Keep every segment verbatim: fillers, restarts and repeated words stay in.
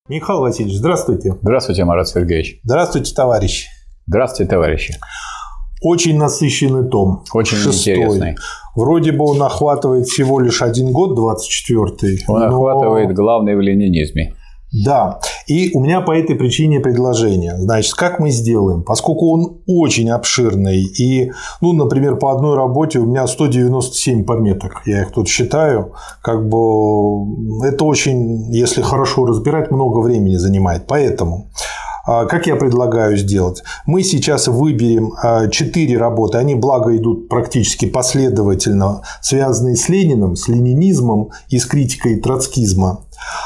Михаил Васильевич, здравствуйте. Здравствуйте, Марат Сергеевич. Здравствуйте, товарищи. Здравствуйте, товарищи. Очень насыщенный том. Очень шестой. Интересный. Вроде бы он охватывает всего лишь один год, двадцать четвёртый. Он но... охватывает главное в ленинизме. Да. И у меня по этой причине предложение. Значит, как мы сделаем? Поскольку он очень обширный, и, ну, например, по одной работе у меня сто девяносто семь пометок, я их тут считаю, как бы это очень, если хорошо разбирать, много времени занимает. Поэтому как я предлагаю сделать? Мы сейчас выберем четыре работы, они, благо, идут практически последовательно, связанные с Лениным, с ленинизмом и с критикой троцкизма.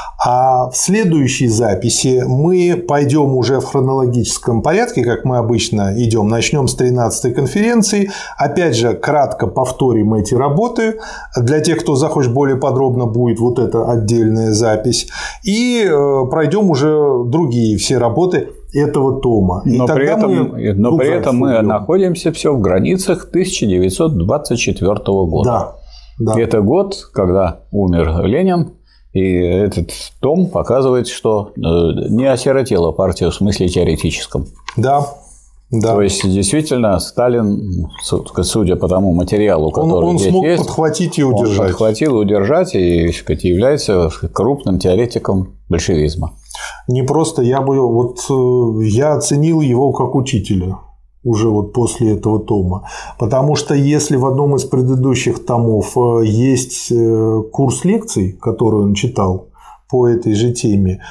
А в следующей записи мы пойдем уже в хронологическом порядке, как мы обычно идем. Начнем с тринадцатой конференции. Опять же, кратко повторим эти работы. Для тех, кто захочет более подробно, будет вот эта отдельная запись. И пройдем уже другие все работы этого тома. И но при этом, мы, но при этом мы идем. находимся все в границах тысяча девятьсот двадцать четвёртого года. Да, да. Это год, когда умер Ленин. И этот том показывает, что не осиротела партия в смысле теоретическом. Да. Да. То есть, действительно, Сталин, судя по тому материалу, который он, он здесь смог есть, подхватить и удержать. Он подхватил и удержать, и сказать, является крупным теоретиком большевизма. Не просто я бы вот я оценил его как учителя. Уже вот после этого тома. Потому что если в одном из предыдущих томов есть курс лекций, который он читал по этой же теме,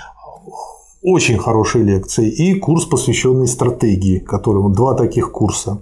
очень хорошие лекции, и курс, посвященный стратегии, который вот два таких курса.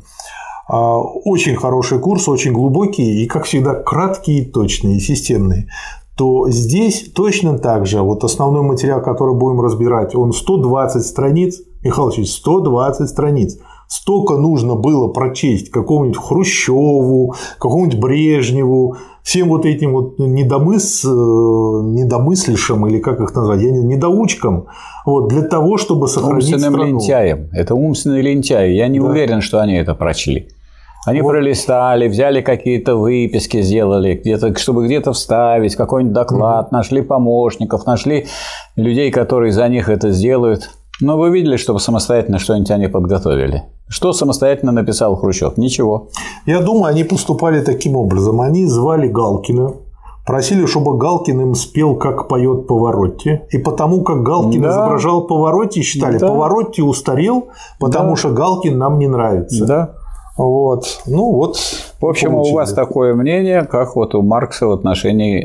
Очень хороший курс, очень глубокий и, как всегда, краткий, точный и системный. То здесь точно так же, вот основной материал, который будем разбирать, он сто двадцать страниц, Михаил Васильевич, сто двадцать страниц. Столько нужно было прочесть какому-нибудь Хрущеву, какому-нибудь Брежневу, всем вот этим вот недомыс... недомыслишам, или как их назвать, я не... недоучкам, вот, для того, чтобы сохранить умственным страну. Лентяем. Это умственные лентяи. Я не да. уверен, что они это прочли. Они вот. пролистали, взяли какие-то выписки, сделали, где-то, чтобы где-то вставить какой-нибудь доклад, mm-hmm. нашли помощников, нашли людей, которые за них это сделают. Но вы видели, чтобы самостоятельно что-нибудь они подготовили? Что самостоятельно написал Хрущев? Ничего. Я думаю, они поступали таким образом. Они звали Галкина, просили, чтобы Галкин им спел, как поет Паваротти. И потому как Галкин да. изображал Паваротти, считали, да. Паваротти устарел, потому да. что Галкин нам не нравится. Да. Вот. Ну, вот. В общем, получили. У вас такое мнение, как вот у Маркса в отношении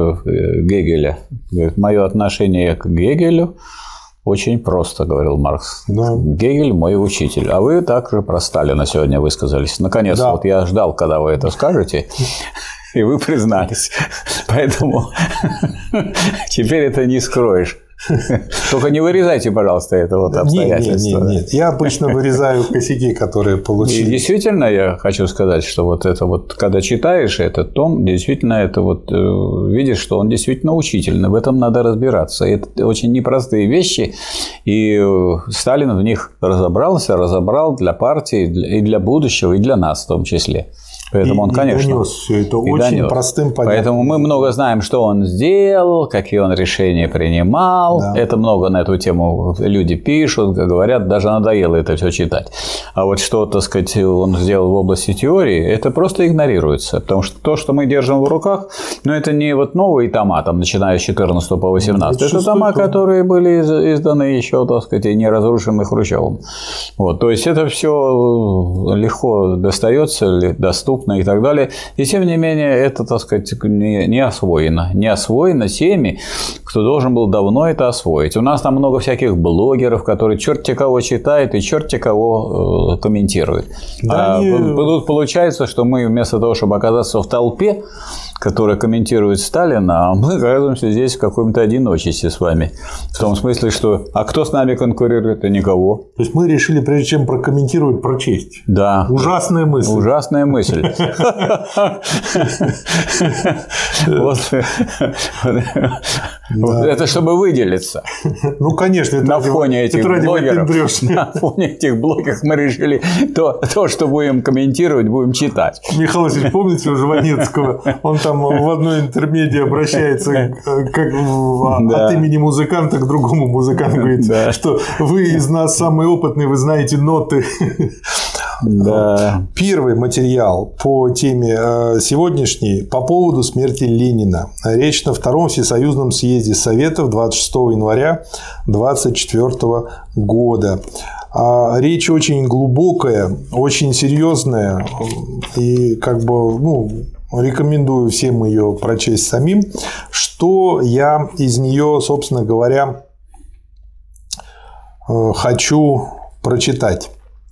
Гегеля. Мое отношение к Гегелю очень просто, говорил Маркс. Да. Гегель – мой учитель. А вы также про Сталина сегодня высказались. Наконец, да. вот я ждал, когда вы это скажете, и вы признались. Поэтому теперь это не скроешь. Только не вырезайте, пожалуйста, это вот обстоятельство. Нет, нет, нет. Я обычно вырезаю косяки, которые получились. И действительно, я хочу сказать, что вот это вот, когда читаешь этот том, действительно, это вот видишь, что он действительно учительный. В этом надо разбираться. Это очень непростые вещи, и Сталин в них разобрался, разобрал для партии и для будущего, и для нас в том числе. Поэтому и, он, конечно, и донес все это очень донес. простым, понятным. Поэтому мы много знаем, что он сделал, какие он решения принимал. Да. Это много на эту тему люди пишут, говорят, даже надоело это все читать. А вот что, так сказать, он сделал в области теории, это просто игнорируется. Потому что то, что мы держим в руках, ну, это не вот новые тома, там, начиная с четырнадцатого по восемнадцатый. Это, это тома, том. которые были изданы еще, так сказать, и не разрушены Хрущевым. Вот, то есть это все легко достается, доступно и так далее. И тем не менее, это, так сказать, не, не освоено. Не освоено теми, кто должен был давно это освоить. У нас там много всяких блогеров, которые черти кого читают и черти кого э, комментируют. Да, а не... Тут получается, что мы вместо того, чтобы оказаться в толпе, которая комментирует Сталина, а мы оказываемся здесь в каком-то одиночестве с вами. В том смысле, что а кто с нами конкурирует, а никого. То есть мы решили, прежде чем прокомментировать, прочесть. Да. Ужасная мысль. Ужасная мысль. Да. Это чтобы выделиться. Ну, конечно. На фоне этих блогеров, на фоне этих блогеров мы решили то, то, что будем комментировать, будем читать. Михаил Васильевич, помните у Жванецкого? Он там в одной интермедии обращается как да. от имени музыканта к другому музыканту. Говорит, да. что вы из нас самые опытные, вы знаете ноты. Да. Первый материал по теме сегодняшней по поводу смерти Ленина. Речь на втором Всесоюзном съезде Советов двадцать шестого января двадцать четвёртого года. Речь очень глубокая, очень серьезная, и как бы, ну, рекомендую всем ее прочесть самим. Что я из нее, собственно говоря, хочу прочитать.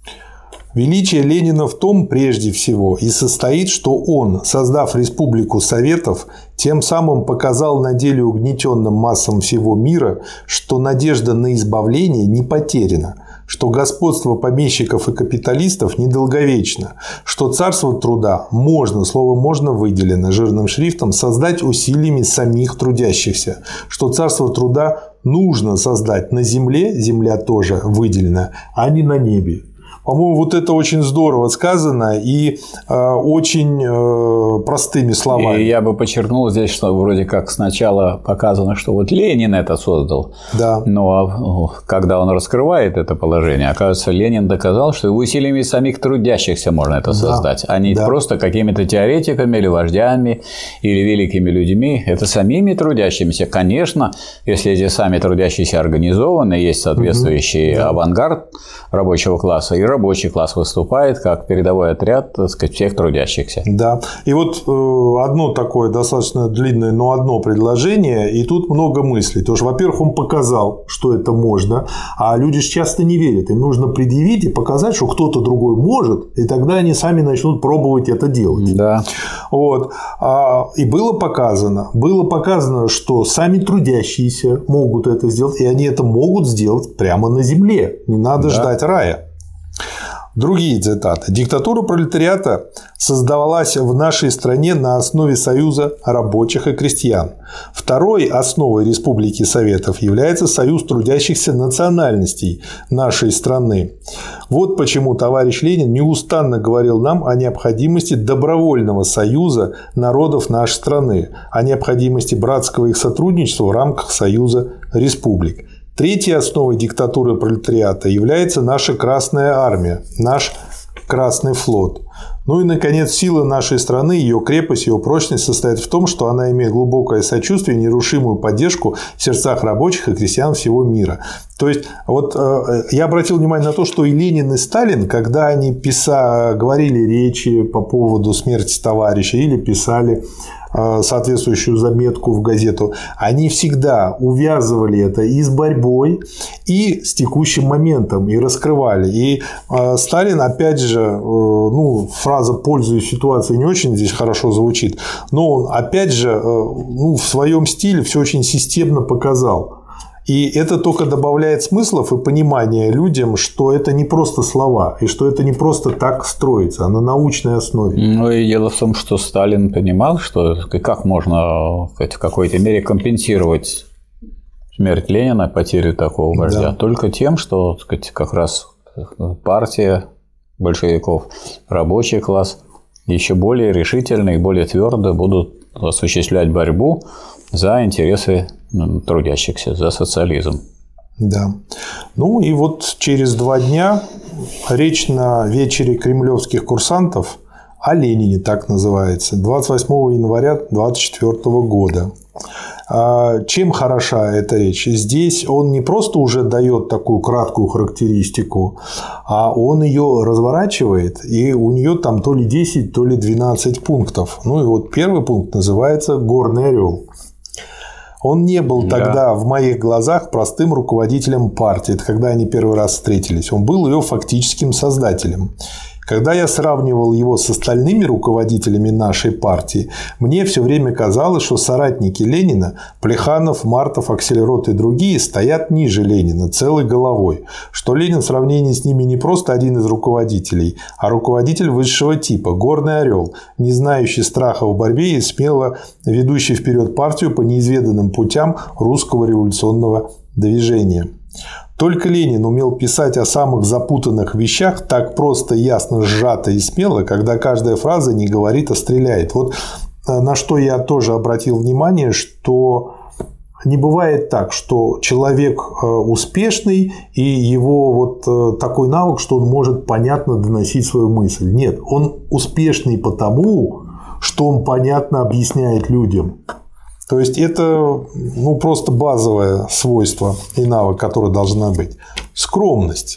Величие Ленина в том, прежде всего, и состоит, что он, создав Республику Советов, тем самым показал на деле угнетенным массам всего мира, что надежда на избавление не потеряна, что господство помещиков и капиталистов недолговечно, что царство труда можно, слово «можно» выделено жирным шрифтом, создать усилиями самих трудящихся, что царство труда нужно создать на земле, земля тоже выделена, а не на небе. По-моему, вот это очень здорово сказано и э, очень э, простыми словами. И я бы подчеркнул здесь, что вроде как сначала показано, что вот Ленин это создал. Да. Но когда он раскрывает это положение, оказывается, Ленин доказал, что усилиями самих трудящихся можно это создать, да. а не да. просто какими-то теоретиками или вождями или великими людьми. Это самими трудящимися. Конечно, если эти сами трудящиеся организованы, есть соответствующий угу. авангард рабочего класса, и рабочий класс выступает как передовой отряд, так сказать, всех трудящихся. Да. И вот одно такое достаточно длинное, но одно предложение, и тут много мыслей. Потому что, во-первых, он показал, что это можно, а люди же часто не верят. Им нужно предъявить и показать, что кто-то другой может, и тогда они сами начнут пробовать это делать. Да. Вот. И было показано, было показано, что сами трудящиеся могут это сделать, и они это могут сделать прямо на земле. Не надо да. ждать рая. Другие цитаты. Диктатура пролетариата создавалась в нашей стране на основе союза рабочих и крестьян. Второй основой Республики Советов является союз трудящихся национальностей нашей страны. Вот почему товарищ Ленин неустанно говорил нам о необходимости добровольного союза народов нашей страны, о необходимости братского их сотрудничества в рамках союза республик. Третьей основой диктатуры пролетариата является наша Красная Армия, наш Красный флот. Ну и, наконец, сила нашей страны, ее крепость, ее прочность состоит в том, что она имеет глубокое сочувствие и нерушимую поддержку в сердцах рабочих и крестьян всего мира. То есть, вот я обратил внимание на то, что и Ленин, и Сталин, когда они писали, говорили речи по поводу смерти товарища или писали соответствующую заметку в газету, они всегда увязывали это и с борьбой, и с текущим моментом, и раскрывали. И Сталин, опять же, ну, фраза «пользуясь ситуацией» не очень здесь хорошо звучит, но он, опять же, ну, в своем стиле все очень системно показал. И это только добавляет смыслов и понимания людям, что это не просто слова, и что это не просто так строится, а на научной основе. Ну и дело в том, что Сталин понимал, что как можно в какой-то мере компенсировать смерть Ленина, потерю такого вождя, да. только тем, что, так сказать, как раз партия большевиков, рабочий класс еще более решительно и более твердо будут осуществлять борьбу за интересы трудящихся, за социализм. Да. Ну и вот через два дня речь на вечере кремлевских курсантов о Ленине, так называется, двадцать восьмого января двадцать четвёртого года. Чем хороша эта речь? Здесь он не просто уже дает такую краткую характеристику, а он ее разворачивает, и у нее там то ли десять, то ли двенадцать пунктов. Ну и вот первый пункт называется «Горный орел». Он не был тогда да. в моих глазах простым руководителем партии, это когда они первый раз встретились. Он был ее фактическим создателем. Когда я сравнивал его с остальными руководителями нашей партии, мне все время казалось, что соратники Ленина – Плеханов, Мартов, Аксельрод и другие – стоят ниже Ленина целой головой, что Ленин в сравнении с ними не просто один из руководителей, а руководитель высшего типа, горный орел, не знающий страха в борьбе и смело ведущий вперед партию по неизведанным путям русского революционного движения. Только Ленин умел писать о самых запутанных вещах так просто, ясно, сжато и смело, когда каждая фраза не говорит, а стреляет. Вот на что я тоже обратил внимание, что не бывает так, что человек успешный и его вот такой навык, что он может понятно доносить свою мысль. Нет, он успешный потому, что он понятно объясняет людям. То есть это ну, просто базовое свойство и навык, который должна быть. Скромность.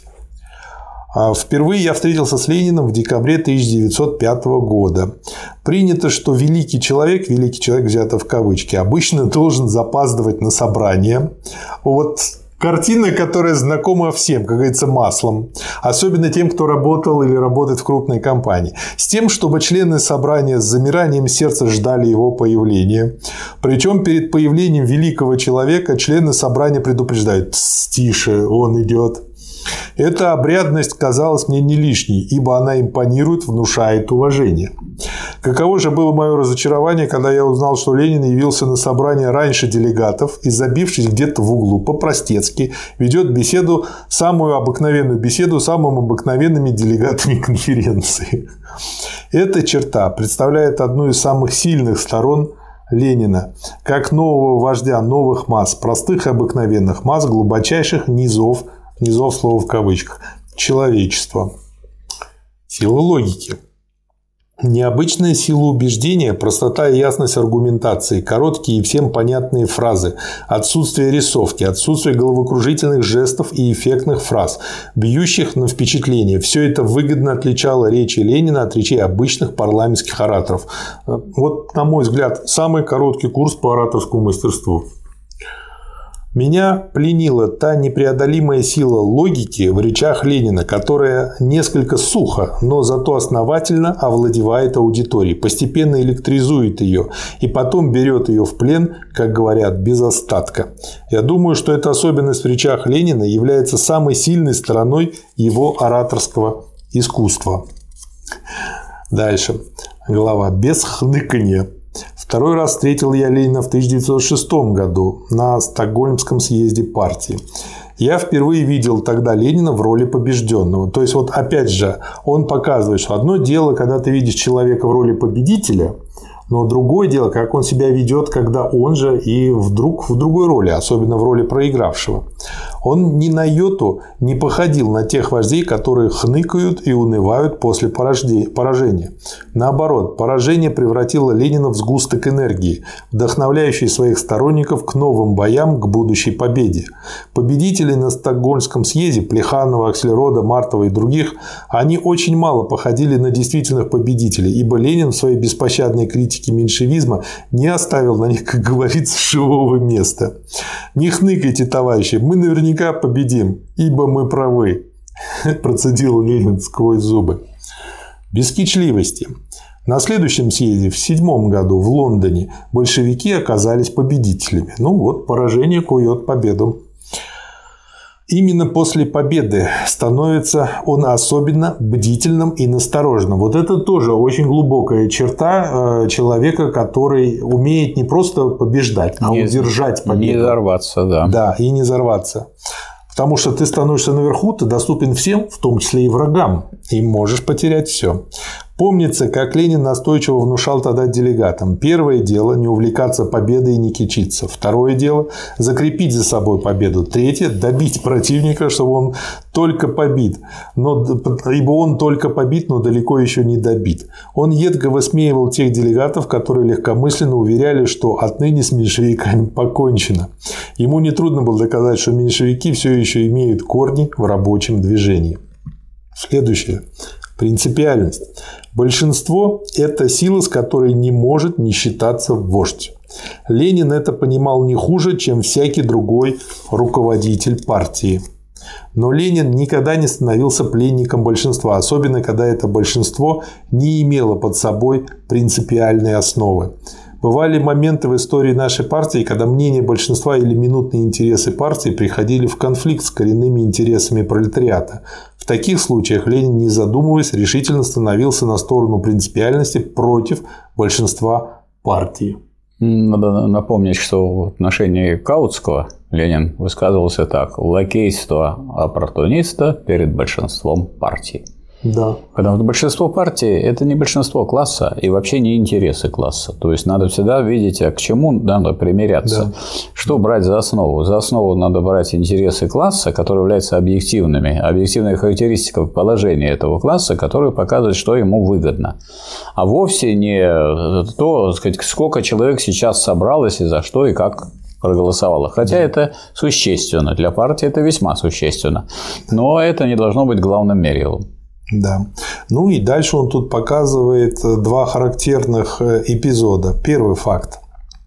Впервые я встретился с Лениным в декабре тысяча девятьсот пятого года. Принято, что великий человек, великий человек взято в кавычки, обычно должен запаздывать на собрание. Вот картина, которая знакома всем, как говорится, маслом. Особенно тем, кто работал или работает в крупной компании. С тем, чтобы члены собрания с замиранием сердца ждали его появления. Причем перед появлением великого человека члены собрания предупреждают: «Тише, он идет». Эта обрядность казалась мне не лишней, ибо она импонирует, внушает уважение. Каково же было мое разочарование, когда я узнал, что Ленин явился на собрание раньше делегатов и, забившись где-то в углу, по-простецки ведет беседу, самую обыкновенную беседу с самыми обыкновенными делегатами конференции. Эта черта представляет одну из самых сильных сторон Ленина, как нового вождя новых масс, простых и обыкновенных масс, глубочайших низов, низов слова в кавычках, человечества. Сила логики. Необычная сила убеждения, простота и ясность аргументации, короткие и всем понятные фразы, отсутствие рисовки, отсутствие головокружительных жестов и эффектных фраз, бьющих на впечатление. Все это выгодно отличало речи Ленина от речей обычных парламентских ораторов. Вот, на мой взгляд, самый короткий курс по ораторскому мастерству. Меня пленила та непреодолимая сила логики в речах Ленина, которая несколько сухо, но зато основательно овладевает аудиторией, постепенно электризует ее и потом берет ее в плен, как говорят, без остатка. Я думаю, что эта особенность в речах Ленина является самой сильной стороной его ораторского искусства. Дальше. Глава «Без хныканья». Второй раз встретил я Ленина в тысяча девятьсот шестом году на Стокгольмском съезде партии. Я впервые видел тогда Ленина в роли побежденного. То есть, вот опять же, он показывает, что одно дело, когда ты видишь человека в роли победителя, но другое дело, как он себя ведет, когда он же и вдруг в другой роли, особенно в роли проигравшего. Он ни на йоту не походил на тех вождей, которые хныкают и унывают после поражения. Наоборот, поражение превратило Ленина в сгусток энергии, вдохновляющий своих сторонников к новым боям, к будущей победе. Победители на Стокгольмском съезде, Плеханова, Аксельрода, Мартова и других, они очень мало походили на действительных победителей, ибо Ленин в своей беспощадной критике меньшевизма не оставил на них, как говорится, живого места. Не хныкайте, товарищи, мы наверняка победим, ибо мы правы, процедил Ленин сквозь зубы. Без кичливости. На следующем съезде, в седьмом году, в Лондоне, большевики оказались победителями. Ну вот, поражение кует победу. Именно после победы становится он особенно бдительным и настороженным. Вот это тоже очень глубокая черта человека, который умеет не просто побеждать, а не, удержать победу. Не взорваться, да. Да, и не взорваться. Потому что ты становишься наверху, ты доступен всем, в том числе и врагам, и можешь потерять все. Помнится, как Ленин настойчиво внушал тогда делегатам. Первое дело – не увлекаться победой и не кичиться. Второе дело – закрепить за собой победу. Третье – добить противника, чтобы он только побит. Но, ибо он только побит, но далеко еще не добит. Он едко высмеивал тех делегатов, которые легкомысленно уверяли, что отныне с меньшевиками покончено. Ему нетрудно было доказать, что меньшевики все еще имеют корни в рабочем движении. Следующее. Принципиальность. Большинство – это сила, с которой не может не считаться вождь. Ленин это понимал не хуже, чем всякий другой руководитель партии. Но Ленин никогда не становился пленником большинства, особенно когда это большинство не имело под собой принципиальной основы. Бывали моменты в истории нашей партии, когда мнение большинства или минутные интересы партии приходили в конфликт с коренными интересами пролетариата. В таких случаях Ленин, не задумываясь, решительно становился на сторону принципиальности против большинства партии. Надо напомнить, что в отношении Каутского Ленин высказывался так: лакейство оппортуниста перед большинством партий. Да. Потому что большинство партий – это не большинство класса и вообще не интересы класса. То есть надо всегда видеть, а к чему надо примиряться. Да. Что брать за основу? За основу надо брать интересы класса, которые являются объективными, объективной характеристикой положения этого класса, которые показывают, что ему выгодно. А вовсе не то, так сказать, сколько человек сейчас собралось и за что и как проголосовало. Хотя это существенно. Для партии это весьма существенно. Но это не должно быть главным мерилом. Да. Ну и дальше он тут показывает два характерных эпизода. Первый факт.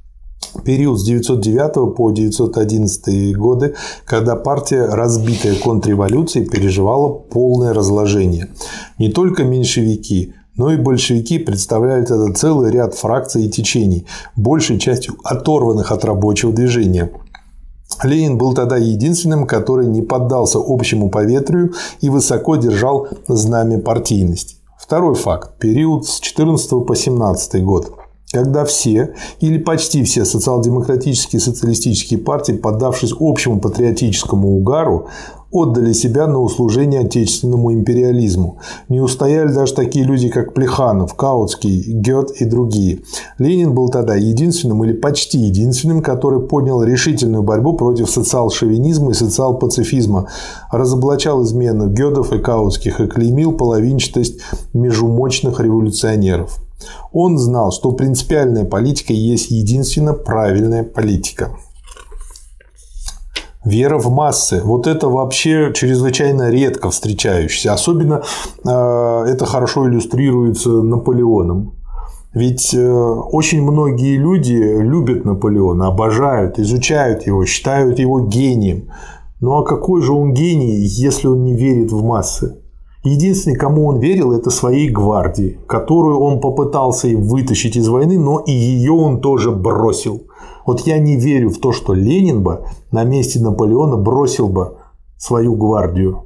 Период с девятьсот девятого по девятьсот одиннадцатый годы, когда партия, разбитая контрреволюцией, переживала полное разложение. Не только меньшевики, но и большевики представляли тогда целый ряд фракций и течений, большей частью оторванных от рабочего движения. Ленин был тогда единственным, который не поддался общему поветрию и высоко держал знамя партийности. Второй факт. Период с четырнадцатого по семнадцатый год, когда все или почти все социал-демократические и социалистические партии, поддавшись общему патриотическому угару, отдали себя на услужение отечественному империализму. Не устояли даже такие люди, как Плеханов, Каутский, Гёте и другие. Ленин был тогда единственным или почти единственным, который поднял решительную борьбу против социал-шовинизма и социал-пацифизма, разоблачал измену Гётов и Каутских и клеймил половинчатость межумощных революционеров. Он знал, что принципиальная политика есть единственно правильная политика. Вера в массы. Вот это вообще чрезвычайно редко встречающееся. Особенно э, это хорошо иллюстрируется Наполеоном. Ведь э, очень многие люди любят Наполеона, обожают, изучают его, считают его гением. Ну а какой же он гений, если он не верит в массы? Единственный, кому он верил, это своей гвардии, которую он попытался вытащить из войны, но и ее он тоже бросил. Вот я не верю в то, что Ленин бы на месте Наполеона бросил бы свою гвардию.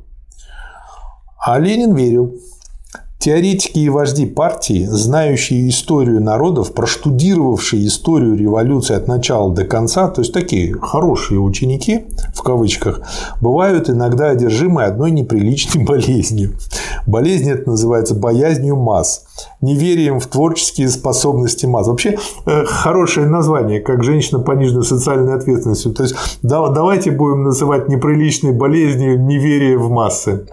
А Ленин верил. Теоретики и вожди партии, знающие историю народов, проштудировавшие историю революции от начала до конца, то есть такие хорошие ученики, в кавычках, бывают иногда одержимы одной неприличной болезнью. Болезнь эта называется боязнью масс, неверием в творческие способности масс. Вообще хорошее название, как женщина пониженной социальной ответственностью. То есть давайте будем называть неприличной болезнью неверие в массы.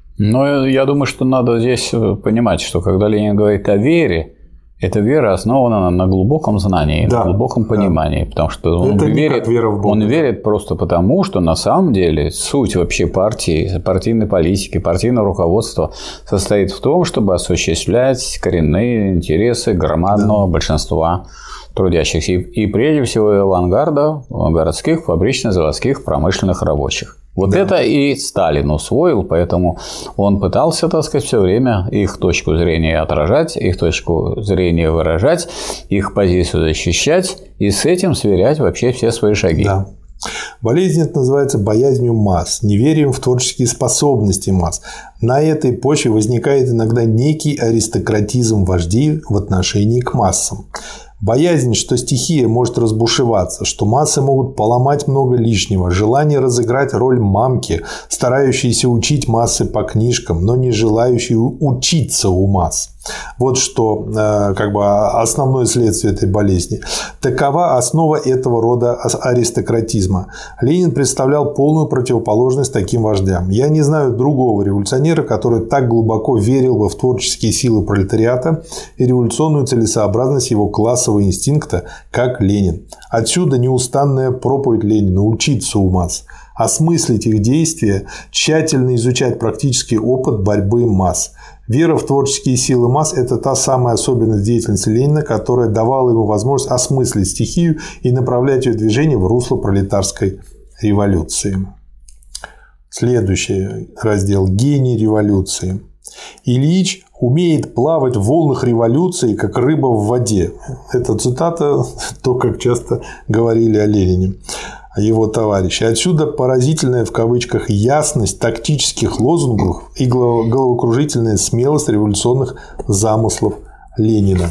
Но я думаю, что надо здесь понимать, что когда Ленин говорит о вере, эта вера основана на глубоком знании, да, на глубоком понимании, да. Потому что он верит, вера в Бога. Он верит просто потому, что на самом деле суть вообще партии, партийной политики, партийного руководства состоит в том, чтобы осуществлять коренные интересы громадного да. большинства трудящихся и, и прежде всего авангарда городских, фабрично-заводских, промышленных рабочих. Вот да. это и Сталин усвоил, поэтому он пытался, так сказать, все время их точку зрения отражать, их точку зрения выражать, их позицию защищать и с этим сверять вообще все свои шаги. Да. Болезнь это называется боязнью масс, неверием в творческие способности масс. На этой почве возникает иногда некий аристократизм вождей в отношении к массам. Боязнь, что стихия может разбушеваться, что массы могут поломать много лишнего, желание разыграть роль мамки, старающейся учить массы по книжкам, но не желающей учиться у масс. Вот что как бы основное следствие этой болезни. Такова основа этого рода аристократизма. Ленин представлял полную противоположность таким вождям. Я не знаю другого революционера, который так глубоко верил бы в творческие силы пролетариата и революционную целесообразность его классового инстинкта, как Ленин. Отсюда неустанная проповедь Ленина – учиться у масс, осмыслить их действия, тщательно изучать практический опыт борьбы масс. Вера в творческие силы масс – это та самая особенность деятельности Ленина, которая давала ему возможность осмыслить стихию и направлять ее движение в русло пролетарской революции. Следующий раздел – гений революции. Ильич умеет плавать в волнах революции, как рыба в воде. Это цитата, то, как часто говорили о Ленине его товарищи. Отсюда поразительная в кавычках ясность тактических лозунгов и головокружительная смелость революционных замыслов Ленина.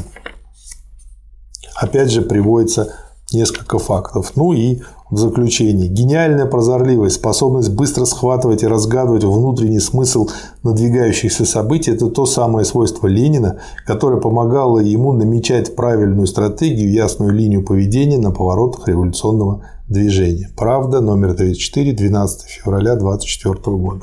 Опять же приводится несколько фактов. Ну и в заключение. Гениальная прозорливость, способность быстро схватывать и разгадывать внутренний смысл надвигающихся событий – это то самое свойство Ленина, которое помогало ему намечать правильную стратегию, ясную линию поведения на поворотах революционного движения. Правда, номер тридцать четыре, двенадцатого февраля две тысячи двадцать четвёртого года.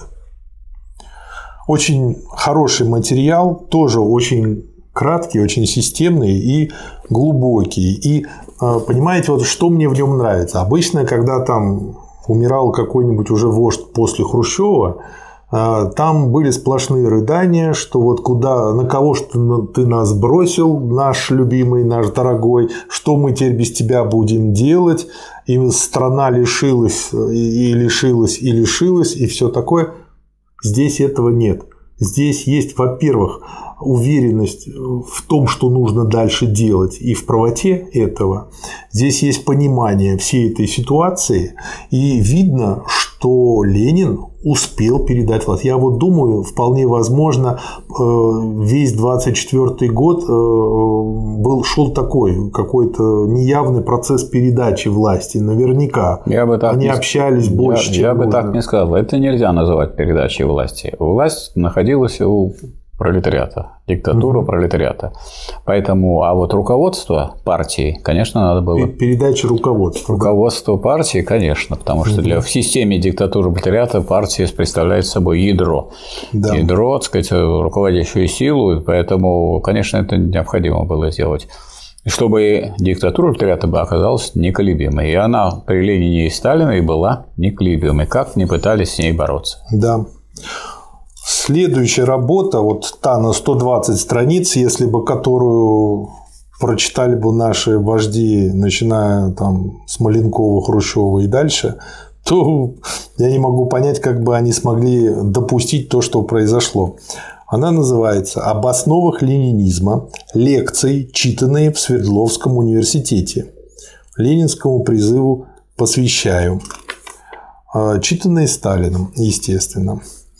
Очень хороший материал, тоже очень краткий, очень системный и глубокий. И понимаете, вот что мне в нем нравится? Обычно, когда там умирал какой-нибудь уже вождь после Хрущева, там были сплошные рыдания, что вот куда, на кого что ты нас бросил, наш любимый, наш дорогой, что мы теперь без тебя будем делать, и страна лишилась, и лишилась, и лишилась, и все такое. Здесь этого нет. Здесь есть, во-первых, уверенность в том, что нужно дальше делать, и в правоте этого. Здесь есть понимание всей этой ситуации, и видно, что Ленин успел передать власть. Я вот думаю, вполне возможно, весь двадцать четвёртый год был, шел такой какой-то неявный процесс передачи власти. Наверняка я бы так они не... общались больше, я, чем я бы нужно. так не сказал. Это нельзя называть передачей власти. Власть находилась у пролетариата, диктатура угу. пролетариата. Поэтому, а вот руководство партии, конечно, надо было... Передача руководства. Руководство партии, конечно, потому что угу. для, в системе диктатуры пролетариата партия представляет собой ядро. Да. Ядро, так сказать, руководящую силу, поэтому, конечно, это необходимо было сделать. Чтобы диктатура пролетариата оказалась неколебимой. И она при Ленине и Сталине была неколебимой, как не пытались с ней бороться. Да. Следующая работа, вот та на сто двадцать страниц, если бы которую прочитали бы наши вожди, начиная там с Маленкова, Хрущева и дальше, то я не могу понять, как бы они смогли допустить то, что произошло. Она называется «Об основах ленинизма. Лекции, читанные в Свердловском университете. Ленинскому призыву посвящаю». Читанные Сталиным, естественно.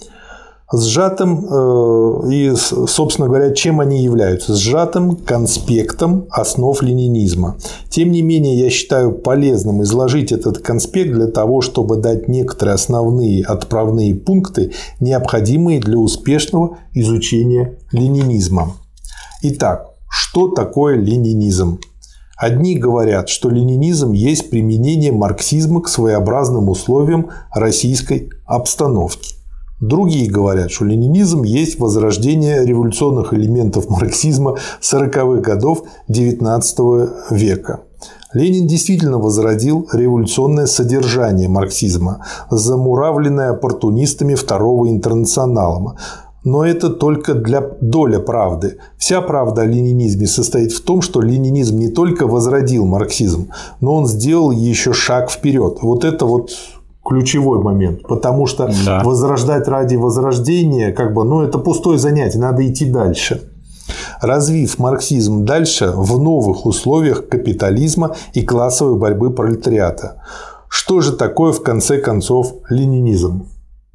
Сжатым, и, собственно говоря, чем они являются? Сжатым конспектом основ ленинизма. Тем не менее, я считаю полезным изложить этот конспект для того, чтобы дать некоторые основные отправные пункты, необходимые для успешного изучения ленинизма. Итак, что такое ленинизм? Одни говорят, что ленинизм есть применение марксизма к своеобразным условиям российской обстановки. Другие говорят, что ленинизм есть возрождение революционных элементов марксизма сороковых годов девятнадцатого века. Ленин действительно возродил революционное содержание марксизма, замуравленное оппортунистами Второго интернационала. Но это только для доля правды. Вся правда о ленинизме состоит в том, что ленинизм не только возродил марксизм, но он сделал еще шаг вперед. Вот это вот ключевой момент, потому что да. возрождать ради возрождения, как бы, ну, это пустое занятие, надо идти дальше. Развив марксизм дальше в новых условиях капитализма и классовой борьбы пролетариата. Что же такое, в конце концов, ленинизм?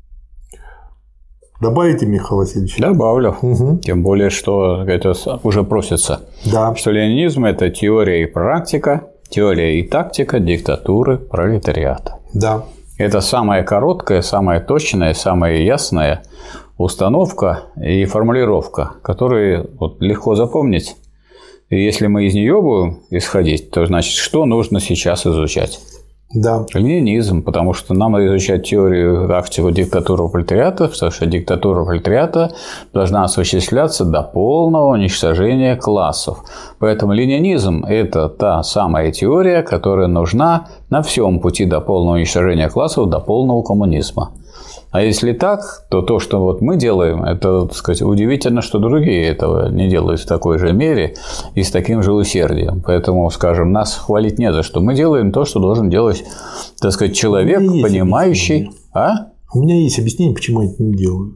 Добавите, Михаил Васильевич? Добавлю. Угу. Тем более, что это уже просится. Да. Что ленинизм – это теория и практика, теория и тактика диктатуры пролетариата. Да. Это самая короткая, самая точная, самая ясная установка и формулировка, которые вот легко запомнить. И если мы из нее будем исходить, то значит, что нужно сейчас изучать? Да. Ленинизм, потому что нам надо изучать теорию и тактику диктатуры пролетариата, потому что диктатура пролетариата должна осуществляться до полного уничтожения классов. Поэтому ленинизм – это та самая теория, которая нужна на всем пути до полного уничтожения классов, до полного коммунизма. А если так, то то, что вот мы делаем, это, так сказать, удивительно, что другие этого не делают в такой же мере и с таким же усердием. Поэтому, скажем, нас хвалить не за что. Мы делаем то, что должен делать, так сказать, человек, понимающий. А? У меня есть объяснение, почему они это не делают.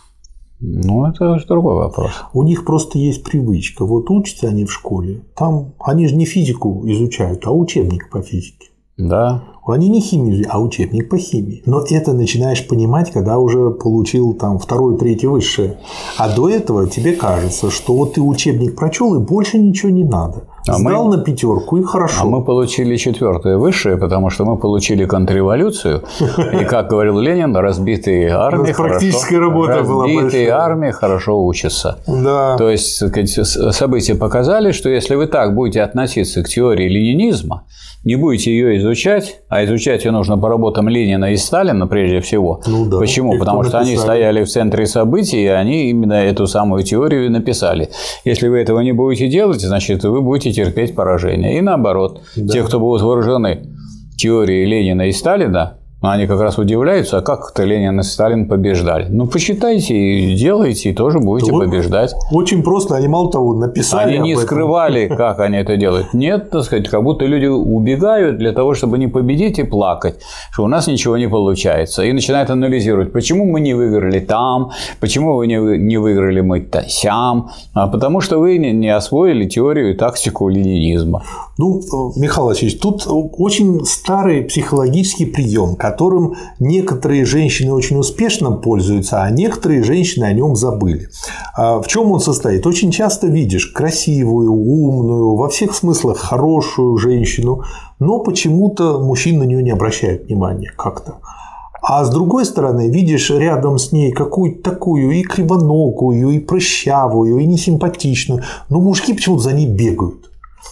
Ну, это уже другой вопрос. У них просто есть привычка. Вот учатся они в школе, там они же не физику изучают, а учебник по физике. Да. Они не химию, а учебник по химии. Но это начинаешь понимать, когда уже получил там второе, третье высшее. А до этого тебе кажется, что вот ты учебник прочел и больше ничего не надо. А Сдал мы... на пятерку и хорошо. А мы получили четвертое высшее, потому что мы получили контрреволюцию. И, как говорил Ленин, разбитые армии практическая работа была большая. Разбитые армии хорошо учатся. Да. То есть события показали, что если вы так будете относиться к теории ленинизма, не будете ее изучать, а изучать ее нужно по работам Ленина и Сталина прежде всего. Ну, да. Почему? И Потому что написали. Они стояли в центре событий, и они именно эту самую теорию написали. Если вы этого не будете делать, значит, вы будете терпеть поражение. И наоборот, да. Те, кто будут вооружены теорией Ленина и Сталина, они как раз удивляются, а как это Ленин и Сталин побеждали. Ну, почитайте и делайте, и тоже будете вот побеждать. Очень просто. Они мало того написали. Они не этом. скрывали, как они это делают. Нет, так сказать, как будто люди убегают для того, чтобы не победить и плакать, что у нас ничего не получается. И начинают анализировать, почему мы не выиграли там, почему вы не выиграли мы сям. А потому что вы не освоили теорию и тактику ленинизма. Ну, Михаил Васильевич, тут очень старый психологический прием, которым некоторые женщины очень успешно пользуются, а некоторые женщины о нем забыли. В чем он состоит? Очень часто видишь красивую, умную, во всех смыслах хорошую женщину, но почему-то мужчины на нее не обращают внимания как-то. А с другой стороны, видишь рядом с ней какую-то такую и кривоногую, и прыщавую, и несимпатичную, но мужики почему-то за ней бегают.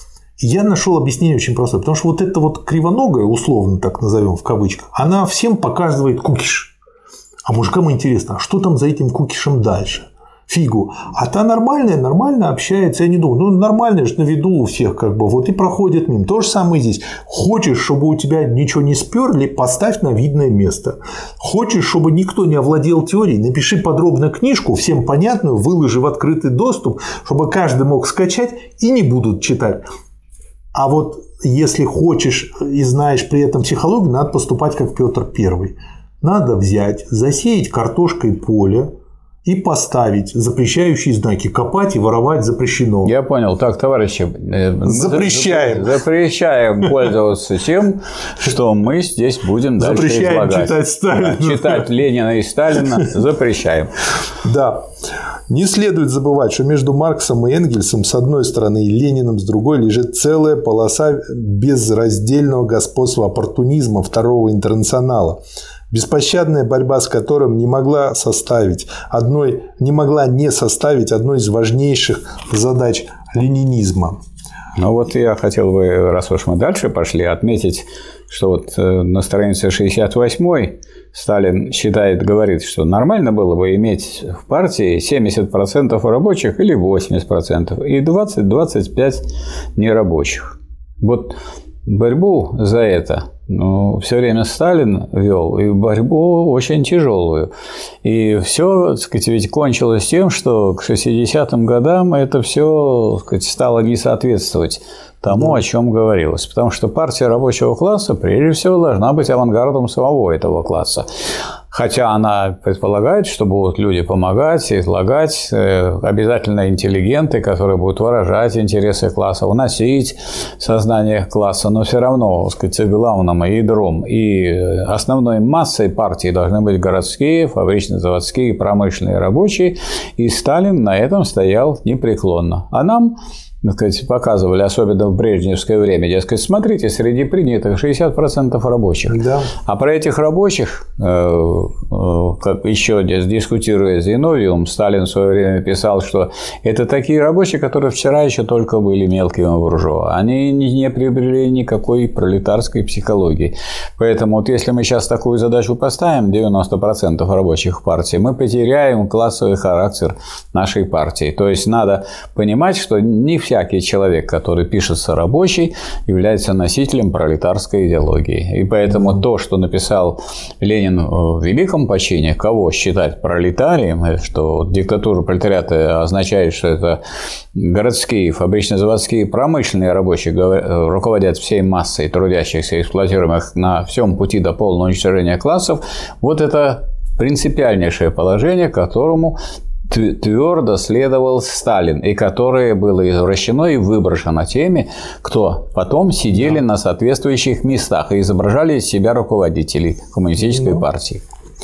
Я нашел объяснение очень простое, потому что вот эта вот кривоногая, условно так назовем в кавычках, она всем показывает кукиш. А мужикам интересно, а что там за этим кукишем дальше? Фигу. А та нормальная, нормально общается. Я не думаю, ну нормальная же на виду у всех, как бы, вот и проходит мимо. То же самое здесь. Хочешь, чтобы у тебя ничего не сперли, поставь на видное место. Хочешь, чтобы никто не овладел теорией, напиши подробно книжку, всем понятную, выложи в открытый доступ, чтобы каждый мог скачать и не будут читать. А вот если хочешь и знаешь при этом психологию, надо поступать как Петр Первый. Надо взять, засеять картошкой поле и поставить запрещающие знаки. Копать и воровать запрещено. Я понял. Так, товарищи, запрещаем. Запрещаем пользоваться тем, что мы здесь будем дальше запрещаем излагать. Читать Сталина. Да, читать Ленина и Сталина запрещаем. Да. Не следует забывать, что между Марксом и Энгельсом с одной стороны и Лениным с другой лежит целая полоса безраздельного господства оппортунизма Второго интернационала, беспощадная борьба с которым не могла составить одной, не могла не составить одной из важнейших задач ленинизма. Ну вот я хотел бы, раз уж мы дальше пошли, отметить, что вот на странице шестьдесят восьмой Сталин считает, говорит, что нормально было бы иметь в партии семьдесят процентов рабочих или восемьдесят процентов и двадцать-двадцать пять процентов нерабочих. Вот борьбу за это ну, все время Сталин вел, и борьбу очень тяжелую. И все, так сказать, ведь кончилось тем, что к шестидесятым годам это все, так сказать, стало не соответствовать тому, да. о чем говорилось. Потому что партия рабочего класса, прежде всего, должна быть авангардом самого этого класса. Хотя она предполагает, что будут люди помогать, излагать, обязательно интеллигенты, которые будут выражать интересы класса, уносить сознание класса, но все равно, так сказать, главным ядром и основной массой партии должны быть городские, фабрично-заводские, промышленные рабочие, и Сталин на этом стоял непреклонно. А нам, так сказать, показывали, особенно в брежневское время, дескать, смотрите, среди принятых шестьдесят процентов рабочих. Да. А про этих рабочих, как еще дискутируя с Зиновьевым, Сталин в свое время писал, что это такие рабочие, которые вчера еще только были мелкими буржуа. Они не приобрели никакой пролетарской психологии. Поэтому вот если мы сейчас такую задачу поставим, девяносто процентов рабочих партий, мы потеряем классовый характер нашей партии. То есть надо понимать, что не все всякий человек, который пишется рабочий, является носителем пролетарской идеологии. И поэтому то, что написал Ленин в великом почине, кого считать пролетарием, что диктатура пролетариата означает, что это городские, фабрично-заводские, промышленные рабочие руководят всей массой трудящихся, эксплуатируемых на всем пути до полного уничтожения классов, вот это принципиальнейшее положение, которому твердо следовал Сталин, и которое было извращено и выброшено теми, кто потом сидели да. на соответствующих местах и изображали из себя руководителей коммунистической да. партии.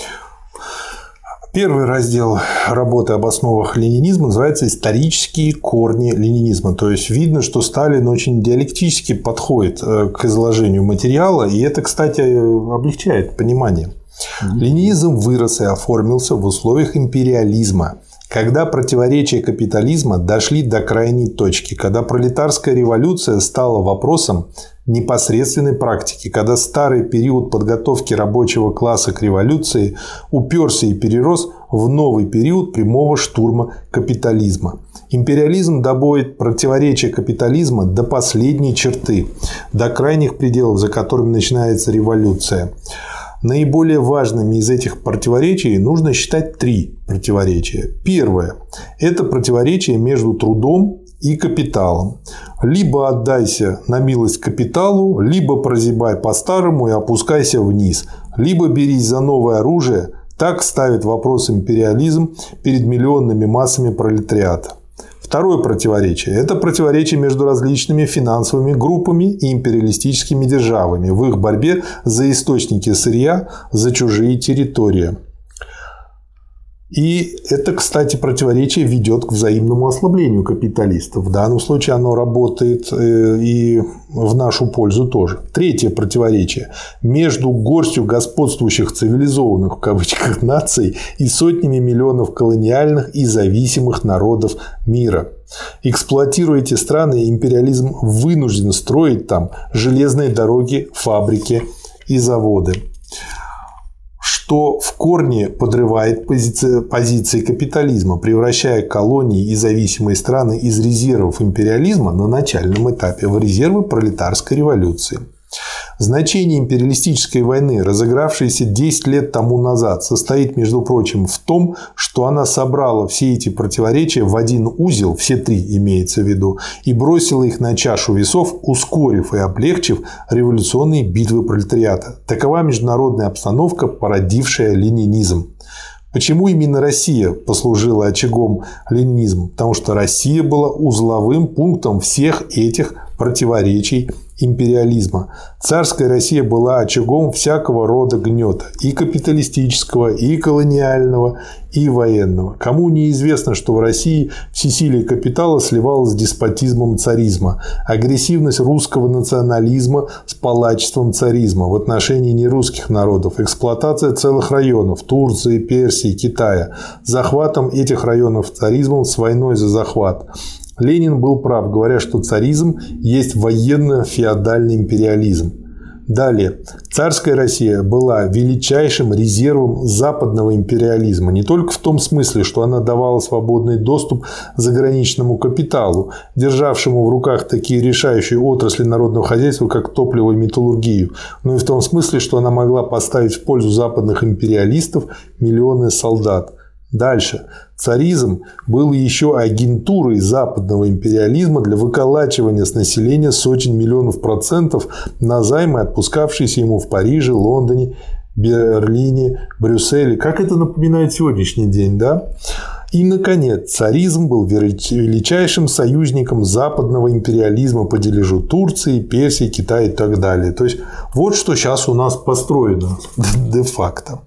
Первый раздел работы об основах ленинизма называется «Исторические корни ленинизма». То есть видно, что Сталин очень диалектически подходит к изложению материала, и это, кстати, облегчает понимание. Mm-hmm. Ленинизм вырос и оформился в условиях империализма, когда противоречия капитализма дошли до крайней точки, когда пролетарская революция стала вопросом непосредственной практики, когда старый период подготовки рабочего класса к революции уперся и перерос в новый период прямого штурма капитализма. Империализм доводит противоречия капитализма до последней черты, до крайних пределов, за которыми начинается революция. Наиболее важными из этих противоречий нужно считать три противоречия. Первое – это противоречие между трудом и капиталом. Либо отдайся на милость капиталу, либо прозябай по-старому и опускайся вниз, либо берись за новое оружие. Так ставит вопрос империализм перед миллионными массами пролетариата. Второе противоречие – это противоречие между различными финансовыми группами и империалистическими державами в их борьбе за источники сырья, за чужие территории. И это, кстати, противоречие ведет к взаимному ослаблению капиталистов. В данном случае оно работает и в нашу пользу тоже. Третье противоречие между горстью господствующих цивилизованных в кавычках наций и сотнями миллионов колониальных и зависимых народов мира. Эксплуатируя эти страны, империализм вынужден строить там железные дороги, фабрики и заводы, что в корне подрывает позиции, позиции капитализма, превращая колонии и зависимые страны из резервов империализма на начальном этапе в резервы пролетарской революции. Значение империалистической войны, разыгравшейся десять лет тому назад, состоит, между прочим, в том, что она собрала все эти противоречия в один узел, все три имеется в виду, и бросила их на чашу весов, ускорив и облегчив революционные битвы пролетариата. Такова международная обстановка, породившая ленинизм. Почему именно Россия послужила очагом ленинизма? Потому что Россия была узловым пунктом всех этих противоречий империализма. Царская Россия была очагом всякого рода гнета, и капиталистического, и колониального, и военного. Кому неизвестно, что в России всесилие капитала сливалось с деспотизмом царизма, агрессивность русского национализма с палачеством царизма в отношении нерусских народов, эксплуатация целых районов Турции, Персии, Китая, захватом этих районов царизмом с войной за захват. Ленин был прав, говоря, что царизм есть военно-феодальный империализм. Далее. Царская Россия была величайшим резервом западного империализма. Не только в том смысле, что она давала свободный доступ заграничному капиталу, державшему в руках такие решающие отрасли народного хозяйства, как топливо и металлургию, но и в том смысле, что она могла поставить в пользу западных империалистов миллионы солдат. Дальше. Царизм был еще агентурой западного империализма для выколачивания с населения сотен миллионов процентов на займы, отпускавшиеся ему в Париже, Лондоне, Берлине, Брюсселе. Как это напоминает сегодняшний день, да? И, наконец, царизм был величайшим союзником западного империализма по дележу Турции, Персии, Китая и так далее. То есть, вот что сейчас у нас построено де-факто.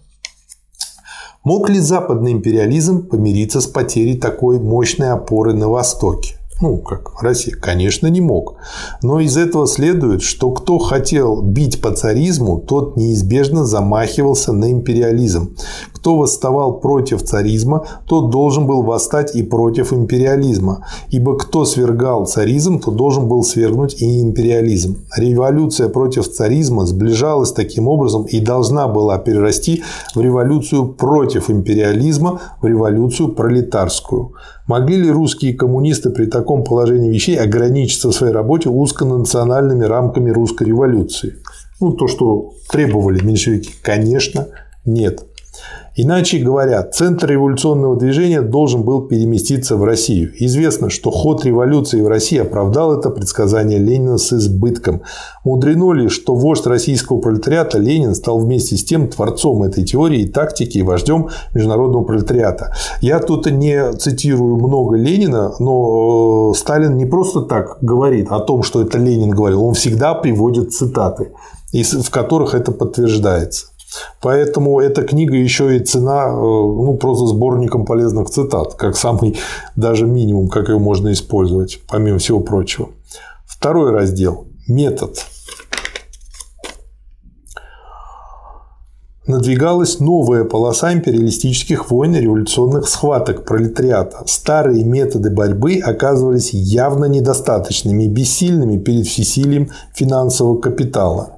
Мог ли западный империализм помириться с потерей такой мощной опоры на Востоке? Ну, как Россия, конечно, не мог. Но из этого следует, что кто хотел бить по царизму, тот неизбежно замахивался на империализм. Кто восставал против царизма, тот должен был восстать и против империализма. Ибо кто свергал царизм, тот должен был свергнуть и империализм. Революция против царизма сближалась таким образом и должна была перерасти в революцию против империализма, в революцию пролетарскую. Могли ли русские коммунисты при таком положении вещей ограничиться в своей работе узконациональными рамками русской революции? Ну, то, что требовали меньшевики, конечно, нет. Иначе говоря, центр революционного движения должен был переместиться в Россию. Известно, что ход революции в России оправдал это предсказание Ленина с избытком. Мудрено ли, что вождь российского пролетариата Ленин стал вместе с тем творцом этой теории и тактики и вождем международного пролетариата? Я тут не цитирую много Ленина, но Сталин не просто так говорит о том, что это Ленин говорил. Он всегда приводит цитаты, в которых это подтверждается. Поэтому эта книга еще и цена, ну, просто сборником полезных цитат, как самый даже минимум, как ее можно использовать, помимо всего прочего. Второй раздел – метод. Надвигалась новая полоса империалистических войн и революционных схваток пролетариата. Старые методы борьбы оказывались явно недостаточными и бессильными перед всесилием финансового капитала.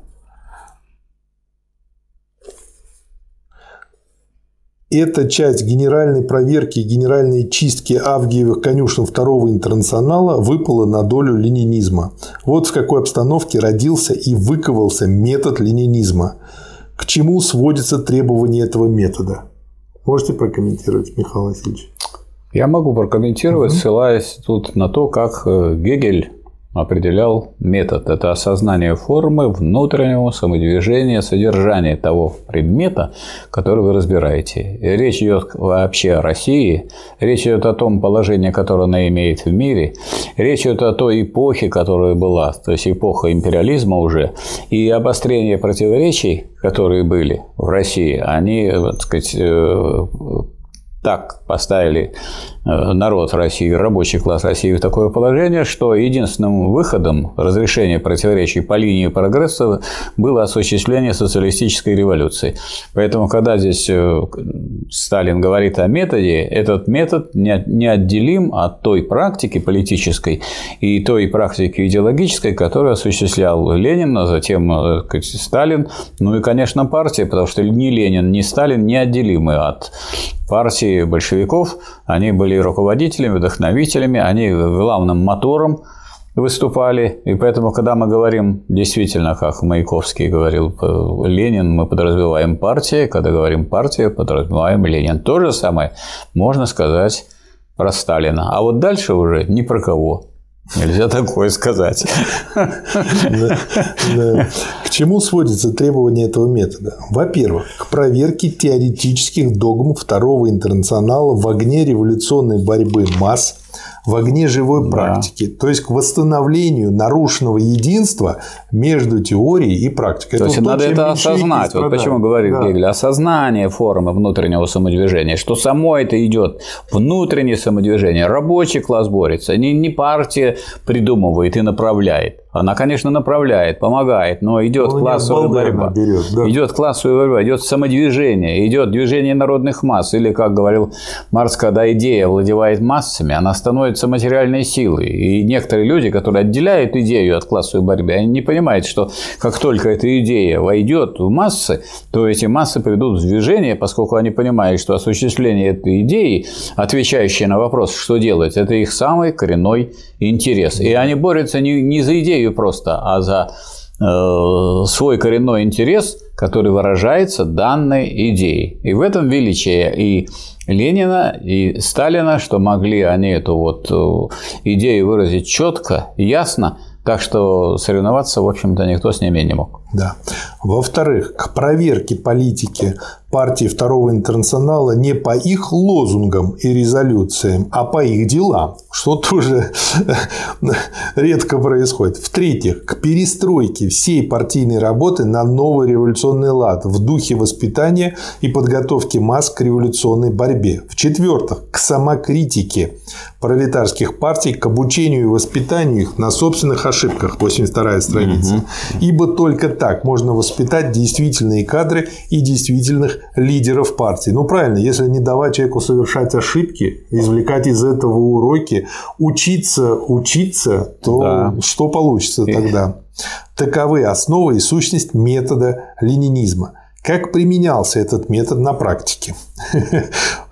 Эта часть генеральной проверки и генеральной чистки Авгиевых конюшен Второго интернационала выпала на долю ленинизма. Вот в какой обстановке родился и выковался метод ленинизма. К чему сводится требование этого метода? Можете прокомментировать, Михаил Васильевич? Я могу прокомментировать, угу. ссылаясь тут на то, как Гегель определял метод. Это осознание формы внутреннего самодвижения, содержания того предмета, который вы разбираете. И речь идет вообще о России, речь идет о том положении, которое она имеет в мире, речь идет о той эпохе, которая была, то есть эпоха империализма уже, и обострение противоречий, которые были в России, они, так сказать, так поставили народ России, рабочий класс России в такое положение, что единственным выходом разрешения противоречий по линии прогресса было осуществление социалистической революции. Поэтому, когда здесь Сталин говорит о методе, этот метод неотделим от той практики политической и той практики идеологической, которую осуществлял Ленин, а затем Сталин, ну и, конечно, партия, потому что ни Ленин, ни Сталин неотделимы от партии большевиков, они были руководителями, вдохновителями, они главным мотором выступали. И поэтому, когда мы говорим действительно, как Маяковский говорил, Ленин, мы подразумеваем партия, когда говорим партия, подразумеваем Ленин. То же самое можно сказать про Сталина. А вот дальше уже ни про кого. Нельзя такое сказать. К чему сводится требование этого метода? Во-первых, к проверке теоретических догм Второго интернационала в огне революционной борьбы масс, в огне живой практики, да. То есть к восстановлению нарушенного единства между теорией и практикой. То это есть вот надо это осознать. Вот почему говорит да. Гегель, осознание формы внутреннего самодвижения, что само это идет внутреннее самодвижение. Рабочий класс борется, не, не партия придумывает и направляет. Она, конечно, направляет, помогает, но идет он классовая борьба. Берет, да. Идет классовая борьба, идет самодвижение, идет движение народных масс. Или, как говорил Маркс, когда идея владевает массами, она становится материальной силой. И некоторые люди, которые отделяют идею от классовой борьбы, они не понимают, что как только эта идея войдет в массы, то эти массы придут в движение, поскольку они понимают, что осуществление этой идеи, отвечающей на вопрос, что делать, это их самый коренной интерес. И они борются не, не за идею просто, а за э, свой коренной интерес, который выражается данной идеей. И в этом величие и Ленина, и Сталина, что могли они эту вот идею выразить четко, ясно, так что соревноваться, в общем-то, никто с ними не мог. Да. Во-вторых, к проверке политики партии Второго интернационала не по их лозунгам и резолюциям, а по их делам, что тоже редко происходит. В-третьих, к перестройке всей партийной работы на новый революционный лад в духе воспитания и подготовки масс к революционной борьбе. В-четвертых, к самокритике пролетарских партий, к обучению и воспитанию их на собственных ошибках, восемьдесят вторая страница. Угу. Ибо только так можно воспитать действительные кадры и действительных лидеров партии. Ну, правильно, если не давать человеку совершать ошибки, извлекать из этого уроки, учиться, учиться, то да. Что получится тогда? Таковы основы и сущность метода ленинизма. Как применялся этот метод на практике?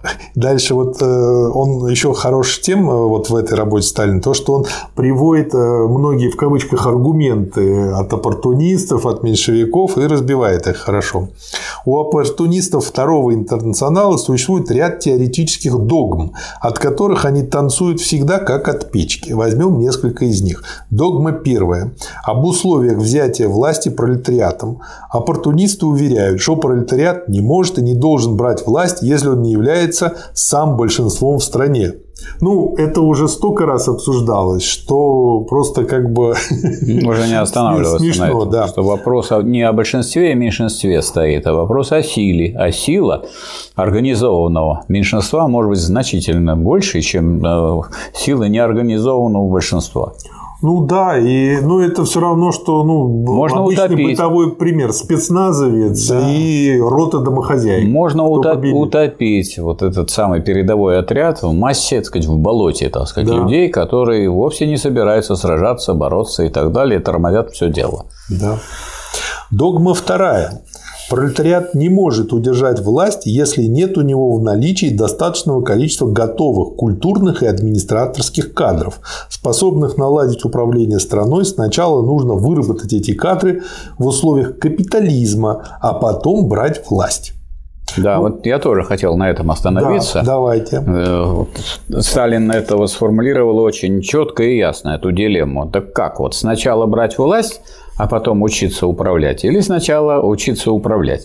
Дальше вот он еще хорош тем вот в этой работе Сталина, то, что он приводит многие в кавычках аргументы от оппортунистов, от меньшевиков и разбивает их хорошо. У оппортунистов Второго интернационала существует ряд теоретических догм, от которых они танцуют всегда как от печки. Возьмем несколько из них. Догма первая. Об условиях взятия власти пролетариатом. Оппортунисты уверяют, что пролетариат не может и не должен брать власть, если он не является сам большинством в стране. Ну, это уже столько раз обсуждалось, что просто как бы уже не останавливаться смешно, на этом, да. Что вопрос не о большинстве и меньшинстве стоит, а вопрос о силе. А сила организованного меньшинства может быть значительно больше, чем сила неорганизованного большинства. Ну да, и ну, это все равно, что ну, можно обычный утопить. Бытовой пример. Спецназовец да. и рота домохозяек. Можно утоп... утопить вот этот самый передовой отряд в массе, так сказать, в болоте, так сказать, да. людей, которые вовсе не собираются сражаться, бороться и так далее, тормозят все дело. Да. Догма вторая. Пролетариат не может удержать власть, если нет у него в наличии достаточного количества готовых культурных и администраторских кадров, способных наладить управление страной. Сначала нужно выработать эти кадры в условиях капитализма, а потом брать власть. Да, ну, вот я тоже хотел на этом остановиться. Да, давайте. Сталин этого сформулировал очень четко и ясно, эту дилемму. Так как вот сначала брать власть, а потом учиться управлять? Или сначала учиться управлять?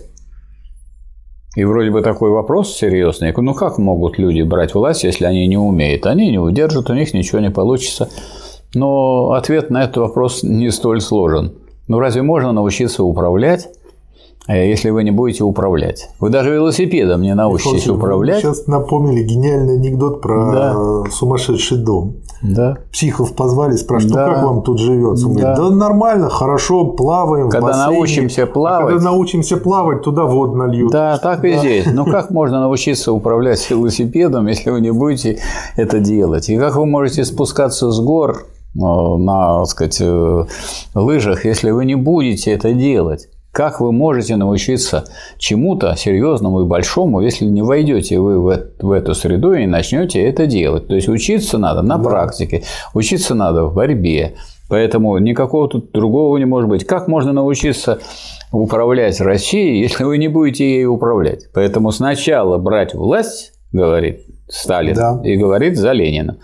И вроде бы такой вопрос серьезный. Ну, как могут люди брать власть, если они не умеют? Они не удержат, у них ничего не получится. Но ответ на этот вопрос не столь сложен. Ну, разве можно научиться управлять, если вы не будете управлять? Вы даже велосипедом не научитесь Михаил, управлять. Вы сейчас напомнили гениальный анекдот про да. сумасшедший дом. Да. Психов позвали, спрашивают, да. ну как вам тут живется? Он да. говорит, да нормально, хорошо, плаваем когда в бассейне. научимся плавать, а когда научимся плавать, туда воду нальют. Да, так и да. здесь. Ну как можно научиться управлять велосипедом, если вы не будете это делать? И как вы можете спускаться с гор на, так сказать, лыжах, если вы не будете это делать? Как вы можете научиться чему-то серьезному и большому, если не войдете вы в эту среду и не начнете это делать? То есть учиться надо на да. практике, учиться надо в борьбе. Поэтому никакого тут другого не может быть. Как можно научиться управлять Россией, если вы не будете ею управлять? Поэтому сначала брать власть, говорит Сталин, да. и говорит за Ленина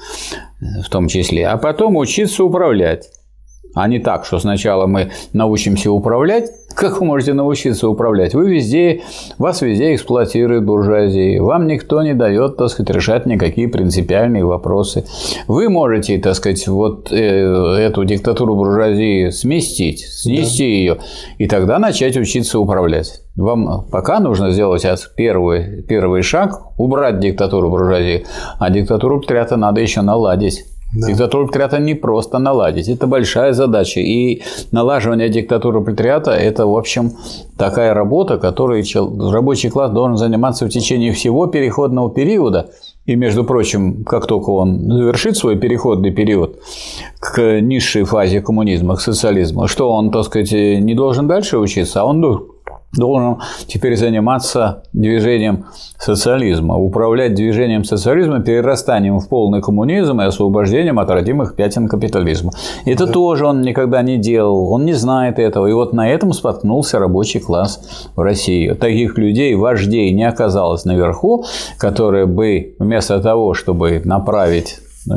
в том числе, а потом учиться управлять. А не так, что сначала мы научимся управлять. Как вы можете научиться управлять? Вы везде, вас везде эксплуатирует буржуазия. Вам никто не дает, так сказать, решать никакие принципиальные вопросы. Вы можете, так сказать, вот э, эту диктатуру буржуазии сместить, снести да. ее, и тогда начать учиться управлять. Вам пока нужно сделать первый, первый шаг, убрать диктатуру буржуазии, а диктатуру пролетариата надо еще наладить. Да. Диктатуру пролетариата не просто наладить, это большая задача. И налаживание диктатуры пролетариата – это, в общем, такая работа, которой рабочий класс должен заниматься в течение всего переходного периода. И, между прочим, как только он завершит свой переходный период к низшей фазе коммунизма, к социализму, что он, так сказать, не должен дальше учиться, а он должен теперь заниматься движением социализма, управлять движением социализма, перерастанием в полный коммунизм и освобождением от родимых пятен капитализма. Это да. тоже он никогда не делал, он не знает этого. И вот на этом споткнулся рабочий класс в России. Таких людей, вождей, не оказалось наверху, которые бы вместо того, чтобы направить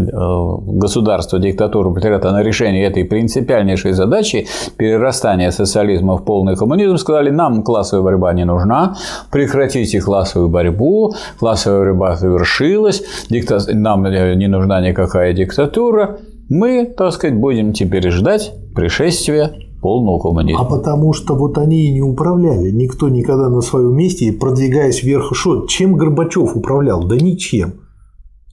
государство, диктатуру пролетариата на решение этой принципиальнейшей задачи перерастания социализма в полный коммунизм, сказали, нам классовая борьба не нужна, прекратите классовую борьбу, классовая борьба завершилась, дикта... нам не нужна никакая диктатура, мы, так сказать, будем теперь ждать пришествия полного коммунизма. А потому что вот они и не управляли, никто никогда на своем месте, продвигаясь вверх, что, чем Горбачев управлял? Да ничем.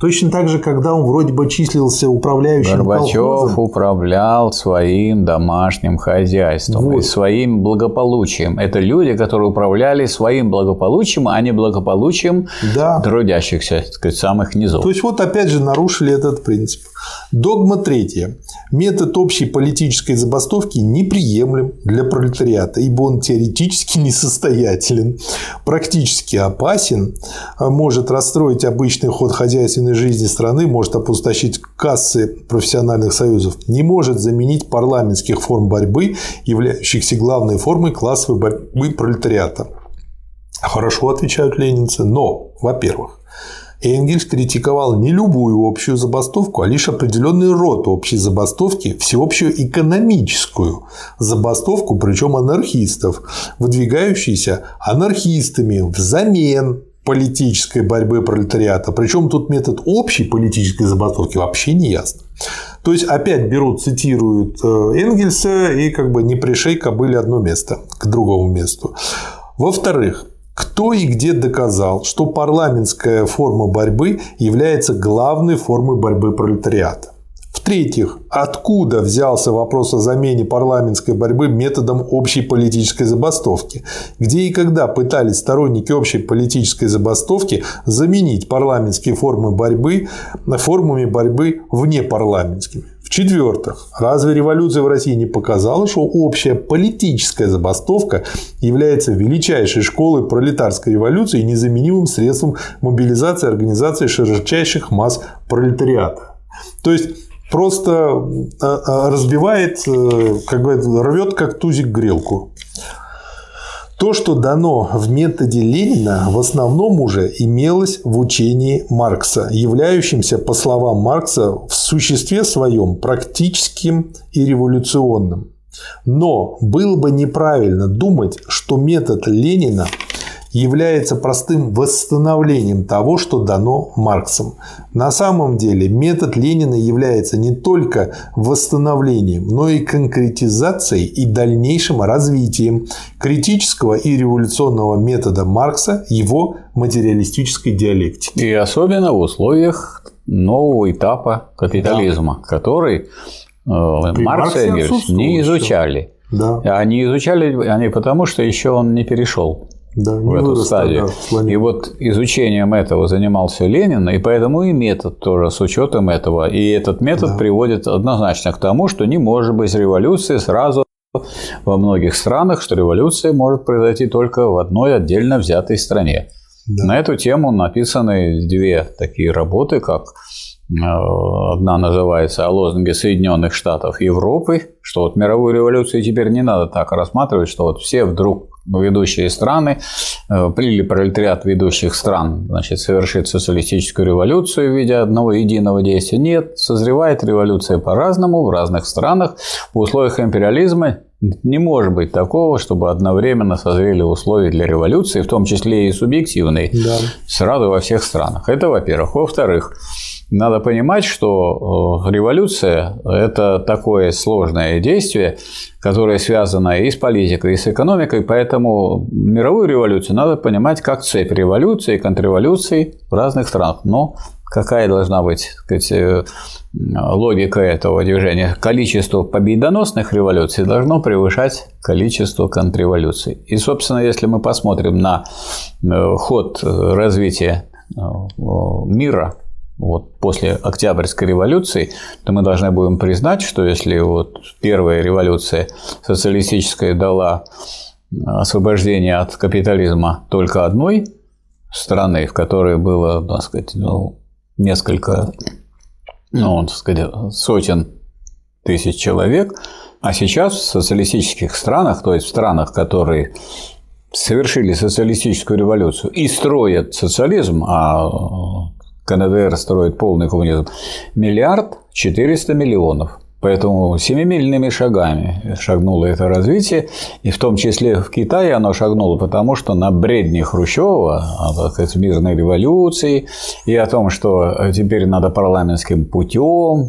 Точно так же, когда он вроде бы числился управляющим Горбачев колхозом. управлял своим домашним хозяйством вот. И своим благополучием. Это люди, которые управляли своим благополучием, а не благополучием да. трудящихся, так сказать, самых низов. То есть, вот опять же нарушили этот принцип. Догма третья. Метод общей политической забастовки неприемлем для пролетариата, ибо он теоретически несостоятелен, практически опасен, может расстроить обычный ход хозяйственной жизни страны, может опустошить кассы профессиональных союзов, не может заменить парламентских форм борьбы, являющихся главной формой классовой борьбы пролетариата. Хорошо, отвечают ленинцы, но, во-первых, Энгельс критиковал не любую общую забастовку, а лишь определенный род общей забастовки, всеобщую экономическую забастовку, причем анархистов, выдвигающиеся анархистами взамен политической борьбы пролетариата. Причем тут метод общей политической забастовки вообще не ясно. То есть опять берут, цитируют Энгельса и как бы не пришей кобыле одно место к другому месту. Во-вторых, кто и где доказал, что парламентская форма борьбы является главной формой борьбы пролетариата? В-третьих, откуда взялся вопрос о замене парламентской борьбы методом общей политической забастовки? Где и когда пытались сторонники общей политической забастовки заменить парламентские формы борьбы формами борьбы внепарламентскими? В-четвертых, разве революция в России не показала, что общая политическая забастовка является величайшей школой пролетарской революции и незаменимым средством мобилизации и организации широчайших масс пролетариата? То есть, просто разбивает, как говорят, рвет как тузик грелку. То, что дано в методе Ленина, в основном уже имелось в учении Маркса, являющемся, по словам Маркса, в существе своем практическим и революционным. Но было бы неправильно думать, что метод Ленина является простым восстановлением того, что дано Марксом. На самом деле метод Ленина является не только восстановлением, но и конкретизацией и дальнейшим развитием критического и революционного метода Маркса, его материалистической диалектики. И особенно в условиях нового этапа капитализма, да. который э, Маркс и Энгельс не изучали. Да. Они изучали они потому, что еще он не перешел. Да, в эту стадию. Да, и вот изучением этого занимался Ленин, и поэтому и метод тоже с учетом этого. И этот метод да. приводит однозначно к тому, что не может быть революции сразу во многих странах, что революция может произойти только в одной отдельно взятой стране. Да. На эту тему написаны две такие работы, как одна называется «О лозунге Соединенных Штатов Европы», что вот мировую революцию теперь не надо так рассматривать, что вот все вдруг ведущие страны, или пролетариат ведущих стран, значит, совершит социалистическую революцию в виде одного единого действия. Нет, созревает революция по-разному в разных странах. В условиях империализма не может быть такого, чтобы одновременно созрели условия для революции, в том числе и субъективные, да. сразу во всех странах. Это во-первых. Во-вторых, надо понимать, что революция – это такое сложное действие, которое связано и с политикой, и с экономикой, поэтому мировую революцию надо понимать как цепь революций и контрреволюций в разных странах. Но какая должна быть, так сказать, логика этого движения? Количество победоносных революций должно превышать количество контрреволюций. И, собственно, если мы посмотрим на ход развития мира, вот после Октябрьской революции, то мы должны будем признать, что если вот первая революция социалистическая дала освобождение от капитализма только одной страны, в которой было, так сказать, ну, несколько, ну, так сказать, сотен тысяч человек, а сейчас в социалистических странах, то есть в странах, которые совершили социалистическую революцию и строят социализм, а КНДР строит полный коммунизм, миллиард четыреста миллионов. Поэтому семимильными шагами шагнуло это развитие, и в том числе в Китае оно шагнуло, потому что на бредни Хрущёва, так сказать, мирной революции, и о том, что теперь надо парламентским путем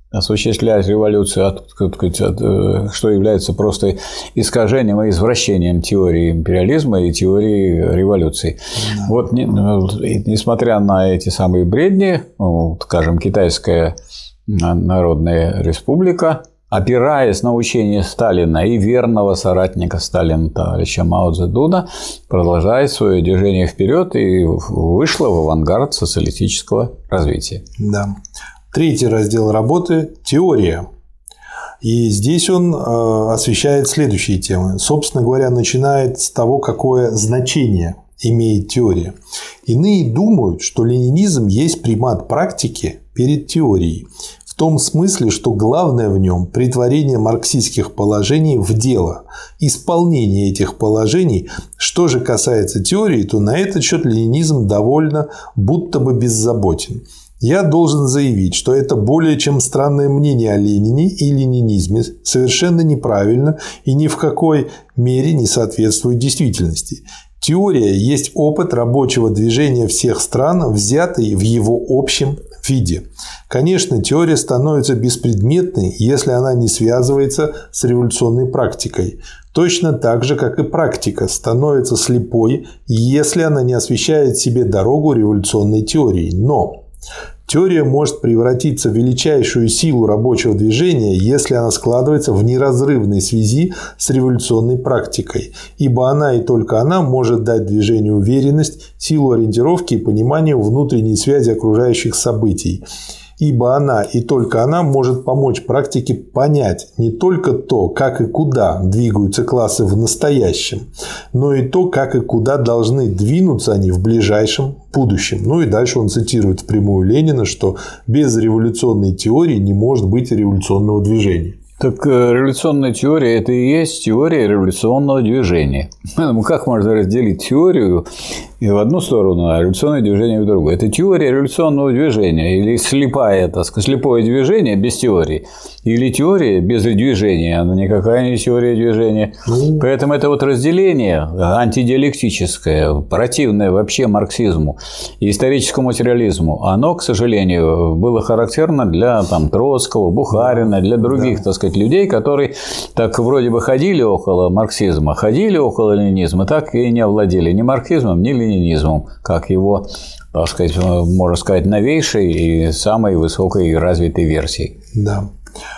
осуществлять революцию, от, от, от, что является просто искажением и извращением теории империализма и теории революции. Да. Вот, несмотря на эти самые бредни, ну, скажем, Китайская Народная Республика, опираясь на учение Сталина и верного соратника Сталина, товарища Мао Цзэдуна, продолжает свое движение вперед и вышла в авангард социалистического развития. Да. Третий раздел работы – теория. И здесь он освещает следующие темы. Собственно говоря, начинает с того, какое значение имеет теория. Иные думают, что ленинизм есть примат практики перед теорией. В том смысле, что главное в нем – претворение марксистских положений в дело, исполнение этих положений. Что же касается теории, то на этот счет ленинизм довольно будто бы беззаботен. Я должен заявить, что это более чем странное мнение о Ленине и ленинизме, совершенно неправильно и ни в какой мере не соответствует действительности. Теория есть опыт рабочего движения всех стран, взятый в его общем виде. Конечно, теория становится беспредметной, если она не связывается с революционной практикой. Точно так же, как и практика становится слепой, если она не освещает себе дорогу революционной теории. Но теория может превратиться в величайшую силу рабочего движения, если она складывается в неразрывной связи с революционной практикой, ибо она и только она может дать движению уверенность, силу ориентировки и понимание внутренней связи окружающих событий. Ибо она и только она может помочь практике понять не только то, как и куда двигаются классы в настоящем, но и то, как и куда должны двинуться они в ближайшем будущем. Ну и дальше он цитирует впрямую Ленина, что без революционной теории не может быть революционного движения. Так революционная теория – это и есть теория революционного движения. Ну, как можно разделить теорию и в одну сторону, а революционное движение в другую? Это теория революционного движения или слепая, так сказать, слепое движение без теории, или теория без движения, она никакая не теория движения. Mm. Поэтому это вот разделение антидиалектическое, противное вообще марксизму и историческому материализму, оно, к сожалению, было характерно для там, Троцкого, Бухарина, для других, да. так сказать, людей, которые так вроде бы ходили около марксизма, ходили около ленинизма, так и не овладели ни марксизмом, ни ленинизмом, как его, так сказать, можно сказать, новейшей и самой высокой и развитой версией. Да.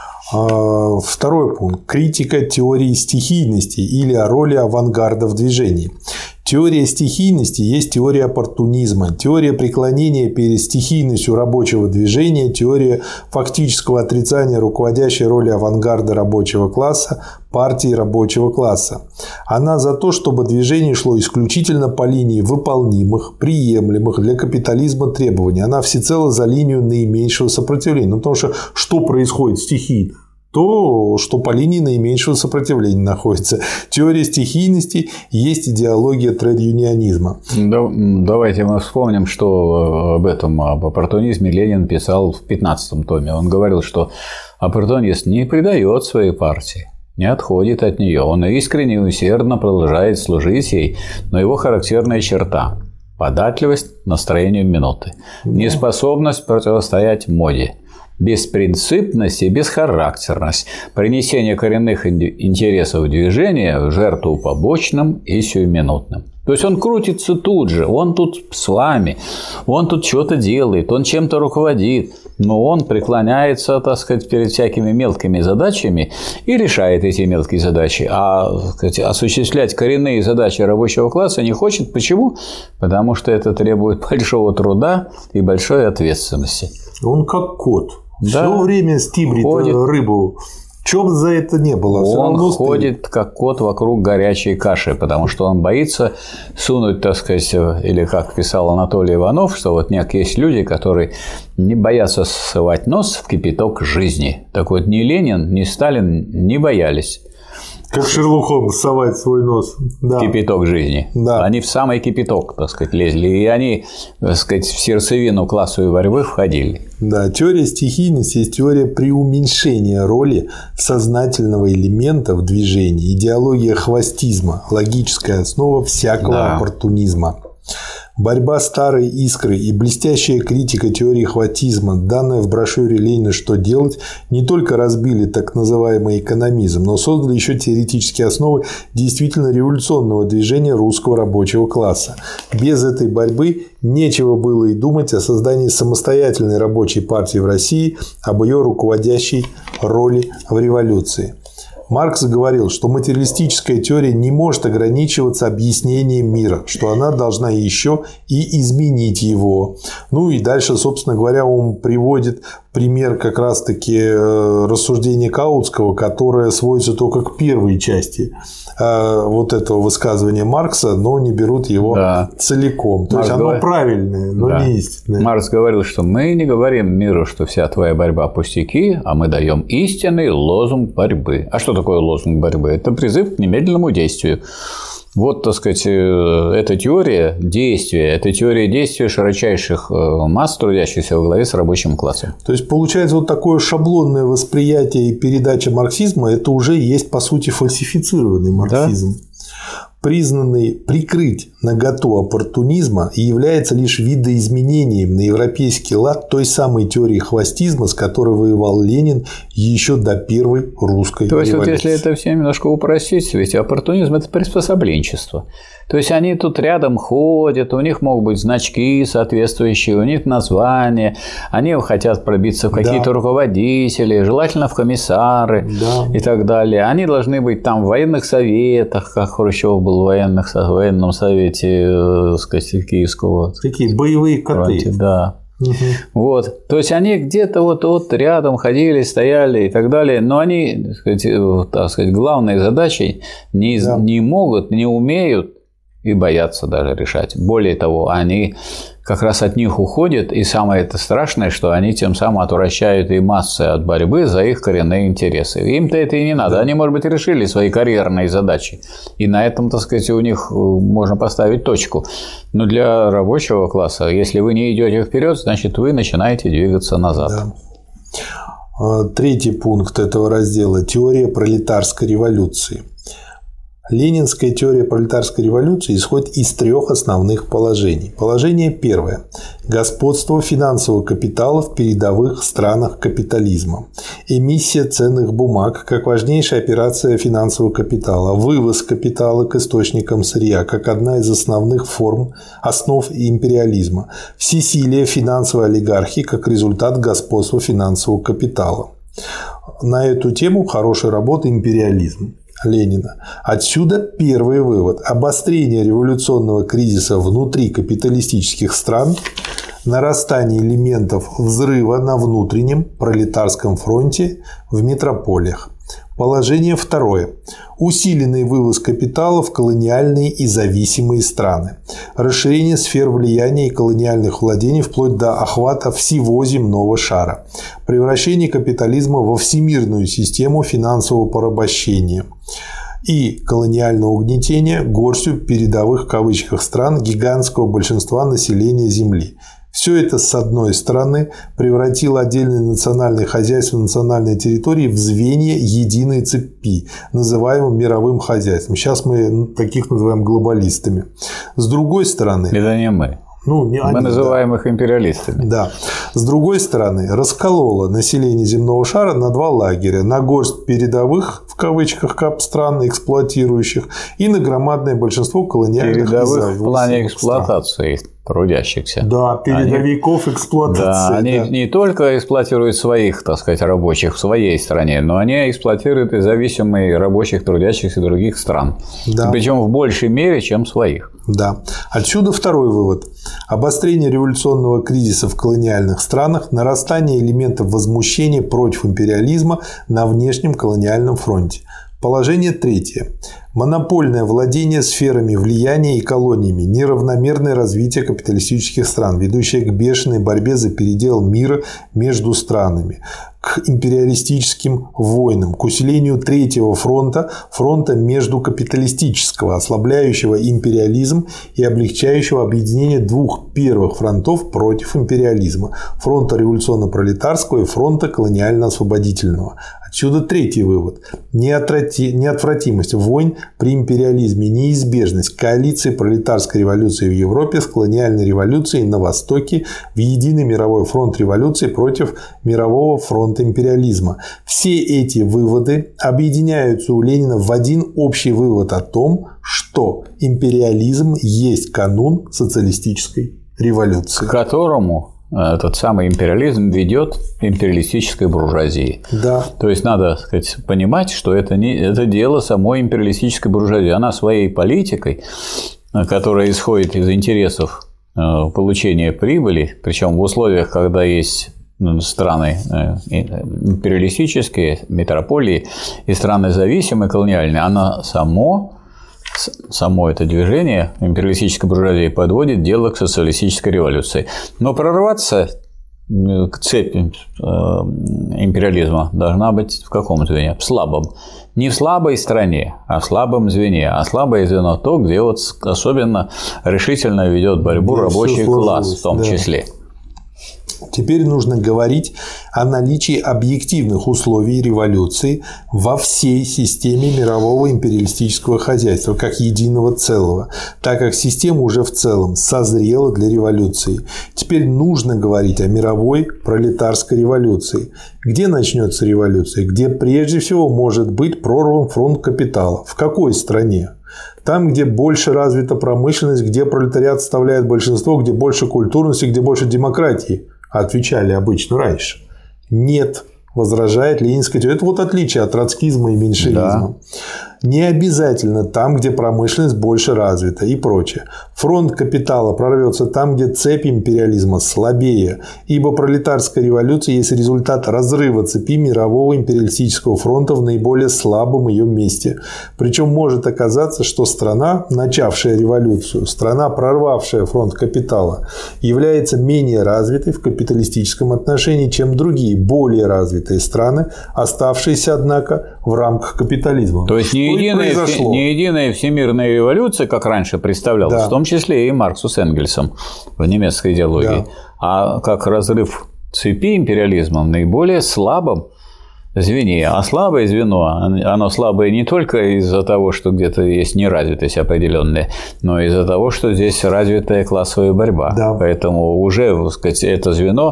Второй пункт. Критика теории стихийности или о роли авангарда в движении. Теория стихийности есть теория оппортунизма, теория преклонения перед стихийностью рабочего движения, теория фактического отрицания руководящей роли авангарда рабочего класса, партии рабочего класса. Она за то, чтобы движение шло исключительно по линии выполнимых, приемлемых для капитализма требований. Она всецело за линию наименьшего сопротивления. Ну, потому что что происходит стихийно? То, что по линии наименьшего сопротивления находится. Теория стихийности есть идеология тред-юнионизма. Да, давайте мы вспомним, что об этом, об оппортунизме Ленин писал в пятнадцатом томе. Он говорил, что оппортунист не предает своей партии, не отходит от нее. Он искренне и усердно продолжает служить ей, но его характерная черта – податливость настроению минуты, неспособность противостоять моде, беспринципность и бесхарактерность, принесение коренных интересов движения в жертву побочным и сиюминутным. То есть он крутится тут же, он тут с вами, он тут что-то делает, он чем-то руководит, но он преклоняется, так сказать, перед всякими мелкими задачами и решает эти мелкие задачи. А, так сказать, осуществлять коренные задачи рабочего класса не хочет. Почему? Потому что это требует большого труда и большой ответственности. Он как кот. Да. Все время стибрит ходит. рыбу. Чего бы за это не было, все он равно ходит, стоит. Как кот вокруг горячей каши, потому что он боится сунуть, так сказать, или как писал Анатолий Иванов, что вот есть люди, которые не боятся совать нос в кипяток жизни. Так вот, ни Ленин, ни Сталин не боялись. Как Шерлок Холмс совать свой нос да. в кипяток жизни. Да. Они в самый кипяток, так сказать, лезли. И они, так сказать, в сердцевину классовой борьбы входили. Да, теория стихийности есть теория преуменьшения роли сознательного элемента в движении, идеология хвостизма, логическая основа всякого да. оппортунизма. Борьба старой искры и блестящая критика теории хватизма, данная в брошюре Ленина «Что делать?», не только разбили так называемый экономизм, но создали еще теоретические основы действительно революционного движения русского рабочего класса. Без этой борьбы нечего было и думать о создании самостоятельной рабочей партии в России, об ее руководящей роли в революции. Маркс говорил, что материалистическая теория не может ограничиваться объяснением мира, что она должна еще и изменить его. Ну и дальше, собственно говоря, он приводит пример как раз-таки рассуждения Каутского, которое сводится только к первой части вот этого высказывания Маркса, но не берут его да. целиком. То Маркс есть оно говор... правильное, но да. не истинное. Маркс говорил, что мы не говорим миру, что вся твоя борьба пустяки, а мы даем истинный лозунг борьбы. А что такое лозунг борьбы? Это призыв к немедленному действию. Вот, так сказать, эта теория действия, это теория действия широчайших масс, трудящихся во главе с рабочим классом. То есть, получается, вот такое шаблонное восприятие и передача марксизма – это уже есть, по сути, фальсифицированный марксизм. Да? Признанный прикрыть наготу оппортунизма и является лишь видоизменением на европейский лад той самой теории хвостизма, с которой воевал Ленин еще до первой русской То есть, революции. Вот если это все немножко упростить, ведь оппортунизм – это приспособленчество. То есть, они тут рядом ходят, у них могут быть значки соответствующие, у них названия, они хотят пробиться в какие-то да. руководители, желательно в комиссары да. и так далее. Они должны быть там в военных советах, как Хрущев был в военных, в военном совете, так сказать, Киевского. Такие боевые коты. Да. Угу. Вот. То есть, они где-то вот, вот рядом ходили, стояли и так далее, но они, так сказать, так сказать, главной задачей не, да. не могут, не умеют и боятся даже решать. Более того, они как раз от них уходят, и самое это страшное, что они тем самым отвращают и массы от борьбы за их коренные интересы. Им-то это и не надо. Да. Они, может быть, решили свои карьерные задачи, и на этом, так сказать, у них можно поставить точку. Но для рабочего класса, если вы не идете вперед, значит, вы начинаете двигаться назад. Да. Третий пункт этого раздела – теория пролетарской революции. Ленинская теория пролетарской революции исходит из трех основных положений. Положение первое – господство финансового капитала в передовых странах капитализма. Эмиссия ценных бумаг как важнейшая операция финансового капитала. Вывоз капитала к источникам сырья как одна из основных форм, основ империализма. Всесилие финансовой олигархии как результат господства финансового капитала. На эту тему хорошая работа «Империализм» Ленина. Отсюда первый вывод. Обострение революционного кризиса внутри капиталистических стран, нарастание элементов взрыва на внутреннем пролетарском фронте в метрополиях. Положение второе. Усиленный вывоз капитала в колониальные и зависимые страны. Расширение сфер влияния и колониальных владений вплоть до охвата всего земного шара. Превращение капитализма во всемирную систему финансового порабощения и колониального угнетения горстью передовых в кавычках стран гигантского большинства населения Земли. Все это, с одной стороны, превратило отдельные национальные хозяйства национальной территории в звенья единой цепи, называемым мировым хозяйством. Сейчас мы таких называем глобалистами. С другой стороны... Это не мы. Ну, не мы они, называем да. их империалистами. Да. С другой стороны, раскололо население земного шара на два лагеря. На горсть передовых, в кавычках, кап стран, эксплуатирующих, и на громадное большинство колониальных передовых в плане эксплуатации стран. Трудящихся. Да, передовиков они, эксплуатации. Да, они да. не только эксплуатируют своих, так сказать, рабочих в своей стране, но они эксплуатируют и зависимые рабочих, трудящихся других стран. Да. Причем в большей мере, чем своих. Да. Отсюда второй вывод. Обострение революционного кризиса в колониальных странах, нарастание элементов возмущения против империализма на внешнем колониальном фронте. Положение третье. Монопольное владение сферами влияния и колониями, неравномерное развитие капиталистических стран, ведущее к бешеной борьбе за передел мира между странами, к империалистическим войнам, к усилению третьего фронта, фронта междукапиталистического, ослабляющего империализм и облегчающего объединение двух первых фронтов против империализма – фронта революционно-пролетарского и фронта колониально-освободительного. Отсюда третий вывод. Неотвратимость войн при империализме, неизбежность коалиции пролетарской революции в Европе с колониальной революцией на Востоке в единый мировой фронт революции против мирового фронта империализма. Все эти выводы объединяются у Ленина в один общий вывод о том, что империализм есть канун социалистической революции. К которому этот самый империализм ведет империалистической буржуазии. Да. То есть надо, так сказать, понимать, что это, не, это дело самой империалистической буржуазии. Она своей политикой, которая исходит из интересов получения прибыли, причем в условиях, когда есть страны империалистические, метрополии и страны зависимые, колониальные, она само Само это движение империалистической буржуазии подводит дело к социалистической революции. Но прорваться к цепи империализма должна быть в каком звене? В слабом. Не в слабой стране, а в слабом звене. А слабое звено то, где вот особенно решительно ведет борьбу где рабочий класс в том да. числе. Теперь нужно говорить о наличии объективных условий революции во всей системе мирового империалистического хозяйства как единого целого, так как система уже в целом созрела для революции. Теперь нужно говорить о мировой пролетарской революции. Где начнется революция? Где прежде всего может быть прорван фронт капитала? В какой стране? Там, где больше развита промышленность, где пролетариат составляет большинство, где больше культурности, где больше демократии. Отвечали обычно раньше. Нет, возражает ленинская теория. Это вот отличие от троцкизма и меньшевизма. Да. Не обязательно там, где промышленность больше развита и прочее. Фронт капитала прорвется там, где цепь империализма слабее, ибо пролетарская революция есть результат разрыва цепи мирового империалистического фронта в наиболее слабом ее месте. Причем может оказаться, что страна, начавшая революцию, страна, прорвавшая фронт капитала, является менее развитой в капиталистическом отношении, чем другие, более развитые страны, оставшиеся, однако, в рамках капитализма. То есть не единая, не единая всемирная революция, как раньше представлялась, да. в том числе и Марксу с Энгельсом в немецкой идеологии, да. а как разрыв цепи империализма в наиболее слабом звене. А слабое звено, оно слабое не только из-за того, что где-то есть неразвитость определенная, но и из-за того, что здесь развитая классовая борьба. Да. Поэтому уже, так сказать, это звено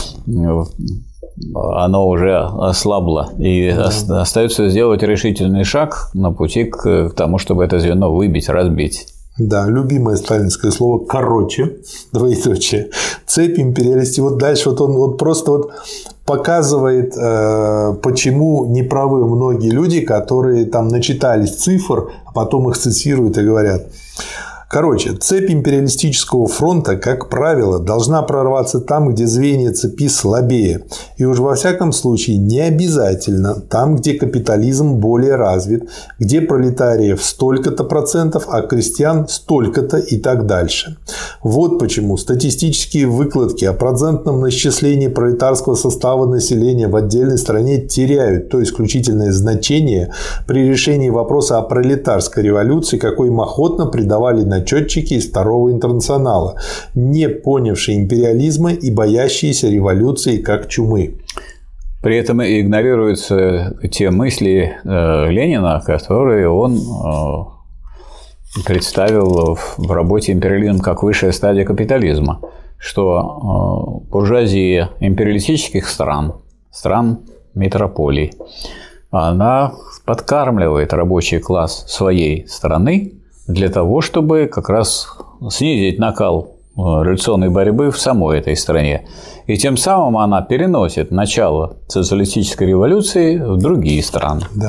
оно уже ослабло. И да. остается сделать решительный шаг на пути к тому, чтобы это звено выбить, разбить. Да, любимое сталинское слово «короче», двоеточие. Цепь империалистии. Вот дальше вот он вот просто вот показывает, почему неправы многие люди, которые там начитались цифр, а потом их цитируют и говорят. Короче, цепь империалистического фронта, как правило, должна прорваться там, где звенья цепи слабее. И уж во всяком случае не обязательно там, где капитализм более развит, где пролетариев столько-то процентов, а крестьян столько-то и так дальше. Вот почему статистические выкладки о процентном насчислении пролетарского состава населения в отдельной стране теряют то исключительное значение при решении вопроса о пролетарской революции, какой им охотно придавали на начетчики из Второго интернационала, не понявшие империализма и боящиеся революции как чумы. При этом игнорируются те мысли Ленина, которые он представил в работе «Империализм как высшая стадия капитализма», что буржуазия империалистических стран, стран метрополий, она подкармливает рабочий класс своей страны для того, чтобы как раз снизить накал революционной борьбы в самой этой стране. И тем самым она переносит начало социалистической революции в другие страны. Да.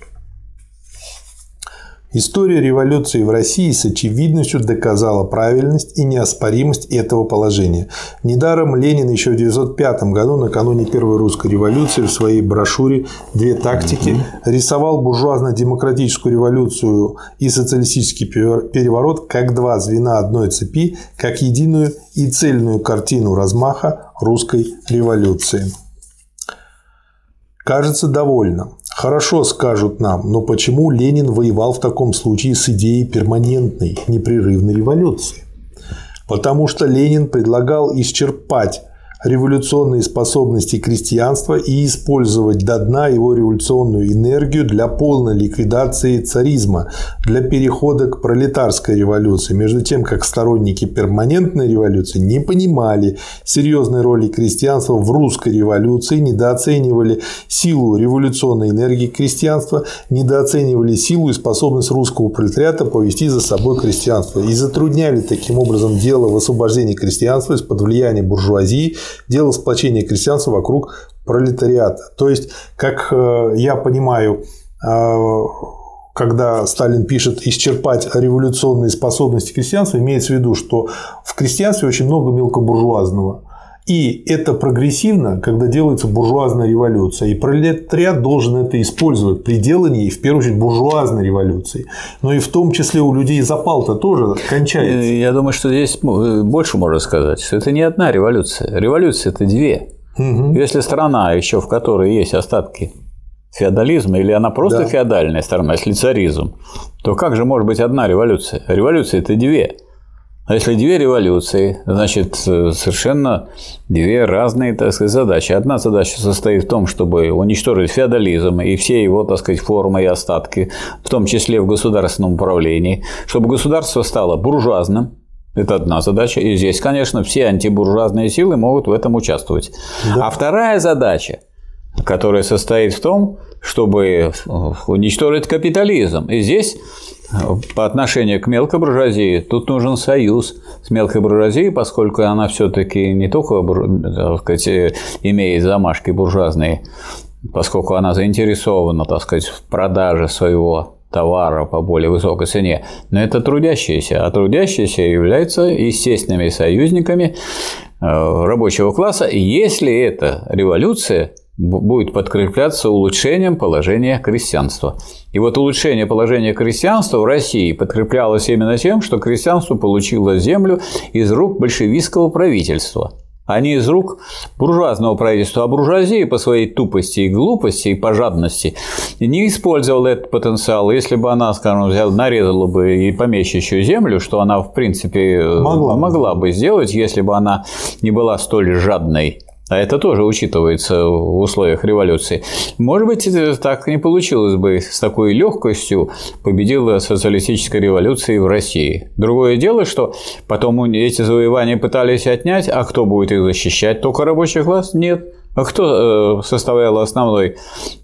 История революции в России с очевидностью доказала правильность и неоспоримость этого положения. Недаром Ленин еще в тысяча девятьсот пятом году, накануне Первой русской революции, в своей брошюре «Две тактики» рисовал буржуазно-демократическую революцию и социалистический переворот как два звена одной цепи, как единую и цельную картину размаха русской революции. Кажется, довольно. Хорошо, скажут нам, но почему Ленин воевал в таком случае с идеей перманентной, непрерывной революции? Потому что Ленин предлагал исчерпать революционные способности крестьянства и использовать до дна его революционную энергию для полной ликвидации царизма, для перехода к пролетарской революции, между тем, как сторонники перманентной революции не понимали серьезной роли крестьянства в русской революции, недооценивали силу революционной энергии крестьянства, недооценивали силу и способность русского пролетариата повести за собой крестьянство и затрудняли таким образом дело в освобождении крестьянства из-под влияния буржуазии, дело сплочения крестьянства вокруг пролетариата. То есть, как я понимаю, когда Сталин пишет «исчерпать революционные способности крестьянства», имеется в виду, что в крестьянстве очень много мелкобуржуазного. И это прогрессивно, когда делается буржуазная революция. И пролетариат должен это использовать при делании, в первую очередь, буржуазной революции. Но и в том числе у людей запал-то тоже кончается. Я думаю, что здесь больше можно сказать, что это не одна революция. Революция – это две. Угу. Если страна, еще в которой есть остатки феодализма, или она просто да. феодальная страна, если царизм, то как же может быть одна революция? Революция – это две. А если две революции, значит, совершенно две разные, так сказать, задачи. Одна задача состоит в том, чтобы уничтожить феодализм и все его, так сказать, формы и остатки, в том числе в государственном управлении, чтобы государство стало буржуазным. Это одна задача. И здесь, конечно, все антибуржуазные силы могут в этом участвовать. Да. А вторая задача, которая состоит в том, чтобы уничтожить капитализм. И здесь по отношению к мелкой буржуазии тут нужен союз с мелкой буржуазией, поскольку она все-таки не только, так сказать, имеет замашки буржуазные, поскольку она заинтересована, так сказать, в продаже своего товара по более высокой цене, но это трудящиеся, а трудящиеся являются естественными союзниками рабочего класса, если эта революция будет подкрепляться улучшением положения крестьянства. И вот улучшение положения крестьянства в России подкреплялось именно тем, что крестьянство получило землю из рук большевистского правительства, а не из рук буржуазного правительства. А буржуазия по своей тупости и глупости и по жадности не использовала этот потенциал. Если бы она, скажем, взяла, нарезала бы и помещичью землю, что она, в принципе, могла, могла бы сделать, если бы она не была столь жадной, а это тоже учитывается в условиях революции. Может быть, так не получилось бы с такой легкостью победила социалистическая революция в России. Другое дело, что потом эти завоевания пытались отнять, а кто будет их защищать? Только рабочий класс? Нет. А кто составлял основной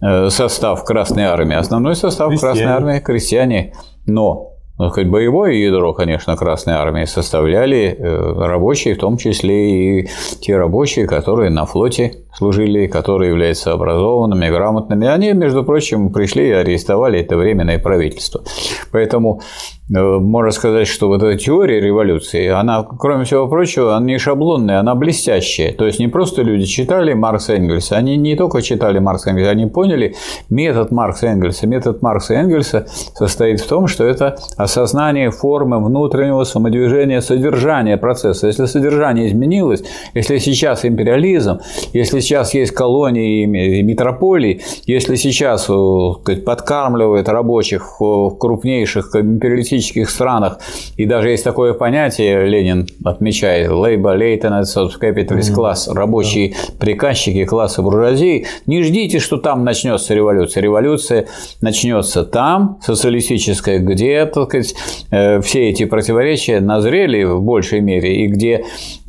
состав Красной Армии? Основной состав крестьяне. Красной Армии – крестьяне. Но Ну, сказать, боевое ядро, конечно, Красной Армии составляли рабочие, в том числе и те рабочие, которые на флоте служили, которые являются образованными, грамотными. Они, между прочим, пришли и арестовали это временное правительство. Поэтому можно сказать, что вот эта теория революции, она, кроме всего прочего, она не шаблонная, она блестящая. То есть не просто люди читали Маркса и Энгельса, они не только читали Маркса и Энгельса, они поняли метод Маркса и Энгельса. Метод Маркса и Энгельса состоит в том, что это осознание формы внутреннего самодвижения, содержания процесса. Если содержание изменилось, если сейчас империализм, если сейчас есть колонии и метрополии, если сейчас, сказать, подкармливают рабочих в крупнейших империалистических странах, и даже есть такое понятие, Ленин отмечает, labor lateness of capitalist class, рабочие приказчики класса буржуазии, не ждите, что там начнется революция. Революция начнется там, социалистическая, где, так сказать, все эти противоречия назрели в большей мере, и где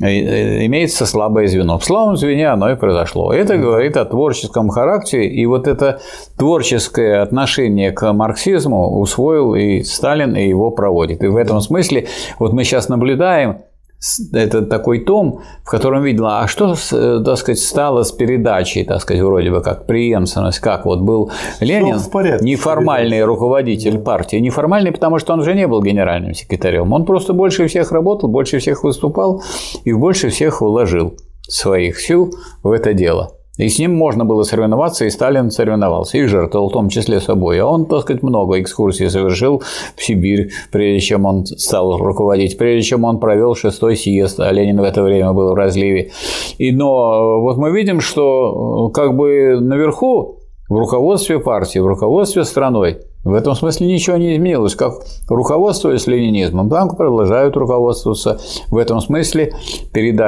имеется слабое звено. В слабом звене оно и произошло. Это говорит о творческом характере, и вот это творческое отношение к марксизму усвоил и Сталин, и его проводит. И в этом смысле вот мы сейчас наблюдаем это такой том, в котором видно, а что, так сказать, стало с передачей, так сказать, вроде бы как преемственность, как вот был Ленин, неформальный руководитель партии, неформальный, потому что он уже не был генеральным секретарем, он просто больше всех работал, больше всех выступал и больше всех вложил своих сил в это дело. И с ним можно было соревноваться, и Сталин соревновался, и жертвовал в том числе собой. А он, так сказать, много экскурсий совершил в Сибирь, прежде чем он стал руководить, прежде чем он провел шестой съезд, а Ленин в это время был в разливе. И, но вот мы видим, что как бы наверху, в руководстве партии, в руководстве страной, в этом смысле ничего не изменилось. Как руководствуясь ленинизмом, так продолжают руководствоваться. В этом смысле передача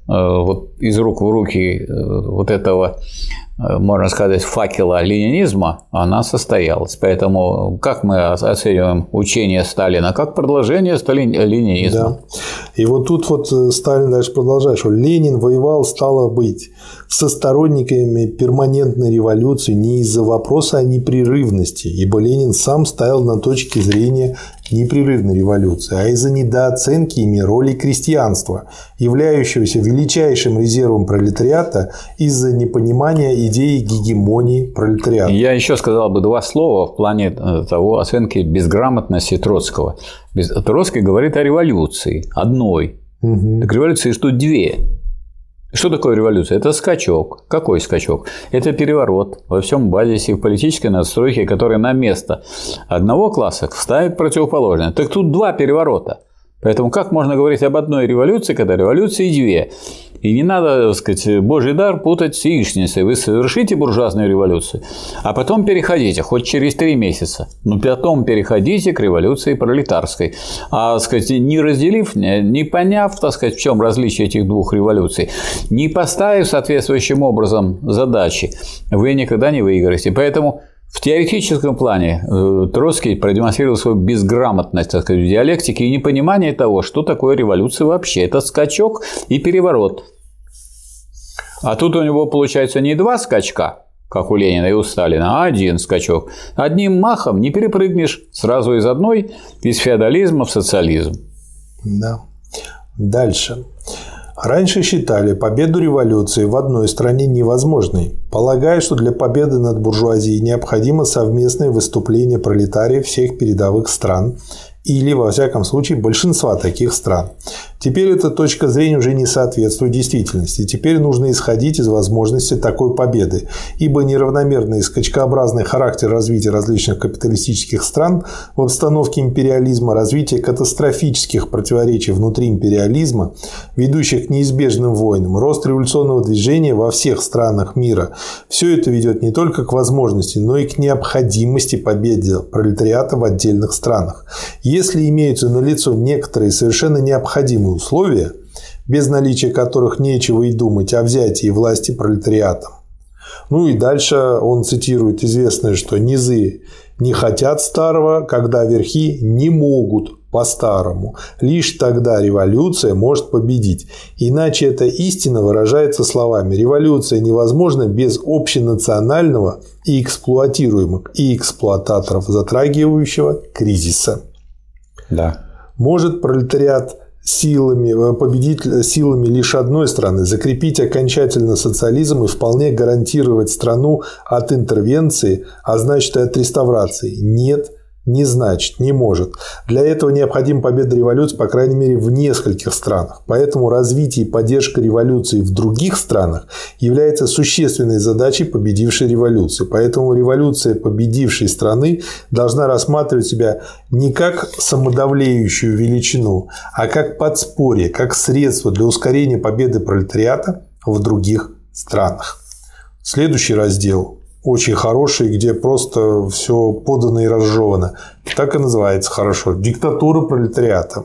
вот из рук в руки вот этого, можно сказать, факела ленинизма, она состоялась. Поэтому как мы оцениваем учение Сталина? Как продолжение ленинизма. Да. И вот тут вот Сталин дальше продолжает, что Ленин воевал, стало быть, со сторонниками перманентной революции не из-за вопроса о непрерывности, ибо Ленин сам стоял на точке зрения непрерывной революции, а из-за недооценки ими роли крестьянства, являющегося величайшим резервом пролетариата из-за непонимания идеи гегемонии пролетариата. Я еще сказал бы два слова в плане того оценки безграмотности Троцкого. Троцкий говорит о революции одной. Угу. Так революции что две. Что такое революция? Это скачок. Какой скачок? Это переворот во всем базисе в политической настройке, который на место одного класса ставит противоположное. Так тут два переворота. Поэтому как можно говорить об одной революции, когда революции две? И не надо, так сказать, божий дар путать с яичницей. Вы совершите буржуазную революцию, а потом переходите, хоть через три месяца, но потом переходите к революции пролетарской. А, так сказать, не разделив, не поняв, так сказать, в чем различие этих двух революций, не поставив соответствующим образом задачи, вы никогда не выиграете. Поэтому в теоретическом плане Троцкий продемонстрировал свою безграмотность, так сказать, в диалектике и непонимание того, что такое революция вообще. Это скачок и переворот. А тут у него получается не два скачка, как у Ленина и у Сталина, а один скачок. Одним махом не перепрыгнешь сразу из одной, из феодализма в социализм. Да. Дальше. Раньше считали победу революции в одной стране невозможной, полагая, что для победы над буржуазией необходимо совместное выступление пролетариев всех передовых стран или, во всяком случае, большинства таких стран. Теперь эта точка зрения уже не соответствует действительности. Теперь нужно исходить из возможности такой победы, ибо неравномерный и скачкообразный характер развития различных капиталистических стран в обстановке империализма, развитие катастрофических противоречий внутри империализма, ведущих к неизбежным войнам, рост революционного движения во всех странах мира – все это ведет не только к возможности, но и к необходимости победы пролетариата в отдельных странах. Если имеются налицо некоторые совершенно необходимые условия, без наличия которых нечего и думать о взятии власти пролетариатом. Ну и дальше он цитирует известное, что низы не хотят старого, когда верхи не могут по-старому. Лишь тогда революция может победить. Иначе эта истина выражается словами: революция невозможна без общенационального и эксплуатируемых, и эксплуататоров затрагивающего кризиса. Да. Может пролетариат силами, победить силами лишь одной страны, закрепить окончательно социализм и вполне гарантировать страну от интервенции, а значит и от реставрации? Нет, не значит, не может. Для этого необходима победа революции, по крайней мере, в нескольких странах. Поэтому развитие и поддержка революции в других странах является существенной задачей победившей революции. Поэтому революция победившей страны должна рассматривать себя не как самодовлеющую величину, а как подспорье, как средство для ускорения победы пролетариата в других странах. Следующий раздел очень хороший, где просто все подано и разжевано. Так и называется хорошо. Диктатура пролетариата.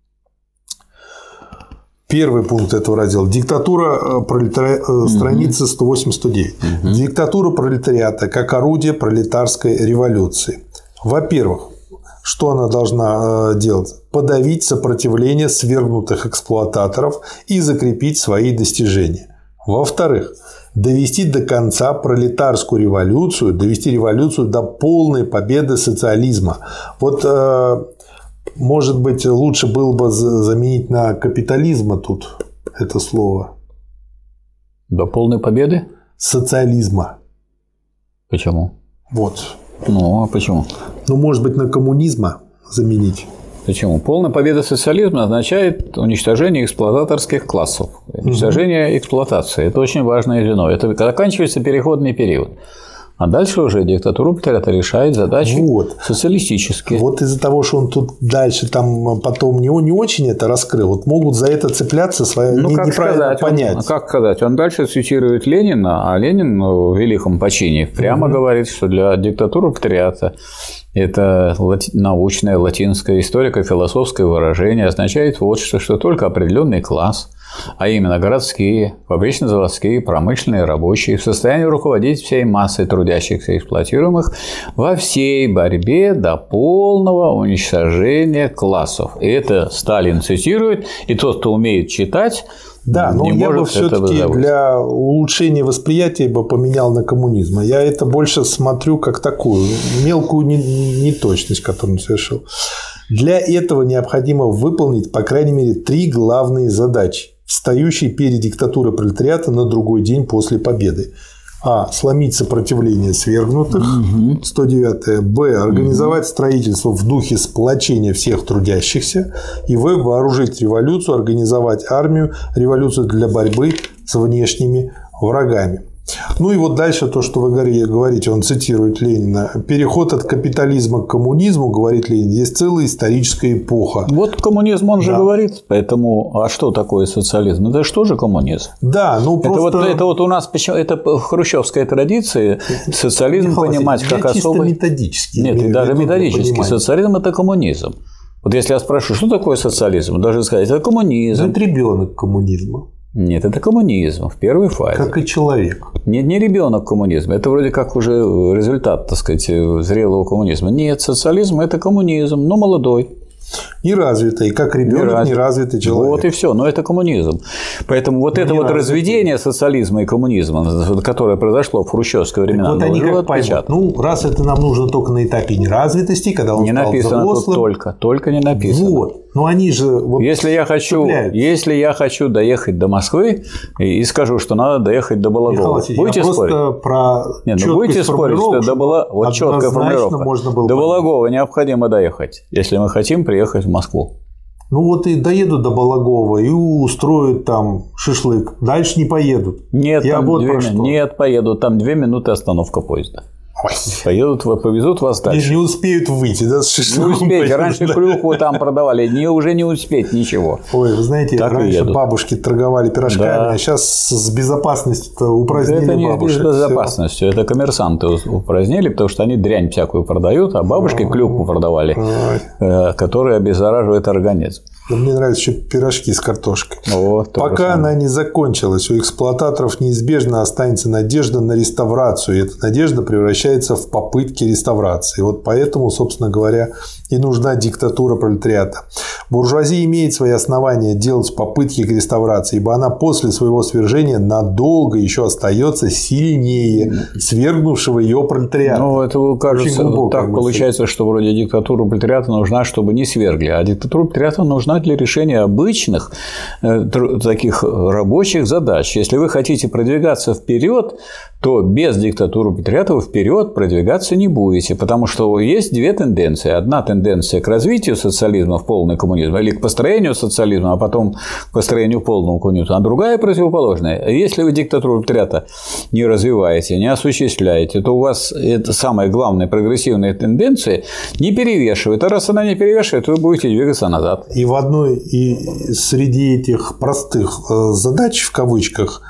Первый пункт этого раздела. Диктатура пролетариата. Страница сто восемь - сто девять. Угу. Диктатура пролетариата как орудие пролетарской революции. Во-первых, что она должна делать? Подавить сопротивление свергнутых эксплуататоров и закрепить свои достижения. Во-вторых, довести до конца пролетарскую революцию, довести революцию до полной победы социализма. Вот, может быть, лучше было бы заменить на капитализма тут это слово. До полной победы? Социализма. Почему? Вот. Ну, а почему? Ну, может быть, на коммунизма заменить. Почему? Полная победа социализма означает уничтожение эксплуататорских классов, уничтожение угу. эксплуатации. Это очень важное звено. Это заканчивается переходный период. А дальше уже диктатура пролетариата решает задачи вот. социалистические. Вот из-за того, что он тут дальше там потом не, не очень это раскрыл, вот могут за это цепляться, свои, ну, не, как неправильно сказать, понять. Он, как сказать? Он дальше цитирует Ленина, а Ленин в великом почине прямо угу. говорит, что для диктатуры пролетариата это научное латинское историко-философское выражение означает вот что, что только определенный класс а именно городские, фабрично-заводские, промышленные рабочие, в состоянии руководить всей массой трудящихся и эксплуатируемых во всей борьбе до полного уничтожения классов. И это Сталин цитирует, и тот, кто умеет читать, да, но я бы все-таки для улучшения восприятия бы поменял на коммунизм. Я это больше смотрю как такую мелкую неточность, которую он совершил. Для этого необходимо выполнить, по крайней мере, три главные задачи, встающие перед диктатурой пролетариата на другой день после победы. А. Сломить сопротивление свергнутых. Угу. сто девятое. Б. Организовать угу. строительство в духе сплочения всех трудящихся. И В. Вооружить революцию, организовать армию, революцию для борьбы с внешними врагами. Ну и вот дальше то, что вы говорите, он цитирует Ленина. Переход от капитализма к коммунизму, говорит Ленин, есть целая историческая эпоха. Вот коммунизм он же да. говорит, поэтому, а что такое социализм? Это что же коммунизм? Да, ну просто… Это вот, это вот у нас, это в хрущевской традиции социализм Михаил понимать как особый… методический. Нет, и даже методический. Социализм – это коммунизм. Вот если я спрошу, что такое социализм, должен сказать, это коммунизм. Это ребенок коммунизма. Нет, это коммунизм в первой фазе. Как и человек. Нет, не ребенок коммунизма. Это вроде как уже результат, так сказать, зрелого коммунизма. Нет, социализм – это коммунизм, но молодой. Неразвитый, как ребенок, неразвитый человек. Вот и все, но это коммунизм. Поэтому вот это вот разведение социализма и коммунизма, которое произошло в хрущевское времена, вот они как поймут. Ну, раз это нам нужно только на этапе неразвитости, когда он не стал написано взрослым. Тут только, только не написано. Вот. Но они же вот если я хочу, если я хочу доехать до Москвы и скажу, что надо доехать до Балагова, будете я спорить? Про Нет, ну будете спорить, что до Балагова, вот четкая формулировка. До Балагова необходимо доехать, если мы хотим приехать в Москву. Ну вот и доедут до Балагова и устроят там шашлык. Дальше не поедут. Нет, я там вот две, что. Нет, поедут. Там две минуты остановка поезда. Ой. Поедут, повезут вас дальше. Не, не успеют выйти, да, с шашлыком. Не успеете. Поедут, Раньше да. клюкву там продавали, не, уже не успеть ничего. Ой, вы знаете, так раньше бабушки торговали пирожками, да. а сейчас с безопасностью-то упразднили это не бабушек. Это с безопасностью, это коммерсанты упразднили, потому что они дрянь всякую продают, а бабушки Ой. клюкву продавали, Ой. которая обеззараживает организм. Но мне нравятся еще пирожки с картошкой. Вот, Пока она не закончилась, у эксплуататоров неизбежно останется надежда на реставрацию. И эта надежда превращается в попытки реставрации. Вот поэтому, собственно говоря, и нужна диктатура пролетариата. Буржуазия имеет свои основания делать попытки к реставрации, ибо она после своего свержения надолго еще остается сильнее свергнувшего ее пролетариата. Ну, это кажется, так получается, что вроде диктатура пролетариата нужна, чтобы не свергли, а диктатура пролетариата нужна для решения обычных таких рабочих задач. Если вы хотите продвигаться вперед, то без диктатуры пролетариата вы вперед продвигаться не будете, потому что есть две тенденции. Одна тенденция к развитию социализма в полный коммунизм или к построению социализма, а потом к построению полного коммунизма, а другая противоположная. Если вы диктатуру пролетариата не развиваете, не осуществляете, то у вас это самая главная прогрессивная тенденция не перевешивает. А раз она не перевешивает, вы будете двигаться назад. И в одной и среди этих простых задач, в кавычках,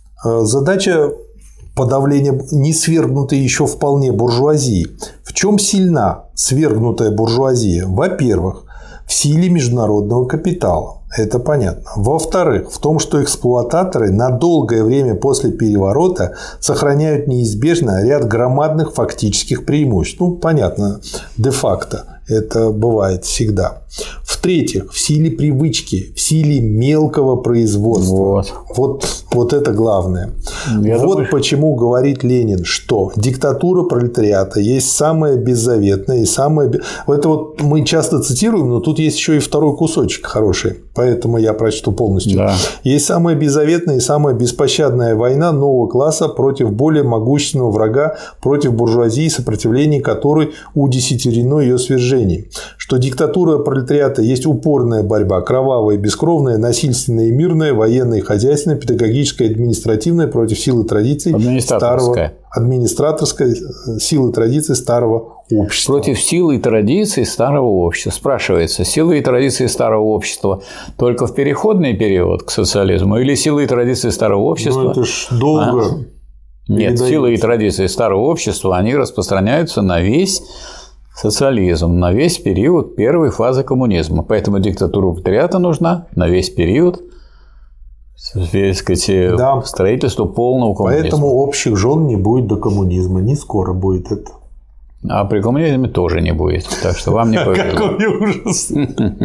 задача подавления не свергнутой еще вполне буржуазии. В чем сильна свергнутая буржуазия? Во-первых, в силе международного капитала. Это понятно. Во-вторых, в том, что эксплуататоры на долгое время после переворота сохраняют неизбежно ряд громадных фактических преимуществ. Ну, понятно, де-факто. Это бывает всегда. В-третьих, в силе привычки, в силе мелкого производства. Вот, вот, вот это главное. Я вот думаю... почему говорит Ленин, что диктатура пролетариата есть самая беззаветная и самая… Это вот мы часто цитируем, но тут есть еще и второй кусочек хороший, поэтому я прочту полностью. Да. Есть самая беззаветная и самая беспощадная война нового класса против более могущественного врага, против буржуазии, сопротивление которой удесятерено ее свержением. Что диктатура пролетариата есть упорная борьба, кровавая, бескровная, насильственная и мирная, военная и хозяйственная, педагогическая и административная против сил и традиций старого, администраторской силы и традиций старого общества. Против силы и традиций старого общества. Спрашивается, силы и традиции старого общества только в переходный период к социализму или силы и традиции старого общества? Ну, это ж долго. А? Нет, силы и традиции старого общества, они распространяются на весь социализм, на весь период первой фазы коммунизма. Поэтому диктатура пролетариата нужна на весь период сказать, да. строительству полного коммунизма. Поэтому общих жен не будет до коммунизма. Не скоро будет это. А при коммунизме тоже не будет. Так что вам не повезло. Какой ужас.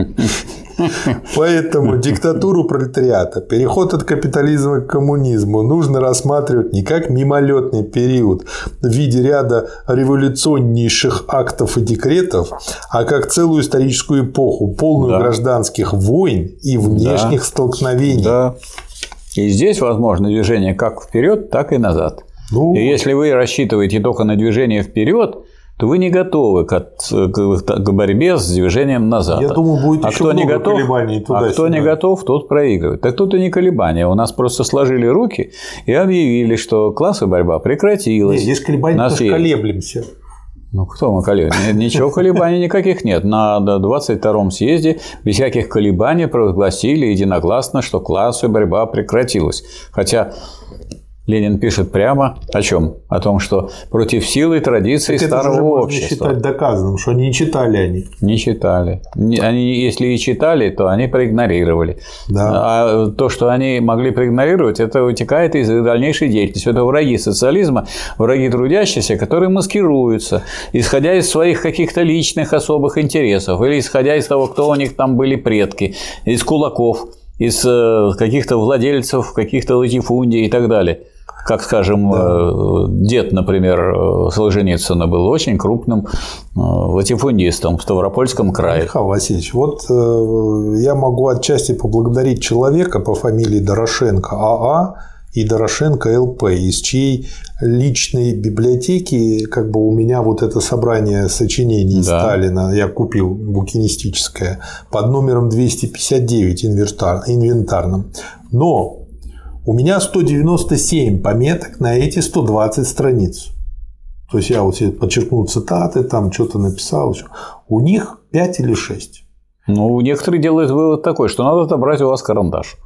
Поэтому диктатуру пролетариата, переход от капитализма к коммунизму нужно рассматривать не как мимолетный период в виде ряда революционнейших актов и декретов, а как целую историческую эпоху, полную да. гражданских войн и внешних да. столкновений. Да. И здесь возможно движение как вперед, так и назад. Ну, и если вы рассчитываете только на движение вперед, то вы не готовы к, к, к борьбе с движением назад. Я думаю, будет а еще кто много не готов, колебаний туда-сюда. А кто не готов, тот проигрывает. Так тут и не колебания. У нас просто сложили руки и объявили, что классовая борьба прекратилась. Нет, есть колебания, мы колеблемся. Ну, кто мы колеблемся? Ничего колебаний никаких нет. На двадцать втором съезде без всяких колебаний провозгласили единогласно, что классовая борьба прекратилась. Хотя Ленин пишет прямо о чем? О том, что против силы и традиций так старого это уже общества. Можно считать доказанным, что не читали они. Не читали. Они, если и читали, то они проигнорировали. Да. А то, что они могли проигнорировать, это вытекает из дальнейшей деятельности. Это враги социализма, враги трудящихся, которые маскируются, исходя из своих каких-то личных особых интересов или исходя из того, кто у них там были предки, из кулаков, из каких-то владельцев, каких-то латифундий и так далее. Как, скажем, да. дед, например, Солженицына был очень крупным латифундистом в Ставропольском крае. Михаил Васильевич, вот я могу отчасти поблагодарить человека по фамилии Дорошенко АА и Дорошенко ЛП, из чьей личной библиотеки как бы у меня вот это собрание сочинений да. Сталина я купил букинистическое под номером двести пятьдесят девять инвентарным. Но у меня сто девяносто семь пометок на эти сто двадцать страниц. То есть я вот себе подчеркнул цитаты, там что-то написал. У них пять или шесть. Ну, некоторые делают вывод такой, что надо отобрать у вас карандаш.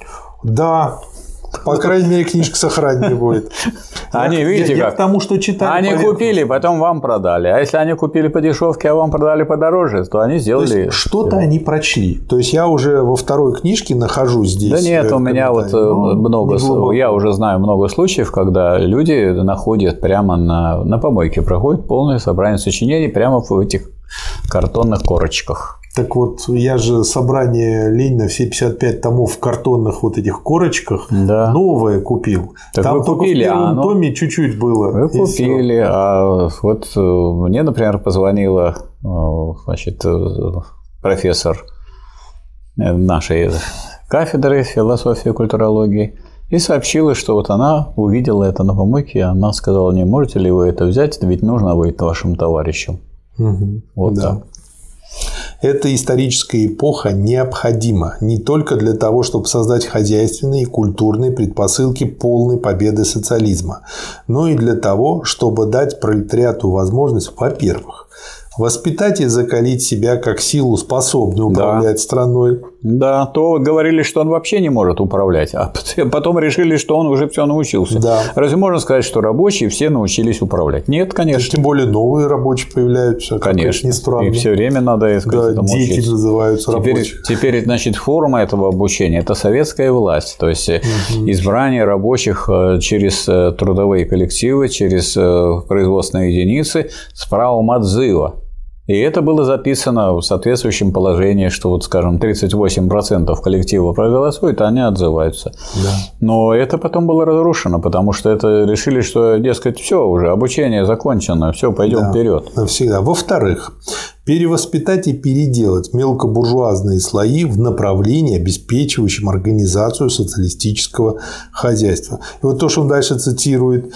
Да. По крайней мере, книжка сохраннее будет. Они, видите, я, как? Я к тому, что читали. Они купили, потом вам продали. А если они купили по дешевке, а вам продали подороже, то они сделали. То есть, что-то они прочли. То есть я уже во второй книжке нахожусь здесь. Да нет, у меня вот ну, много. Я уже знаю много случаев, когда люди находят прямо на, на помойке, проходят полное собрание сочинений прямо в этих картонных корочках. Так вот, я же собрание Ленина, все пятьдесят пять томов в картонных вот этих корочках да. новое купил. Так там вы только купили, в первом а оно... томе чуть-чуть было. Вы купили, а вот мне, например, позвонила значит, профессор нашей кафедры философии и культурологии и сообщила, что вот она увидела это на помойке, и она сказала, не можете ли вы это взять, это ведь нужно будет вашим товарищам. Угу. Вот да. так. Эта историческая эпоха необходима не только для того, чтобы создать хозяйственные и культурные предпосылки полной победы социализма, но и для того, чтобы дать пролетариату возможность, во-первых, воспитать и закалить себя как силу, способную управлять да. страной. Да, то говорили, что он вообще не может управлять, а потом решили, что он уже все научился. Да. Разве можно сказать, что рабочие все научились управлять? Нет, конечно. Тем более новые рабочие появляются. Конечно. И все время надо сказать, да, дети учиться. Называются теперь, рабочие. Теперь, значит, форма этого обучения – это советская власть. То есть, угу. избрание рабочих через трудовые коллективы, через производственные единицы с правом отзыва. И это было записано в соответствующем положении, что, вот, скажем, тридцать восемь процентов коллектива проголосуют, а они отзываются. Да. Но это потом было разрушено, потому что это решили, что, дескать, все уже, обучение закончено, все, пойдем да, вперед. Навсегда. Во-вторых, перевоспитать и переделать мелкобуржуазные слои в направлении, обеспечивающем организацию социалистического хозяйства. И вот то, что он дальше цитирует,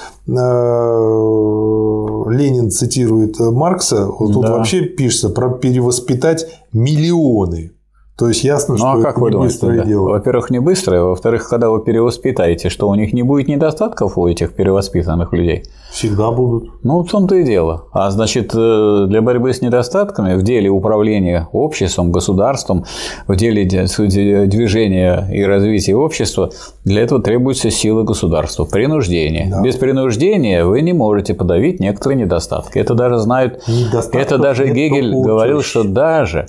Ленин цитирует Маркса, вот тут да. вообще пишется про перевоспитать миллионы. То есть ясно, ну, что а это как не думаете, быстрое да? дело. Во-первых, не быстрое, во-вторых, когда вы перевоспитаете, что у них не будет недостатков у этих перевоспитанных людей? Всегда будут. Ну, в том-то и дело. А значит, для борьбы с недостатками в деле управления обществом, государством, в деле движения и развития общества, для этого требуется сила государства, принуждение. Да. Без принуждения вы не можете подавить некоторые недостатки. Это даже знают, это даже Гегель говорил, что даже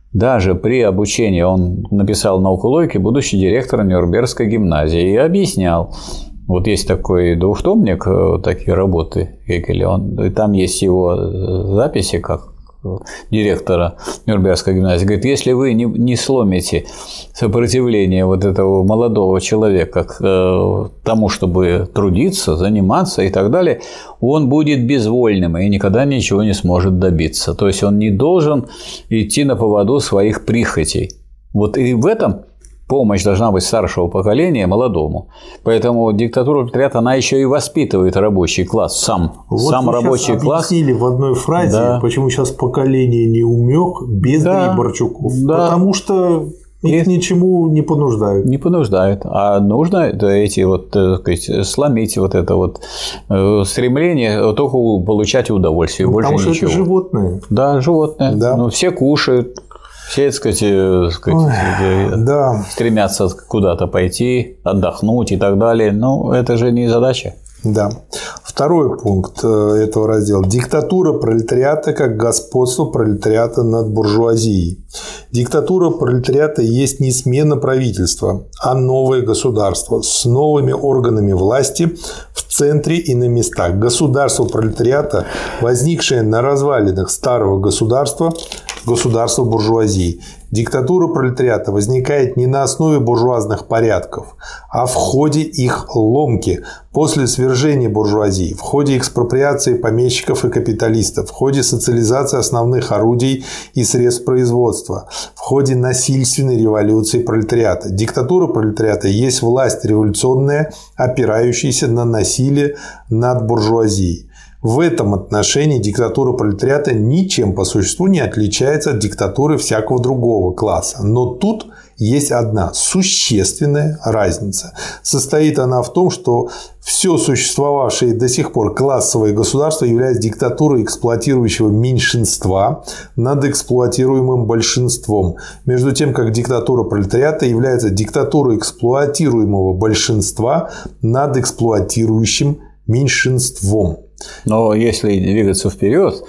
даже при обучении, он написал науку логики, будущий директор Нюрнбергской гимназии, и объяснял. Вот есть такой двухтомник, такие работы Гегеля, он, и там есть его записи, как директора Нюрнбергской гимназии, говорит, если вы не, не сломите сопротивление вот этого молодого человека к э, тому, чтобы трудиться, заниматься и так далее, он будет безвольным и никогда ничего не сможет добиться. То есть он не должен идти на поводу своих прихотей. Вот и в этом помощь должна быть старшего поколения молодому. Поэтому диктатура пролетариата, она еще и воспитывает рабочий класс, сам, вот сам рабочий класс. Объяснили в одной фразе, да. почему сейчас поколение не умёк без да. Грибарчуков. Да. Потому что их и ничему не понуждают. Не понуждают. А нужно эти вот, так сказать, сломить вот это вот стремление только получать удовольствие, ну, больше потому ничего. Потому что это животные. Да, животные. Да. Ну, все кушают. Все, так сказать, так сказать Ой, да. стремятся куда-то пойти, отдохнуть и так далее. Но это же не задача. Да. Второй пункт этого раздела. Диктатура пролетариата как господство пролетариата над буржуазией. Диктатура пролетариата есть не смена правительства, а новое государство с новыми органами власти в центре и на местах. Государство пролетариата, возникшее на развалинах старого государства, государство буржуазии. Диктатура пролетариата возникает не на основе буржуазных порядков, а в ходе их ломки, после свержения буржуазии, в ходе экспроприации помещиков и капиталистов, в ходе социализации основных орудий и средств производства, в ходе насильственной революции пролетариата. Диктатура пролетариата есть власть революционная, опирающаяся на насилие над буржуазией. В этом отношении диктатура пролетариата ничем по существу не отличается от диктатуры всякого другого класса. Но тут есть одна существенная разница. Состоит она в том, что все существовавшее до сих пор классовое государство является диктатурой эксплуатирующего меньшинства над эксплуатируемым большинством. Между тем, как диктатура пролетариата является диктатурой эксплуатируемого большинства над эксплуатирующим меньшинством. Но если двигаться вперед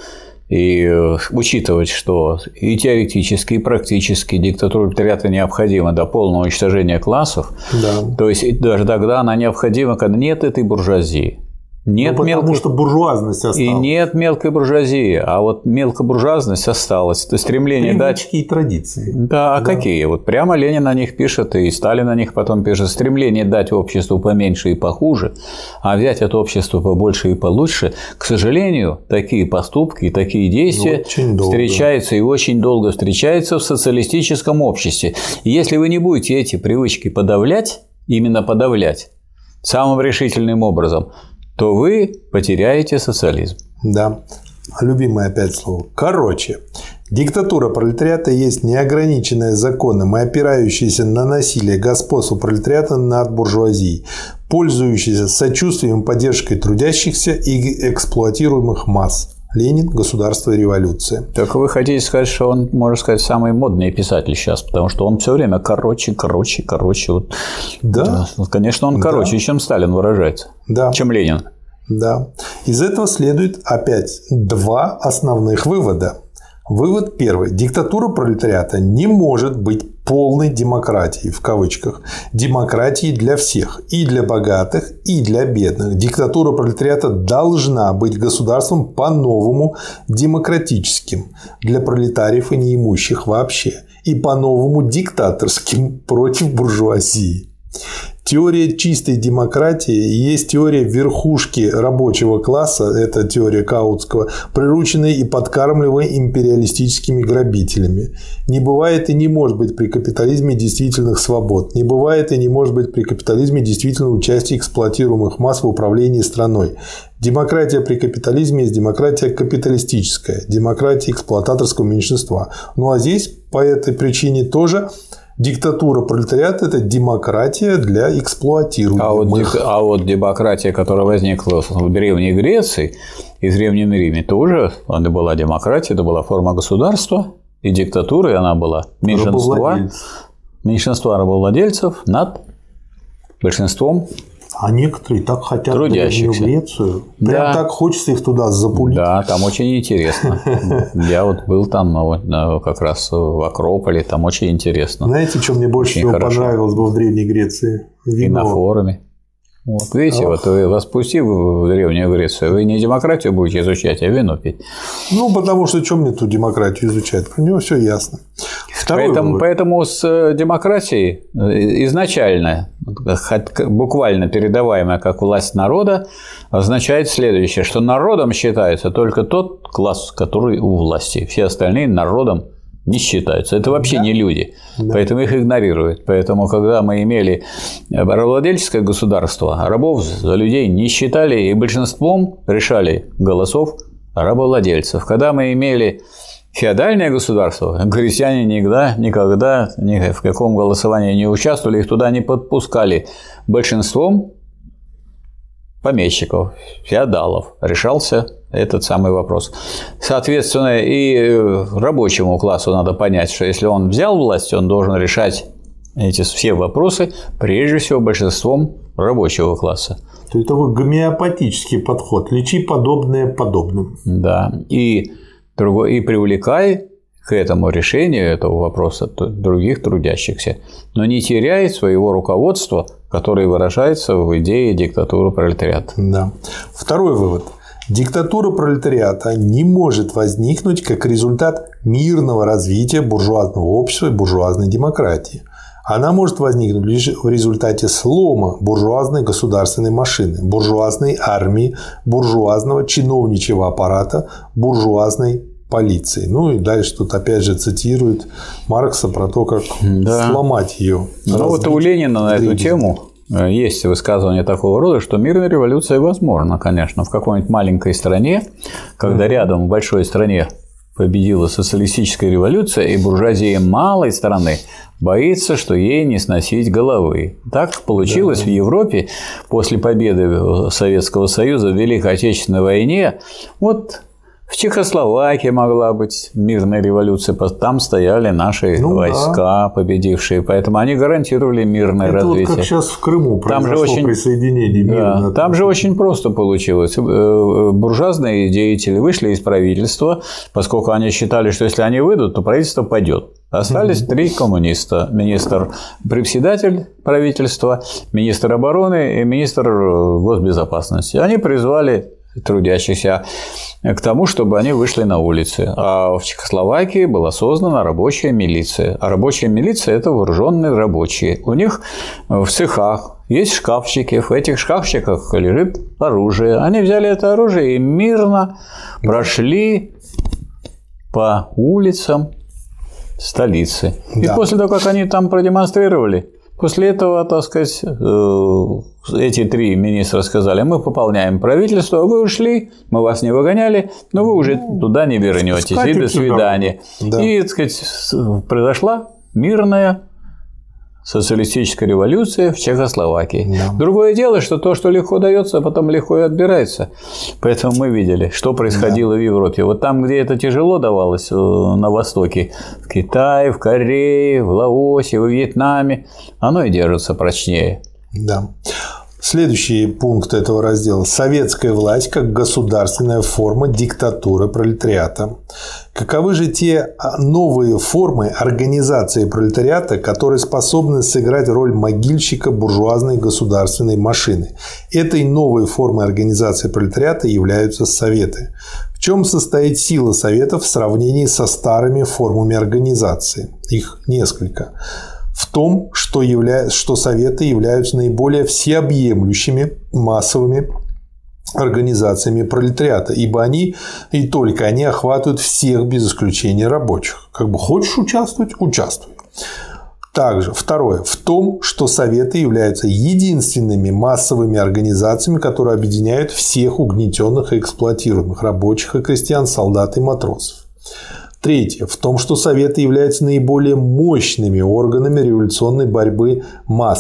и учитывать, что и теоретически, и практически диктатура пролетариата необходима до полного уничтожения классов, да. то есть даже тогда она необходима, когда нет этой буржуазии. Нет ну, потому мелкой... что буржуазность осталась. И нет мелкой буржуазии, а вот мелкобуржуазность осталась. То стремление Привычки дать... и традиции. Да, а да. какие? Вот прямо Ленин о них пишет, и Сталин о них потом пишет. Стремление дать обществу поменьше и похуже, а взять от общества побольше и получше. К сожалению, такие поступки и такие действия встречаются и очень долго встречаются в социалистическом обществе. И если вы не будете эти привычки подавлять, именно подавлять, самым решительным образом, то вы потеряете социализм. Да. Любимое опять слово. Короче, диктатура пролетариата есть неограниченное законом и опирающееся на насилие господство пролетариата над буржуазией, пользующееся сочувствием и поддержкой трудящихся и эксплуатируемых масс. Ленин, государство и революция. Только вы хотите сказать, что он, можно сказать, самый модный писатель сейчас, потому что он все время короче, короче, короче. Вот. Да. да. Конечно, он короче, да. чем Сталин выражается, да. чем Ленин. Да. Из этого следует опять два основных вывода. Вывод первый. Диктатура пролетариата не может быть полной демократией, в кавычках, демократией для всех, и для богатых, и для бедных. Диктатура пролетариата должна быть государством по-новому демократическим для пролетариев и неимущих вообще, и по-новому диктаторским против буржуазии. Теория чистой демократии есть теория верхушки рабочего класса, это теория Каутского, прирученной и подкармливаемой империалистическими грабителями. Не бывает и не может быть при капитализме действительных свобод. Не бывает и не может быть при капитализме действительного участия эксплуатируемых масс в управлении страной. Демократия при капитализме есть демократия капиталистическая, демократия эксплуататорского меньшинства. Ну а здесь по этой причине тоже диктатура пролетариата – это демократия для эксплуатируемых. А вот, а вот демократия, которая возникла в Древней Греции и в Древнем Риме, тоже она была демократия, это была форма государства, и диктатурой она была меньшинства, меньшинства рабовладельцев над большинством А некоторые так хотят в Грецию. Прям да. так хочется их туда запулить. Да, там очень интересно. Я вот был там как раз в Акрополе, там очень интересно. Знаете, что мне больше всего понравилось бы в Древней Греции? И на форуме. Вот, видите, Ох. вот вы вас пустив в Древнюю Грецию, вы не демократию будете изучать, а вино пить. Ну, потому что что мне тут демократию изучать? Про него все ясно. Поэтому, поэтому с демократией изначально, буквально передаваемая как власть народа, означает следующее, что народом считается только тот класс, который у власти. Все остальные народом не считаются. Это вообще да. не люди. Да. Поэтому их игнорируют. Поэтому, когда мы имели рабовладельческое государство, рабов за людей не считали и большинством решали голосов рабовладельцев. Когда мы имели феодальное государство, крестьяне никогда, никогда ни в каком голосовании не участвовали, их туда не подпускали. Большинством помещиков, феодалов решался этот самый вопрос. Соответственно, и рабочему классу надо понять, что если он взял власть, он должен решать эти все вопросы прежде всего большинством рабочего класса. То есть такой гомеопатический подход. Лечи подобное подобным. Да. И, другой, и привлекай к этому решению этого вопроса других трудящихся, но не теряй своего руководства, которое выражается в идее диктатуры пролетариата. Да. Второй вывод. Диктатура пролетариата не может возникнуть как результат мирного развития буржуазного общества и буржуазной демократии. Она может возникнуть лишь в результате слома буржуазной государственной машины, буржуазной армии, буржуазного чиновничьего аппарата, буржуазной полиции. Ну и дальше тут опять же цитирует Маркса про то, как да. сломать ее. Ну вот у Ленина на эту тему есть высказывание такого рода, что мирная революция возможна, конечно, в какой-нибудь маленькой стране, когда рядом в большой стране победила социалистическая революция, и буржуазия малой страны боится, что ей не сносить головы. Так получилось да. в Европе после победы Советского Союза в Великой Отечественной войне. Вот в Чехословакии могла быть мирная революция, там стояли наши ну, войска, да. победившие, поэтому они гарантировали мирное Это развитие. Вот как сейчас в Крыму произошло там же очень, присоединение да, мира. Там же очень просто получилось. Буржуазные деятели вышли из правительства, поскольку они считали, что если они выйдут, то правительство падет. Остались три коммуниста. Министр-председатель правительства, министр обороны и министр госбезопасности. Они призвали трудящихся к тому, чтобы они вышли на улицы. А в Чехословакии была создана рабочая милиция. А рабочая милиция – это вооруженные рабочие. У них в цехах есть шкафчики. В этих шкафчиках лежит оружие. Они взяли это оружие и мирно прошли по улицам столицы. И да. после того, как они там продемонстрировали, после этого, так сказать, эти три министра сказали: мы пополняем правительство, вы ушли, мы вас не выгоняли, но вы уже туда не вернетесь, и до свидания. Да. И, так сказать, произошла мирная социалистическая революция в Чехословакии. Да. Другое дело, что то, что легко дается, потом легко и отбирается. Поэтому мы видели, что происходило да. в Европе. Вот там, где это тяжело давалось, на Востоке, в Китае, в Корее, в Лаосе, в Вьетнаме, оно и держится прочнее. Да. Следующий пункт этого раздела – советская власть как государственная форма диктатуры пролетариата. Каковы же те новые формы организации пролетариата, которые способны сыграть роль могильщика буржуазной государственной машины? Этой новой формой организации пролетариата являются советы. В чем состоит сила советов в сравнении со старыми формами организации? Их несколько. В том, что, явля... что советы являются наиболее всеобъемлющими массовыми организациями пролетариата, ибо они и только они охватывают всех без исключения рабочих. Как бы хочешь участвовать – участвуй. Также, второе, в том, что советы являются единственными массовыми организациями, которые объединяют всех угнетенных и эксплуатируемых рабочих и крестьян, солдат и матросов. Третье. В том, что советы являются наиболее мощными органами революционной борьбы масс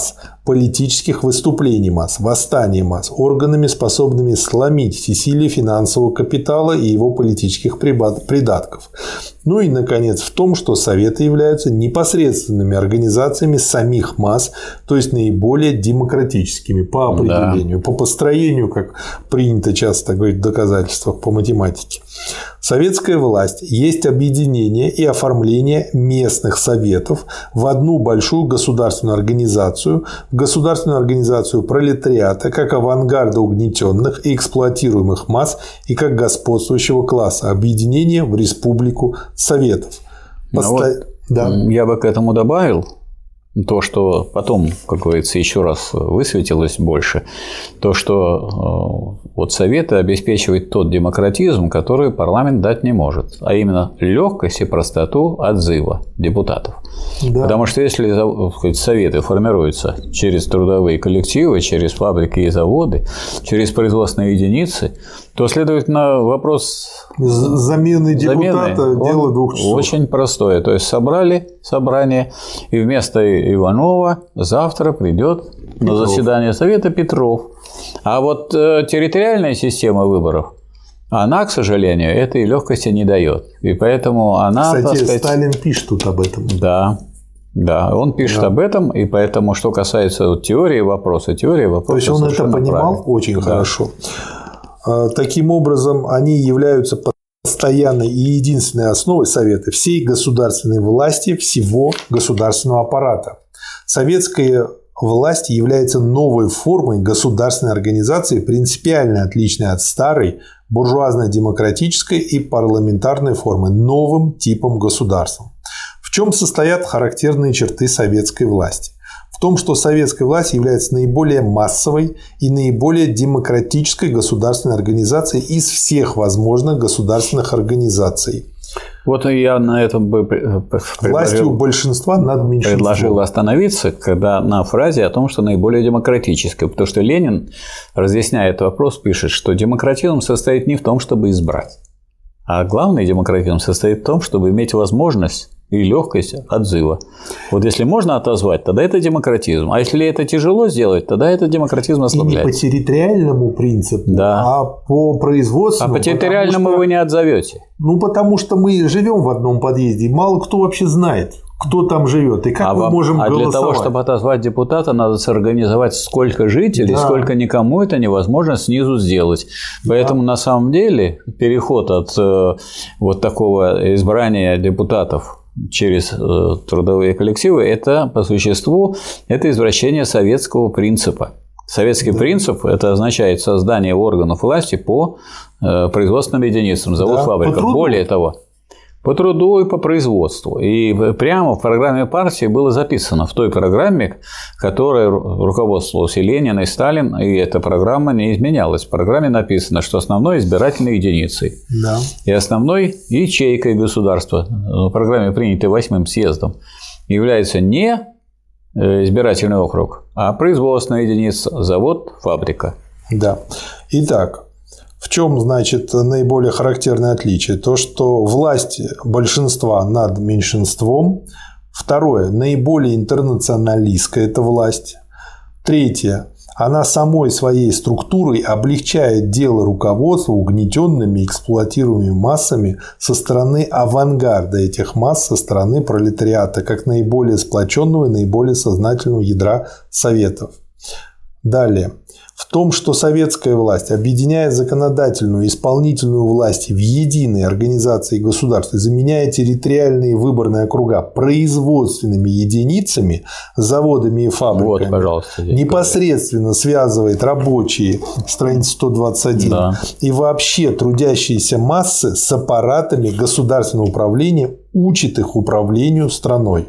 политических выступлений масс, восстания масс, органами, способными сломить всесилие финансового капитала и его политических придатков. Ну и, наконец, в том, что Советы являются непосредственными организациями самих масс, то есть наиболее демократическими по определению, да. по построению, как принято часто говорить в доказательствах по математике. Советская власть есть объединение и оформление местных советов в одну большую государственную организацию, в государственную организацию пролетариата, как авангарда угнетенных и эксплуатируемых масс и как господствующего класса, объединение в республику советов. Поста... Вот да. Я бы к этому добавил то, что потом, как говорится, еще раз высветилось больше, то, что вот Советы обеспечивают тот демократизм, который парламент дать не может, а именно легкость и простоту отзыва депутатов. Да. Потому что если, так сказать, Советы формируются через трудовые коллективы, через фабрики и заводы, через производственные единицы, то, следовательно, вопрос замены депутата замены, дело двух часов. Очень простое. То есть собрали собрание, и вместо Иванова завтра придет Петров. На заседание Совета Петров. А вот э, территориальная система выборов, она, к сожалению, этой легкости не дает. И поэтому она. Кстати, так сказать, Сталин пишет тут об этом. Да. Да, он пишет да. об этом, и поэтому, что касается вот, теории вопроса, теория вопроса. То есть он это понимал правильно. Очень да. хорошо. Таким образом, они являются постоянной и единственной основой Совета всей государственной власти всего государственного аппарата. Советская власть является новой формой государственной организации, принципиально отличной от старой буржуазно-демократической и парламентарной формы, новым типом государства. В чем состоят характерные черты советской власти? В том, что советская власть является наиболее массовой и наиболее демократической государственной организацией из всех возможных государственных организаций. Вот я на этом бы властью большинства над меньшинством. Предложил остановиться, когда на фразе о том, что наиболее демократическая. Потому что Ленин, разъясняя этот вопрос, пишет, что демократизм состоит не в том, чтобы избрать, а главный демократизм состоит в том, чтобы иметь возможность и легкость отзыва. Вот если можно отозвать, тогда это демократизм. А если это тяжело сделать, тогда это демократизм ослабляет. И не по территориальному принципу, да. а по производственному. А по территориальному что... вы не отзовете. Ну, потому что мы живем в одном подъезде, и мало кто вообще знает, кто там живет и как а мы вам... можем а голосовать. А для того, чтобы отозвать депутата, надо сорганизовать сколько жителей, да. сколько никому это невозможно снизу сделать. Да. Поэтому на самом деле переход от э, вот такого избрания депутатов через э, трудовые коллективы, это по существу это извращение советского принципа. Советский да. принцип – это означает создание органов власти по э, производственным единицам, завод, да, фабрика. Более того, по труду и по производству. И прямо в программе партии было записано, в той программе, которой руководствовался Ленин и Сталин, и эта программа не изменялась. В программе написано, что основной избирательной единицей да. и основной ячейкой государства в программе, принятой восьмым съездом, является не избирательный округ, а производственная единица, завод, фабрика. Да. Итак, в чем, значит, наиболее характерное отличие? То, что власть большинства над меньшинством. Второе, наиболее интернационалистская эта власть. Третье, она самой своей структурой облегчает дело руководства угнетенными, эксплуатируемыми массами со стороны авангарда этих масс, со стороны пролетариата, как наиболее сплоченного и наиболее сознательного ядра Советов. Далее. В том, что советская власть объединяет законодательную и исполнительную власти в единой организации государства, заменяя территориальные выборные округа производственными единицами, заводами и фабриками, вот, пожалуйста, непосредственно связывает рабочие, страница сто двадцать один, да. и вообще трудящиеся массы с аппаратами государственного управления, учит их управлению страной.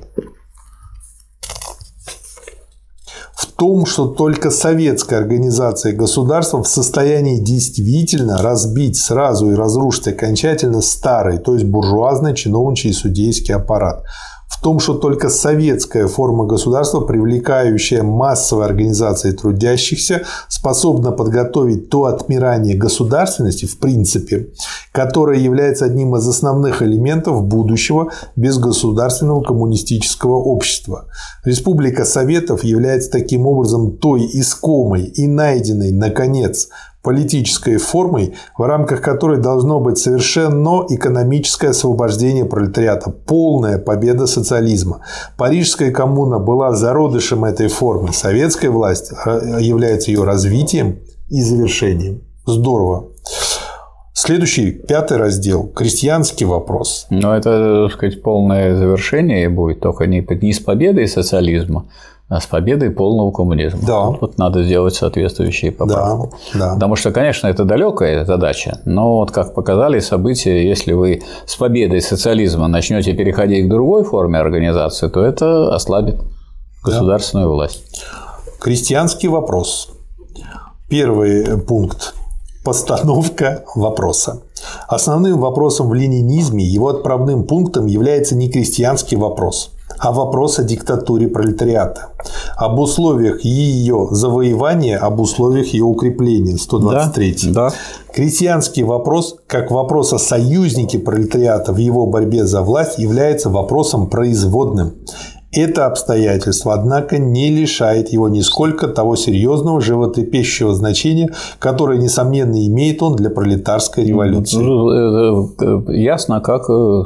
В том, что только советская организация государства в состоянии действительно разбить сразу и разрушить окончательно старый, то есть буржуазный чиновничий и судейский аппарат. в том, что только советская форма государства, привлекающая массовые организации трудящихся, способна подготовить то отмирание государственности, в принципе, которое является одним из основных элементов будущего безгосударственного коммунистического общества. Республика Советов является таким образом той искомой и найденной, наконец, политической формой, в рамках которой должно быть совершенно экономическое освобождение пролетариата, полная победа социализма. Парижская коммуна была зародышем этой формы. Советская власть является ее развитием и завершением. Здорово. Следующий, пятый раздел – крестьянский вопрос. Но это, так сказать, полное завершение будет, только не, не с победой социализма, а с победой полного коммунизма. Да. Вот надо сделать соответствующие поправки. Да, да. Потому что, конечно, это далекая задача, но вот как показали события, если вы с победой социализма начнете переходить к другой форме организации, то это ослабит государственную да. власть. Крестьянский вопрос. Первый пункт. Постановка вопроса. Основным вопросом в ленинизме, его отправным пунктом является не крестьянский вопрос, а вопрос о диктатуре пролетариата, об условиях ее завоевания, об условиях ее укрепления. сто двадцать третий. Да, да. Крестьянский вопрос, как вопрос о союзнике пролетариата в его борьбе за власть, является вопросом производным. Это обстоятельство, однако, не лишает его нисколько того серьезного, животрепещущего значения, которое, несомненно, имеет он для пролетарской революции. Ясно, как,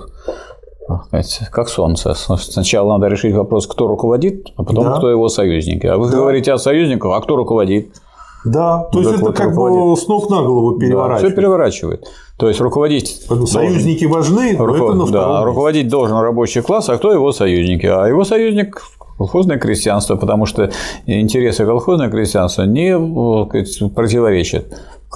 как солнце. Сначала надо решить вопрос, кто руководит, а потом, да. кто его союзники. А вы да. говорите о союзниках, а кто руководит? Да, то есть, это как бы с ног на голову переворачивает. Да, все переворачивает. То есть, руководить... Союзники должен... важны, но Руко... это на втором да, руководить должен рабочий класс, а кто его союзники? А его союзник – колхозное крестьянство, потому что интересы колхозного крестьянства не противоречат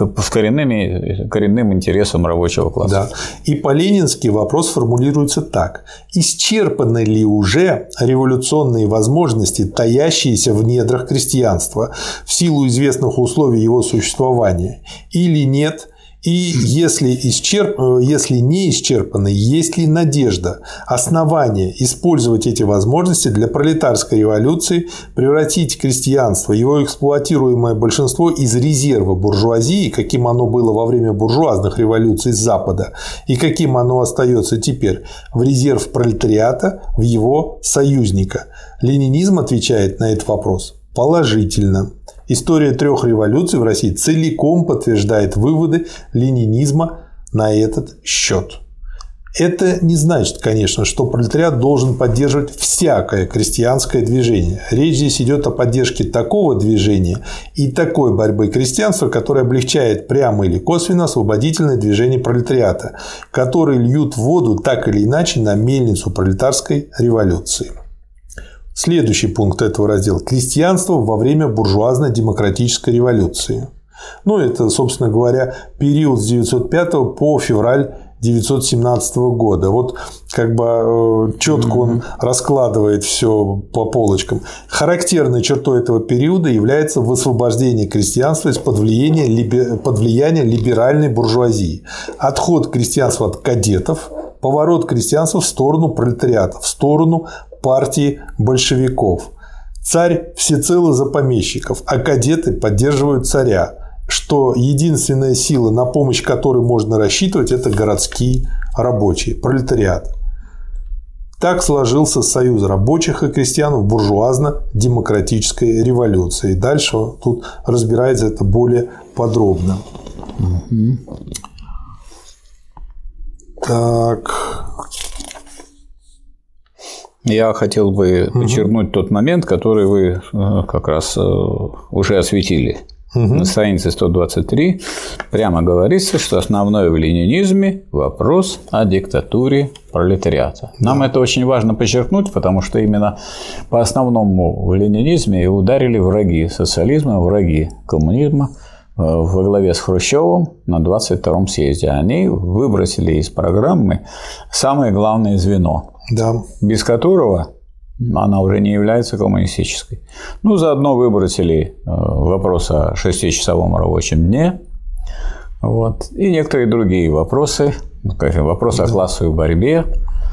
коренными, коренным интересам рабочего класса. Да. И по-ленински вопрос формулируется так. Исчерпаны ли уже революционные возможности, таящиеся в недрах крестьянства, в силу известных условий его существования, или нет? И если, исчерп... если не исчерпаны, есть ли надежда, основания использовать эти возможности для пролетарской революции, превратить крестьянство, его эксплуатируемое большинство из резерва буржуазии, каким оно было во время буржуазных революций с Запада, и каким оно остается теперь, в резерв пролетариата, в его союзника? Ленинизм отвечает на этот вопрос положительно. История трех революций в России целиком подтверждает выводы ленинизма на этот счет. Это не значит, конечно, что пролетариат должен поддерживать всякое крестьянское движение. Речь здесь идет о поддержке такого движения и такой борьбы крестьянства, которая облегчает прямо или косвенно освободительное движение пролетариата, которые льют воду так или иначе на мельницу пролетарской революции. Следующий пункт этого раздела – крестьянство во время буржуазно-демократической революции. Ну, это, собственно говоря, период с девятьсот пятого по февраль девятьсот семнадцатого года. Вот как бы четко он раскладывает все по полочкам. Характерной чертой этого периода является высвобождение крестьянства из-под влияния, под влияния либеральной буржуазии, отход крестьянства от кадетов, поворот крестьянства в сторону пролетариата, в сторону партии большевиков. Царь всецело за помещиков, а кадеты поддерживают царя, что единственная сила, на помощь которой можно рассчитывать, это городские рабочие, пролетариат. Так сложился союз рабочих и крестьян в буржуазно-демократической революции. Дальше тут разбирается это более подробно. Так. Я хотел бы угу. подчеркнуть тот момент, который вы как раз уже осветили. Угу. На странице сто двадцать три прямо говорится, что основной в ленинизме вопрос о диктатуре пролетариата. Нам да. это очень важно подчеркнуть, потому что именно по основному в ленинизме ударили враги социализма, враги коммунизма во главе с Хрущевым на двадцать втором съезде. Они выбросили из программы самое главное звено, да. без которого она уже не является коммунистической. Ну, заодно выбросили вопрос о шестичасовом рабочем дне, вот, и некоторые другие вопросы, вопрос да. о классовой борьбе,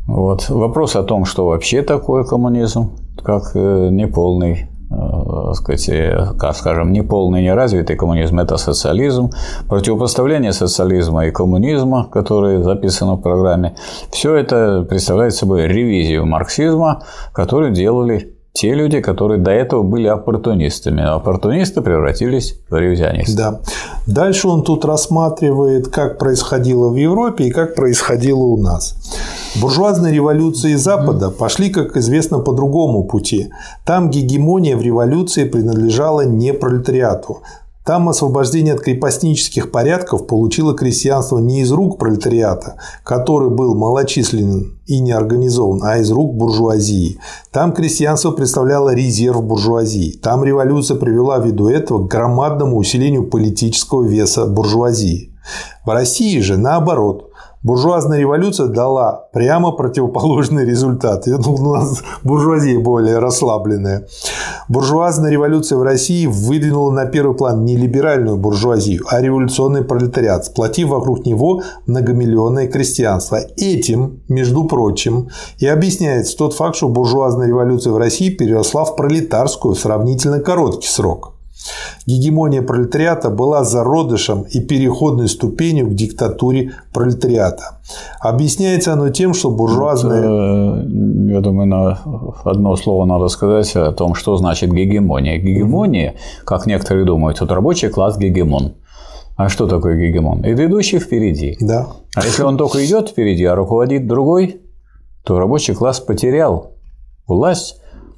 Вот. Вопрос о том, что вообще такое коммунизм, как неполный, сказать, как скажем, неполный, неразвитый коммунизм – это социализм. Противопоставление социализма и коммунизма, которое записано в программе, все это представляет собой ревизию марксизма, которую делали те люди, которые до этого были оппортунистами. А оппортунисты превратились в ревизионистов. Да. Дальше он тут рассматривает, как происходило в Европе и как происходило у нас. Буржуазные революции Запада пошли, как известно, по другому пути. Там гегемония в революции принадлежала не пролетариату. Там освобождение от крепостнических порядков получило крестьянство не из рук пролетариата, который был малочисленен и неорганизован, а из рук буржуазии. Там крестьянство представляло резерв буржуазии. Там революция привела ввиду этого к громадному усилению политического веса буржуазии. В России же наоборот. Буржуазная революция дала прямо противоположный результат. Ну, у нас буржуазия более расслабленная. Буржуазная революция в России выдвинула на первый план не либеральную буржуазию, а революционный пролетариат, сплотив вокруг него многомиллионное крестьянство. Этим, между прочим, и объясняется тот факт, что буржуазная революция в России переросла в пролетарскую в сравнительно короткий срок. Гегемония пролетариата была зародышем и переходной ступенью к диктатуре пролетариата. Объясняется оно тем, что буржуазная... Я думаю, на одно слово надо сказать о том, что значит гегемония. Гегемония, как некоторые думают, вот рабочий класс гегемон. А что такое гегемон? Это идущий впереди. Да. А если он только идет впереди, а руководит другой, то рабочий класс потерял власть.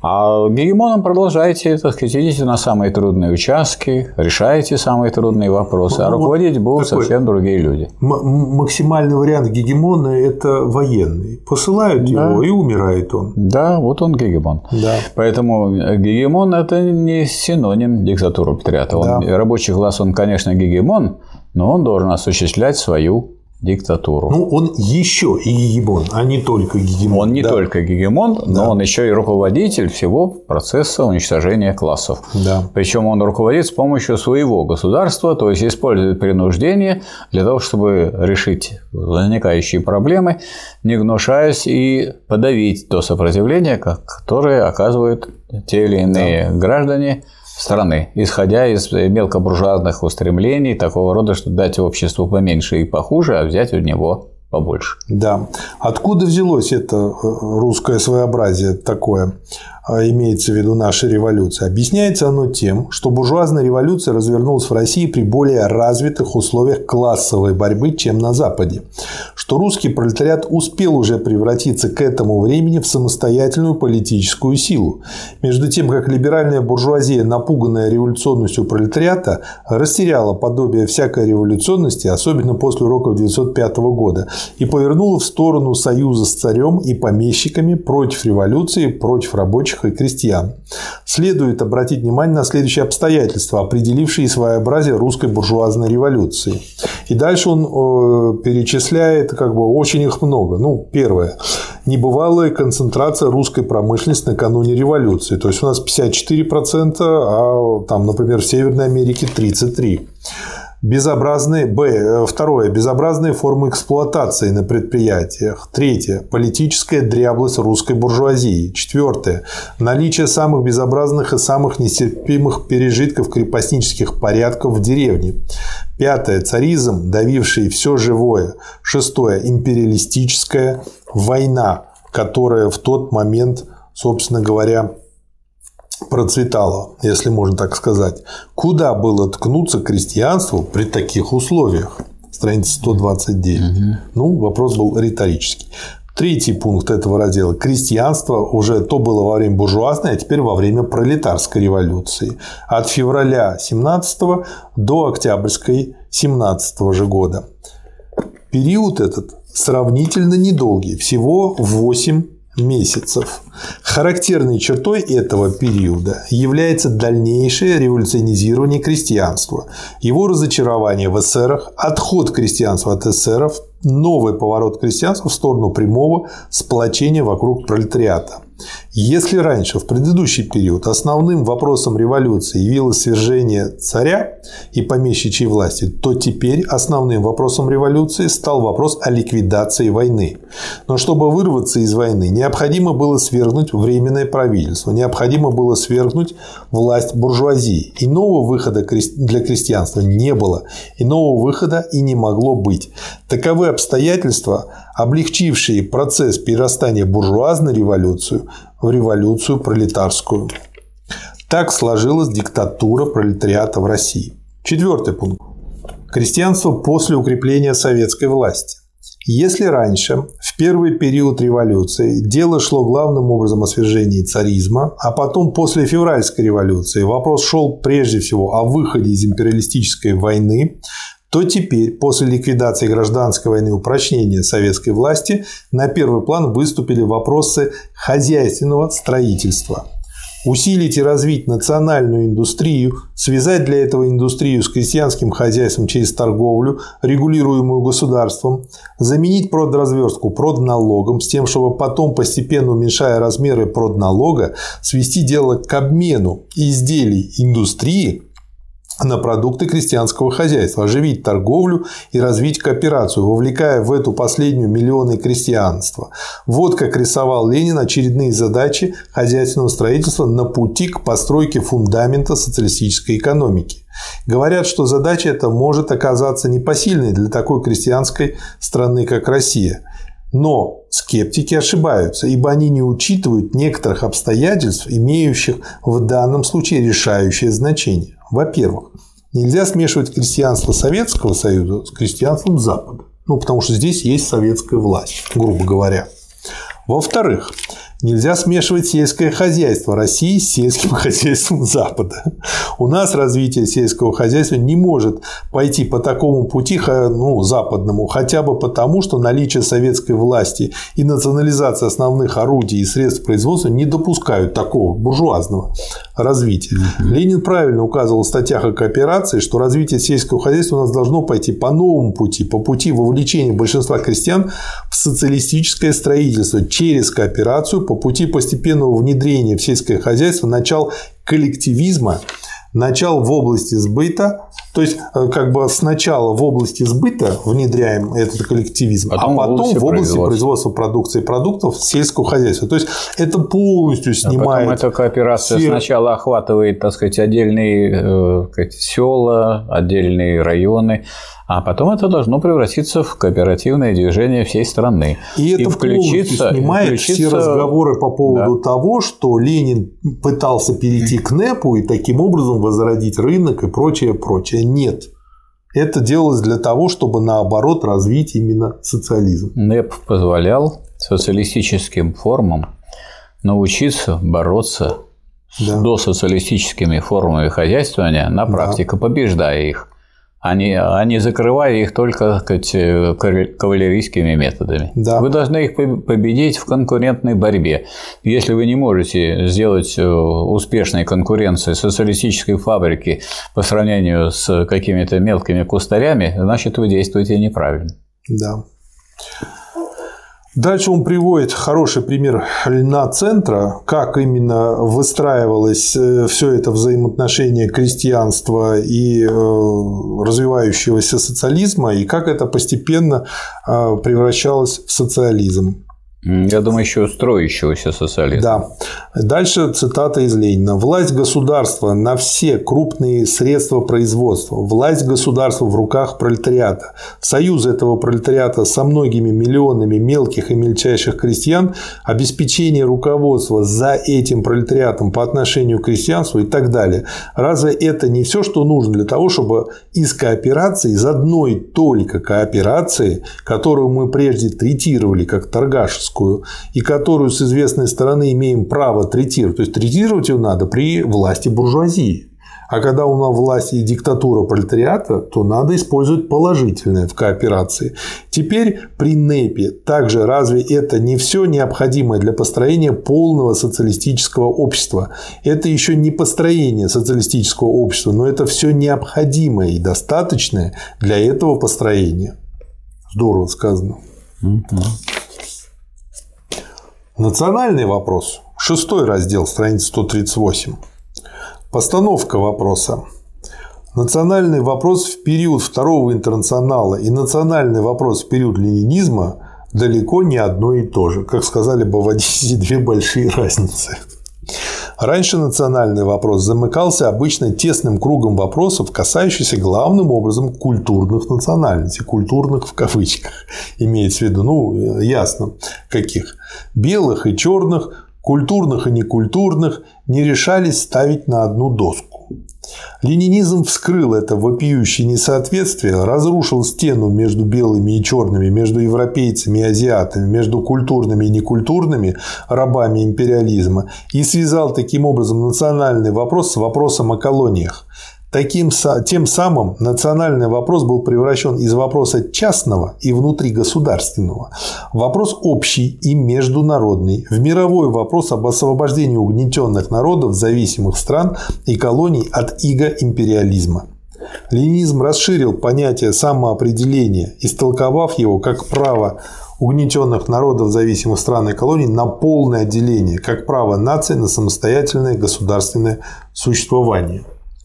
А гегемоном продолжайте, так сказать, идите на самые трудные участки, решайте самые трудные вопросы, а руководить будут такой совсем другие люди. Максимальный вариант гегемона – это военный. Посылают да. его, и умирает он. Да, вот он гегемон. Да. Поэтому гегемон – это не синоним диктатуры пролетариата. Да. Рабочий класс, он, конечно, гегемон, но он должен осуществлять свою диктатуру. Ну, он еще и гегемон, а не только гегемон. Он не да. только гегемон, но да. он еще и руководитель всего процесса уничтожения классов. Да. Причем он руководит с помощью своего государства, то есть использует принуждение для того, чтобы решить возникающие проблемы, не гнушаясь и подавить то сопротивление, которое оказывают те или иные да. граждане страны, исходя из мелкобуржуазных устремлений такого рода, что дать обществу поменьше и похуже, а взять у него побольше. Да. Откуда взялось это русское своеобразие такое, имеется в виду наша революция? Объясняется оно тем, что буржуазная революция развернулась в России при более развитых условиях классовой борьбы, чем на Западе. Что русский пролетариат успел уже превратиться к этому времени в самостоятельную политическую силу. Между тем, как либеральная буржуазия, напуганная революционностью пролетариата, растеряла подобие всякой революционности, особенно после уроков девятьсот пятого года, и повернула в сторону союза с царем и помещиками против революции, против рабочих и крестьян. Следует обратить внимание на следующие обстоятельства, определившие своеобразие русской буржуазной революции. И дальше он э, перечисляет, как бы, очень их много. Ну, первое. Небывалая концентрация русской промышленности накануне революции. То есть у нас пятьдесят четыре процента, а там, например, в Северной Америке тридцать три процента. Безобразные, Б. Второе. Безобразные формы эксплуатации на предприятиях. Третье. Политическая дряблость русской буржуазии. Четвертое. Наличие самых безобразных и самых нестерпимых пережитков крепостнических порядков в деревне. Пятое. Царизм, давивший все живое. Шестое. Империалистическая война, которая в тот момент, собственно говоря, процветало, если можно так сказать. Куда было ткнуться крестьянству при таких условиях? Страница сто двадцать девять. Угу. Ну, вопрос был риторический. Третий пункт этого раздела. Крестьянство уже то было во время буржуазной, а теперь во время пролетарской революции. От февраля семнадцатого до октябрьской семнадцатого же года. Период этот сравнительно недолгий, всего восемь месяцев. Характерной чертой этого периода является дальнейшее революционизирование крестьянства, его разочарование в эсерах, отход крестьянства от эсеров, новый поворот крестьянства в сторону прямого сплочения вокруг пролетариата. Если раньше, в предыдущий период, основным вопросом революции явилось свержение царя и помещичьей власти, то теперь основным вопросом революции стал вопрос о ликвидации войны. Но чтобы вырваться из войны, необходимо было свергнуть временное правительство, необходимо было свергнуть власть буржуазии. Иного выхода для крестьянства не было, иного выхода и не могло быть. Таковы обстоятельства, облегчившие процесс перерастания буржуазной революции в революцию пролетарскую. Так сложилась диктатура пролетариата в России. Четвертый пункт. Крестьянство после укрепления советской власти. Если раньше, в первый период революции, дело шло главным образом о свержении царизма, а потом после февральской революции вопрос шел прежде всего о выходе из империалистической войны, то теперь, после ликвидации гражданской войны и упрочнения советской власти, на первый план выступили вопросы хозяйственного строительства. Усилить и развить национальную индустрию, связать для этого индустрию с крестьянским хозяйством через торговлю, регулируемую государством, заменить продразверстку продналогом с тем, чтобы потом, постепенно уменьшая размеры продналога, свести дело к обмену изделий индустрии на продукты крестьянского хозяйства, оживить торговлю и развить кооперацию, вовлекая в эту последнюю миллионы крестьянства. Вот как рисовал Ленин очередные задачи хозяйственного строительства на пути к постройке фундамента социалистической экономики. Говорят, что задача эта может оказаться непосильной для такой крестьянской страны, как Россия. Но скептики ошибаются, ибо они не учитывают некоторых обстоятельств, имеющих в данном случае решающее значение. Во-первых, нельзя смешивать крестьянство Советского Союза с крестьянством Запада. Ну, потому что здесь есть советская власть, грубо говоря. Во-вторых, нельзя смешивать сельское хозяйство России с сельским хозяйством Запада. У нас развитие сельского хозяйства не может пойти по такому пути, ну, западному, хотя бы потому, что наличие советской власти и национализация основных орудий и средств производства не допускают такого буржуазного развития. Mm-hmm. Ленин правильно указывал в статьях о кооперации, что развитие сельского хозяйства у нас должно пойти по новому пути, по пути вовлечения большинства крестьян в социалистическое строительство через кооперацию, по пути постепенного внедрения в сельское хозяйство начал коллективизма, начал в области сбыта, то есть как бы сначала в области сбыта внедряем этот коллективизм, потом а потом в области, в области производства продукции и продуктов сельского хозяйства. То есть это полностью снимает. А потом эта кооперация все... сначала охватывает, так сказать, отдельные э, села, отдельные районы. А потом это должно превратиться в кооперативное движение всей страны. И это и включиться, снимает включиться... все разговоры по поводу да. того, что Ленин пытался перейти к НЭПу и таким образом возродить рынок и прочее, прочее. Нет. Это делалось для того, чтобы наоборот развить именно социализм. НЭП позволял социалистическим формам научиться бороться да. с досоциалистическими формами хозяйствования на практике, да. побеждая их. А не, а не закрывая их только, так сказать, кавалерийскими методами. Да. Вы должны их победить в конкурентной борьбе. Если вы не можете сделать успешной конкуренции социалистической фабрики по сравнению с какими-то мелкими кустарями, значит, вы действуете неправильно. Да. Дальше он приводит хороший пример Ленина-центра, как именно выстраивалось все это взаимоотношение крестьянства и развивающегося социализма, и как это постепенно превращалось в социализм. Я думаю, еще строящегося социализма. Да. Дальше цитата из Ленина. «Власть государства на все крупные средства производства, власть государства в руках пролетариата, союз этого пролетариата со многими миллионами мелких и мельчайших крестьян, обеспечение руководства за этим пролетариатом по отношению к крестьянству и так далее. Разве это не все, что нужно для того, чтобы из кооперации, из одной только кооперации, которую мы прежде третировали как торгашескую, и которую с известной стороны имеем право третировать. То есть третировать ее надо при власти буржуазии. А когда у нас власть и диктатура пролетариата, то надо использовать положительное в кооперации. Теперь при НЭПе также разве это не все необходимое для построения полного социалистического общества? Это еще не построение социалистического общества, но это все необходимое и достаточное для этого построения. Здорово сказано. Mm-hmm. Национальный вопрос. Шестой раздел, страница сто тридцать восемь. Постановка вопроса. Национальный вопрос в период Второго интернационала и национальный вопрос в период ленинизма далеко не одно и то же. Как сказали бы в Одессе, две большие разницы. Раньше национальный вопрос замыкался обычно тесным кругом вопросов, касающихся главным образом культурных национальностей. Культурных в кавычках. Имеется в виду, ну, ясно, каких. Белых и черных, культурных и некультурных не решались ставить на одну доску. Ленинизм вскрыл это вопиющее несоответствие, разрушил стену между белыми и черными, между европейцами и азиатами, между культурными и некультурными рабами империализма и связал таким образом национальный вопрос с вопросом о колониях. Таким, тем самым национальный вопрос был превращен из вопроса частного и внутригосударственного в вопрос общий и международный, в мировой вопрос об освобождении угнетенных народов, зависимых стран и колоний от ига империализма. Ленинизм расширил понятие самоопределения, истолковав его как право угнетенных народов, зависимых стран и колоний на полное отделение, как право нации на самостоятельное государственное существование.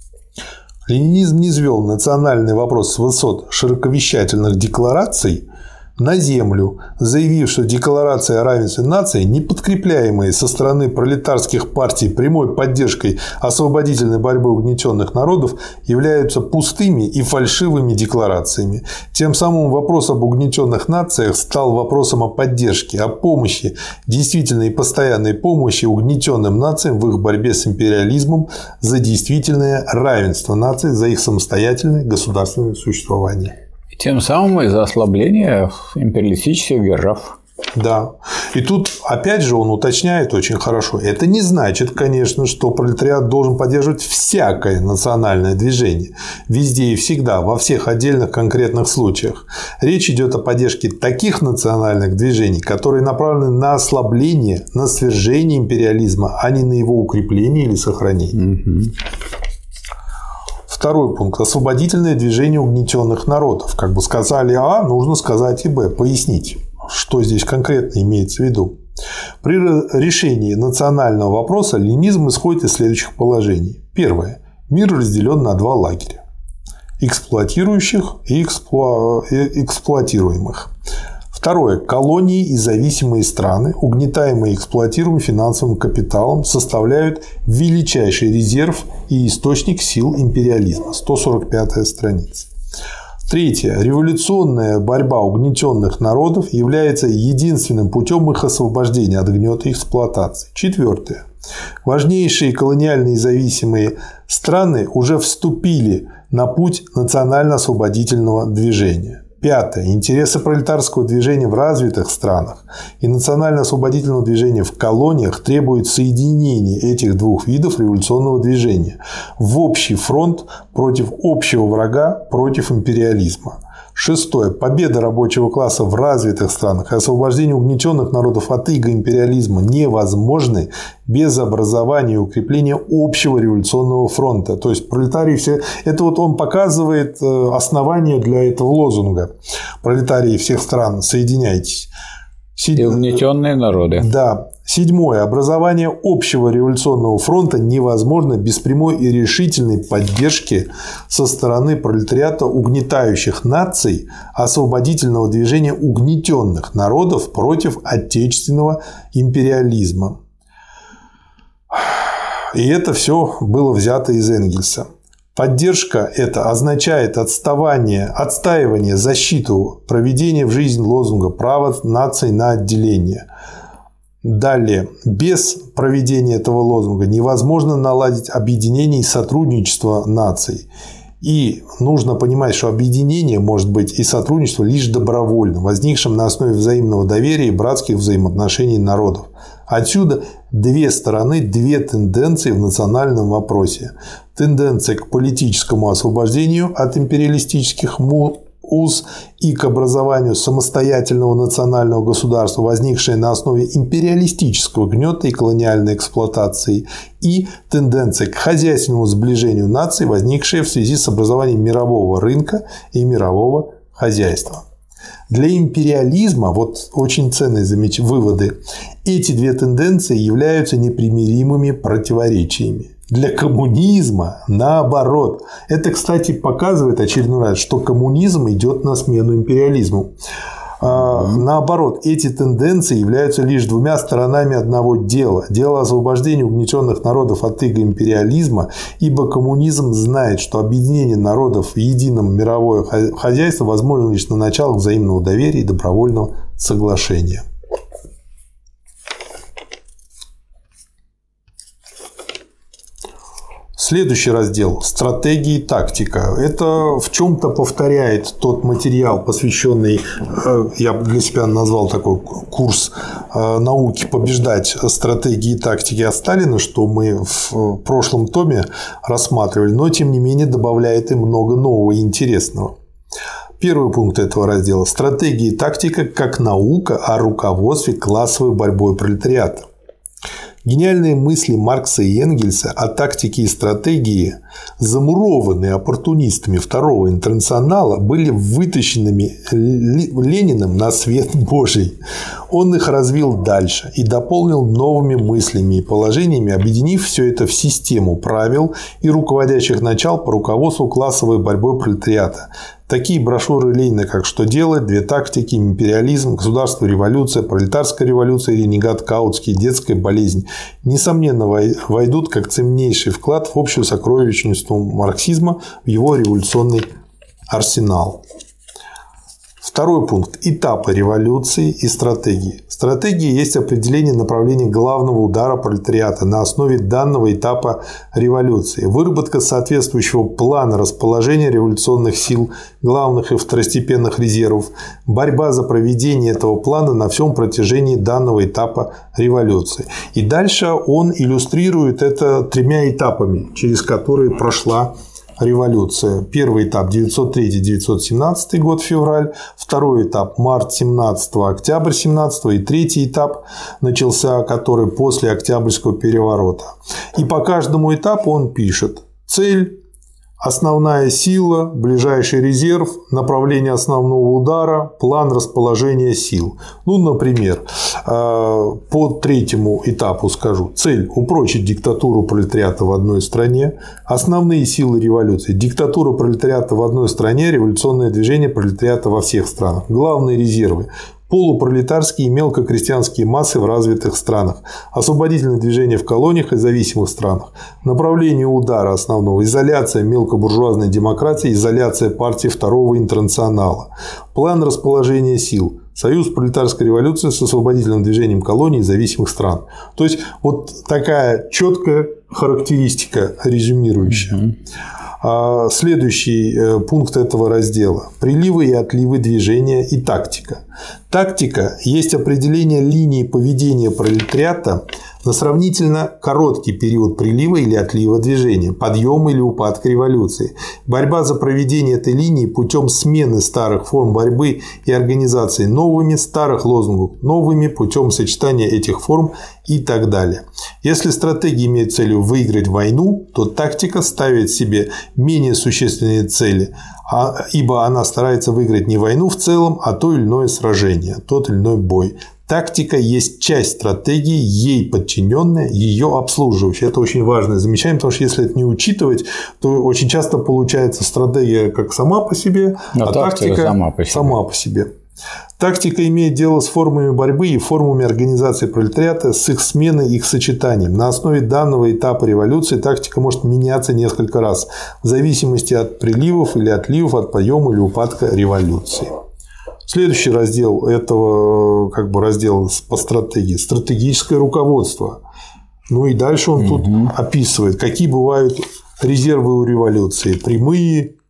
Ленинизм низвел национальный вопрос с высот широковещательных деклараций на землю, заявив, что декларации о равенстве наций, не подкрепляемые со стороны пролетарских партий прямой поддержкой освободительной борьбы угнетенных народов, являются пустыми и фальшивыми декларациями. Тем самым вопрос об угнетенных нациях стал вопросом о поддержке, о помощи, действительной и постоянной помощи угнетенным нациям в их борьбе с империализмом за действительное равенство наций, за их самостоятельное государственное существование. Тем самым из-за ослабления империалистических держав. Да. И тут, опять же, он уточняет очень хорошо. Это не значит, конечно, что пролетариат должен поддерживать всякое национальное движение. Везде и всегда, во всех отдельных конкретных случаях. Речь идет о поддержке таких национальных движений, которые направлены на ослабление, на свержение империализма, а не на его укрепление или сохранение. Угу. Второй пункт. Освободительное движение угнетенных народов. Как бы сказали А, нужно сказать и Б. Пояснить, что здесь конкретно имеется в виду. При решении национального вопроса ленинизм исходит из следующих положений. Первое. Мир разделен на два лагеря. Эксплуатирующих и эксплуа... эксплуатируемых. Второе. Колонии и зависимые страны, угнетаемые и эксплуатируемые финансовым капиталом, составляют величайший резерв и источник сил империализма. сто сорок пятая страница. Третье. Революционная борьба угнетенных народов является единственным путем их освобождения от гнета и эксплуатации. Четвертое. Важнейшие колониальные зависимые страны уже вступили на путь национально-освободительного движения. Пятое. Интересы пролетарского движения в развитых странах и национально-освободительного движения в колониях требуют соединения этих двух видов революционного движения в общий фронт против общего врага, против империализма. Шестое. Победа рабочего класса в развитых странах и освобождение угнетенных народов от ига империализма невозможны без образования и укрепления общего революционного фронта. То есть пролетарии все... Это вот он показывает основание для этого лозунга. Пролетарии всех стран, соединяйтесь. И угнетенные народы. Да. Седьмое. Образование общего революционного фронта невозможно без прямой и решительной поддержки со стороны пролетариата угнетающих наций, освободительного движения угнетенных народов против отечественного империализма. И это все было взято из Энгельса. Поддержка это означает отставание, отстаивание, защиту, проведение в жизнь лозунга «Право наций на отделение». Далее. Без проведения этого лозунга невозможно наладить объединение и сотрудничество наций. И нужно понимать, что объединение может быть и сотрудничество лишь добровольно, возникшим на основе взаимного доверия и братских взаимоотношений народов. Отсюда две стороны, две тенденции в национальном вопросе. Тенденция к политическому освобождению от империалистических уз и к образованию самостоятельного национального государства, возникшее на основе империалистического гнета и колониальной эксплуатации, и тенденция к хозяйственному сближению наций, возникшая в связи с образованием мирового рынка и мирового хозяйства. Для империализма, вот очень ценные замеч... выводы, эти две тенденции являются непримиримыми противоречиями. Для коммунизма наоборот. Это, кстати, показывает очередной раз, что коммунизм идет на смену империализму. Наоборот, эти тенденции являются лишь двумя сторонами одного дела. Дело освобождения угнетенных народов от иго империализма, ибо коммунизм знает, что объединение народов в едином мировое хозяйство возможно лишь на началах взаимного доверия и добровольного соглашения. Следующий раздел – стратегия и тактика. Это в чем-то повторяет тот материал, посвященный, я для себя назвал такой курс науки «Побеждать стратегии и тактики» от Сталина, что мы в прошлом томе рассматривали, но тем не менее добавляет и много нового и интересного. Первый пункт этого раздела – стратегия и тактика как наука о руководстве классовой борьбой пролетариата. Гениальные мысли Маркса и Энгельса о тактике и стратегии, замурованные оппортунистами Второго интернационала, были вытащенными Лениным на свет Божий. Он их развил дальше и дополнил новыми мыслями и положениями, объединив все это в систему правил и руководящих начал по руководству классовой борьбой пролетариата. Такие брошюры Ленина, как «Что делать?», «Две тактики», «Империализм», «Государство, революция», «Пролетарская революция», «Ренегат Каутский», «Детская болезнь», несомненно, войдут как ценнейший вклад в общую сокровищницу марксизма, в его революционный арсенал. Второй пункт – этапы революции и стратегии. Стратегия есть определение направления главного удара пролетариата на основе данного этапа революции, выработка соответствующего плана расположения революционных сил, главных и второстепенных резервов, борьба за проведение этого плана на всем протяжении данного этапа революции. И дальше он иллюстрирует это тремя этапами, через которые прошла революция. Первый этап девятьсот третий — девятьсот семнадцатый год, февраль. Второй этап март семнадцатого, октябрь семнадцатого. И третий этап начался, который после Октябрьского переворота. И по каждому этапу он пишет: цель, основная сила, ближайший резерв, направление основного удара, план расположения сил. Ну, например, по третьему этапу скажу. Цель – упрочить диктатуру пролетариата в одной стране. Основные силы революции – диктатура пролетариата в одной стране, революционное движение пролетариата во всех странах. Главные резервы – полупролетарские и мелкокрестьянские массы в развитых странах, освободительное движение в колониях и зависимых странах, направление удара основного, изоляция мелкобуржуазной демократии, изоляция партии Второго интернационала, план расположения сил, союз пролетарской революции с освободительным движением колоний и зависимых стран. То есть вот такая четкая характеристика резюмирующая. Mm-hmm. Следующий пункт этого раздела – приливы и отливы движения и тактика. Тактика есть определение линии поведения пролетариата на сравнительно короткий период прилива или отлива движения, подъема или упадка революции. Борьба за проведение этой линии путем смены старых форм борьбы и организации новыми, старых лозунгов новыми, путем сочетания этих форм и так далее. Если стратегия имеет целью выиграть войну, то тактика ставит себе менее существенные цели, ибо она старается выиграть не войну в целом, а то или иное сражение, тот или иной бой. Тактика есть часть стратегии, ей подчиненная, ее обслуживающая. Это очень важное замечание, потому что если это не учитывать, то очень часто получается стратегия как сама по себе, но а тактика сама по себе. сама по себе. Тактика имеет дело с формами борьбы и формами организации пролетариата, с их сменой и их сочетанием. На основе данного этапа революции тактика может меняться несколько раз в зависимости от приливов или отливов, от подъема или упадка революции. Следующий раздел этого как бы раздел по стратегии – стратегическое руководство. Ну и дальше он угу. тут описывает, какие бывают резервы у революции – прямые,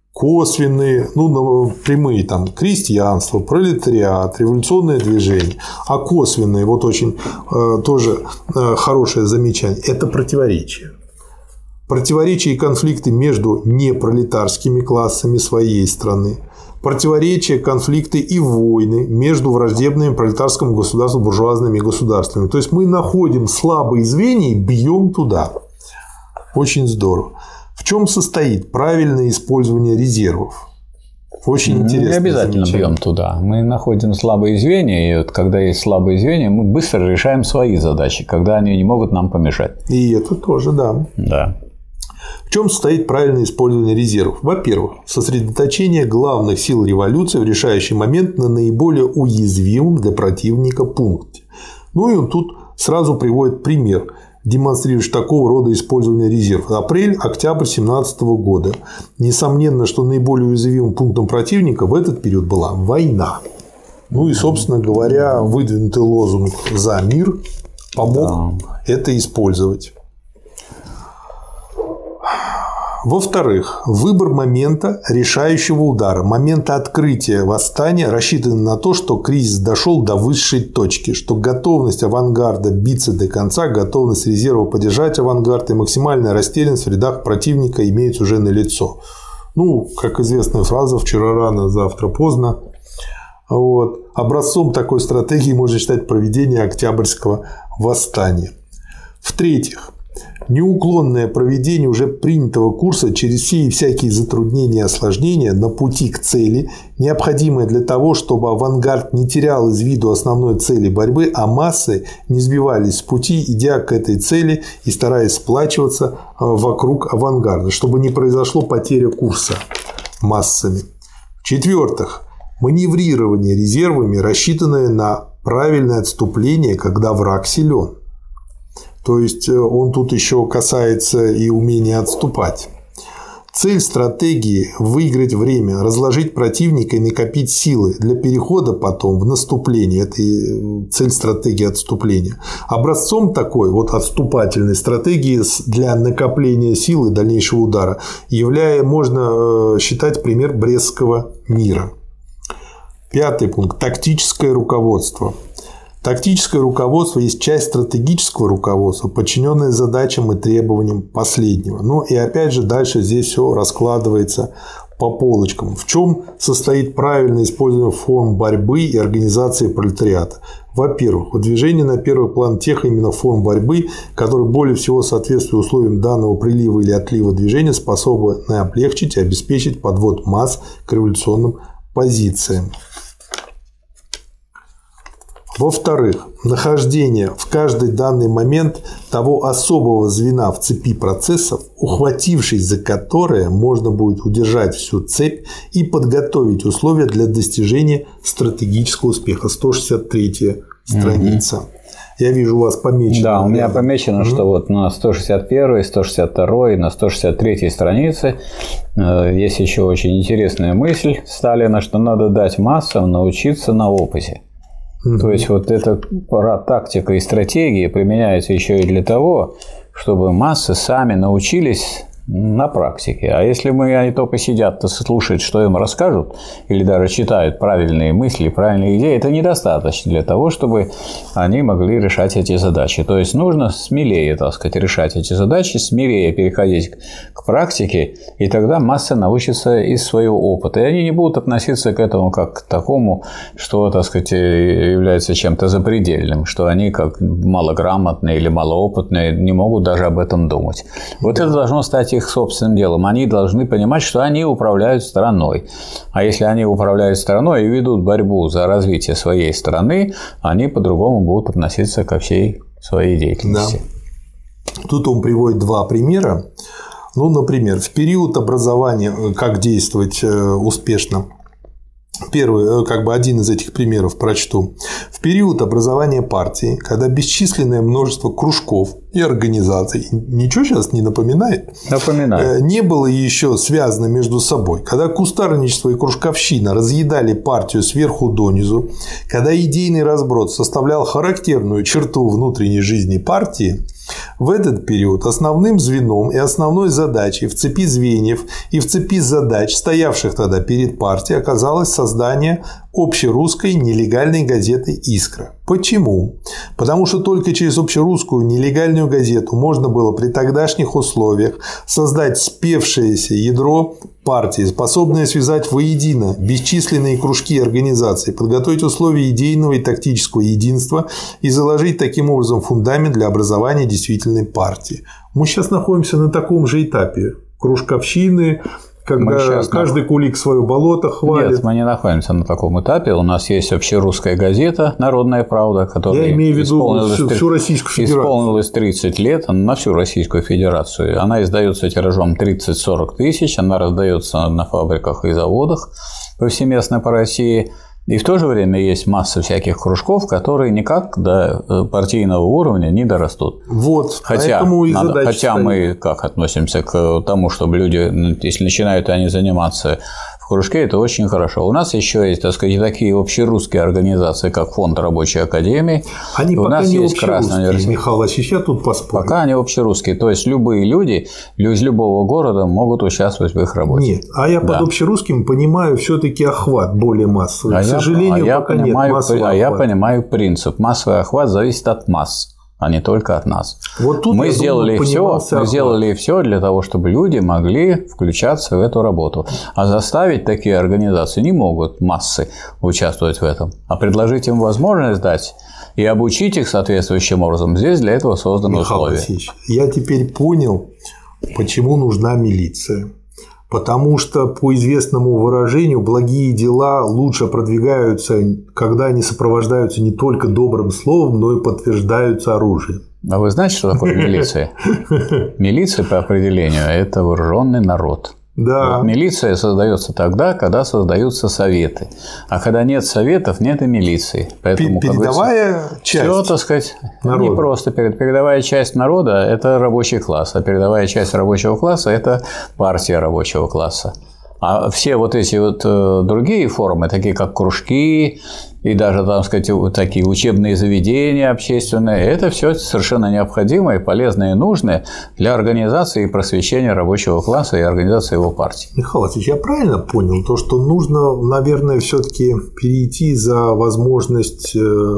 косвенные, ну, прямые там крестьянство, пролетариат, революционное движение, а косвенные, вот очень э, тоже э, хорошее замечание, это противоречия. Противоречия и конфликты между непролетарскими классами своей страны, противоречия, конфликты и войны между враждебными пролетарскому государству, буржуазными государствами. То есть мы находим слабые звенья и бьем туда. Очень здорово. В чем состоит правильное использование резервов? Очень интересно. Не обязательно бьем туда. Мы находим слабые звенья, и вот когда есть слабые звенья, мы быстро решаем свои задачи, когда они не могут нам помешать. И это тоже, да. Да. В чем состоит правильное использование резервов? Во-первых, сосредоточение главных сил революции в решающий момент на наиболее уязвимом для противника пункте. Ну и он тут сразу приводит пример, демонстрирующий такого рода использование резервов. Апрель-октябрь тысяча девятьсот семнадцатого года. Несомненно, что наиболее уязвимым пунктом противника в этот период была война. Ну и, собственно говоря, выдвинутый лозунг «За мир» помог да. это использовать. Во-вторых, выбор момента решающего удара, момента открытия восстания рассчитан на то, что кризис дошел до высшей точки, что готовность авангарда биться до конца, готовность резерва поддержать авангард и максимальная растерянность в рядах противника имеются уже налицо. Ну, как известная фраза «вчера рано, завтра поздно». Вот. Образцом такой стратегии можно считать проведение Октябрьского восстания. В-третьих, неуклонное проведение уже принятого курса через все и всякие затруднения и осложнения на пути к цели, необходимое для того, чтобы авангард не терял из виду основной цели борьбы, а массы не сбивались с пути, идя к этой цели и стараясь сплачиваться вокруг авангарда, чтобы не произошло потеря курса массами. В-четвертых, маневрирование резервами, рассчитанное на правильное отступление, когда враг силен. То есть он тут еще касается и умения отступать. Цель стратегии – выиграть время, разложить противника и накопить силы для перехода потом в наступление. Это цель стратегии отступления. Образцом такой вот отступательной стратегии для накопления силы дальнейшего удара являя, можно считать пример Брестского мира. Пятый пункт – тактическое руководство. Тактическое руководство есть часть стратегического руководства, подчиненное задачам и требованиям последнего. Ну и опять же дальше здесь все раскладывается по полочкам. В чем состоит правильное использование форм борьбы и организации пролетариата? Во-первых, выдвижение на первый план тех именно форм борьбы, которые более всего соответствуют условиям данного прилива или отлива движения, способны облегчить и обеспечить подвод масс к революционным позициям. Во-вторых, нахождение в каждый данный момент того особого звена в цепи процессов, ухватившись за которое можно будет удержать всю цепь и подготовить условия для достижения стратегического успеха. сто шестьдесят третья страница. Угу. Я вижу, у вас помечено. Да, у меня помечено, mm-hmm. что вот на сто шестьдесят первой, сто шестьдесят второй, на сто шестьдесят третьей странице есть еще очень интересная мысль Сталина, что надо дать массам научиться на опыте. Mm-hmm. То есть вот эта тактика и стратегия применяется еще и для того, чтобы массы сами научились на практике. А если мы они только сидят, то слушают, что им расскажут, или даже читают правильные мысли, правильные идеи, это недостаточно для того, чтобы они могли решать эти задачи. То есть нужно смелее, так сказать, решать эти задачи, смелее переходить к практике, и тогда масса научится из своего опыта. И они не будут относиться к этому как к такому, что, так сказать, является чем-то запредельным, что они как малограмотные или малоопытные не могут даже об этом думать. Вот да. Это должно стать их собственным делом. Они должны понимать, что они управляют страной. А если они управляют страной и ведут борьбу за развитие своей страны, они по-другому будут относиться ко всей своей деятельности. Да. Тут он приводит два примера. Ну, например, в период образования, как действовать успешно Первый, как бы один из этих примеров прочту. В период образования партии, когда бесчисленное множество кружков и организаций, ничего сейчас не напоминает, напоминает, не было еще связано между собой, когда кустарничество и кружковщина разъедали партию сверху донизу, когда идейный разброд составлял характерную черту внутренней жизни партии, в этот период основным звеном и основной задачей в цепи звеньев и в цепи задач, стоявших тогда перед партией, оказалось создание общерусской нелегальной газеты «Искра». Почему? Потому что только через общерусскую нелегальную газету можно было при тогдашних условиях создать спевшееся ядро партии, способное связать воедино бесчисленные кружки и организации, подготовить условия идейного и тактического единства и заложить таким образом фундамент для образования действительной партии. Мы сейчас находимся на таком же этапе кружковщины, когда каждый кулик свое болото хвалит. Нет, мы не находимся на таком этапе. У нас есть общерусская газета «Народная правда», которая Я имею в виду всю, всю Российскую Федерацию. Исполнилось тридцать лет на всю Российскую Федерацию. Она издается тиражом тридцать-сорок тысяч, она раздается на фабриках и заводах повсеместно по России. И в то же время есть масса всяких кружков, которые никак до партийного уровня не дорастут. Вот, хотя, и надо, хотя мы как относимся к тому, чтобы люди, если начинают они заниматься в кружке, это очень хорошо. У нас еще есть, так сказать, такие общерусские организации, как Фонд Рабочей Академии. Они у пока нас не есть общерусские, Михаил Васильевич, я тут поспорю. Пока они общерусские. То есть любые люди из любого города могут участвовать в их работе. Нет, а я да. под общерусским понимаю все-таки охват более массовый. А К я, сожалению, а я пока понимаю, нет массового А я охвата. понимаю принцип. Массовый охват зависит от масс, а не только от нас. Вот тут, мы сделали думаю, все, мы сделали все для того, чтобы люди могли включаться в эту работу. А заставить такие организации не могут массы участвовать в этом. А предложить им возможность дать и обучить их соответствующим образом. Здесь для этого созданы Михаил условия. Васильевич, я теперь понял, почему нужна милиция. Потому что, по известному выражению, благие дела лучше продвигаются, когда они сопровождаются не только добрым словом, но и подтверждаются оружием. А вы знаете, что такое милиция? Милиция, по определению, это вооруженный народ. Да. Вот милиция создается тогда, когда создаются советы. А когда нет советов, нет и милиции. Поэтому, передовая часть все, так сказать, народа. Не просто передовая часть народа – это рабочий класс, а передовая часть рабочего класса – это партия рабочего класса. А все вот эти вот другие формы, такие как кружки и даже, там сказать, такие учебные заведения общественные, это все совершенно необходимое, полезное и нужное для организации и просвещения рабочего класса и организации его партии. Михаил Васильевич, я правильно понял то, что нужно, наверное, все-таки перейти за возможность,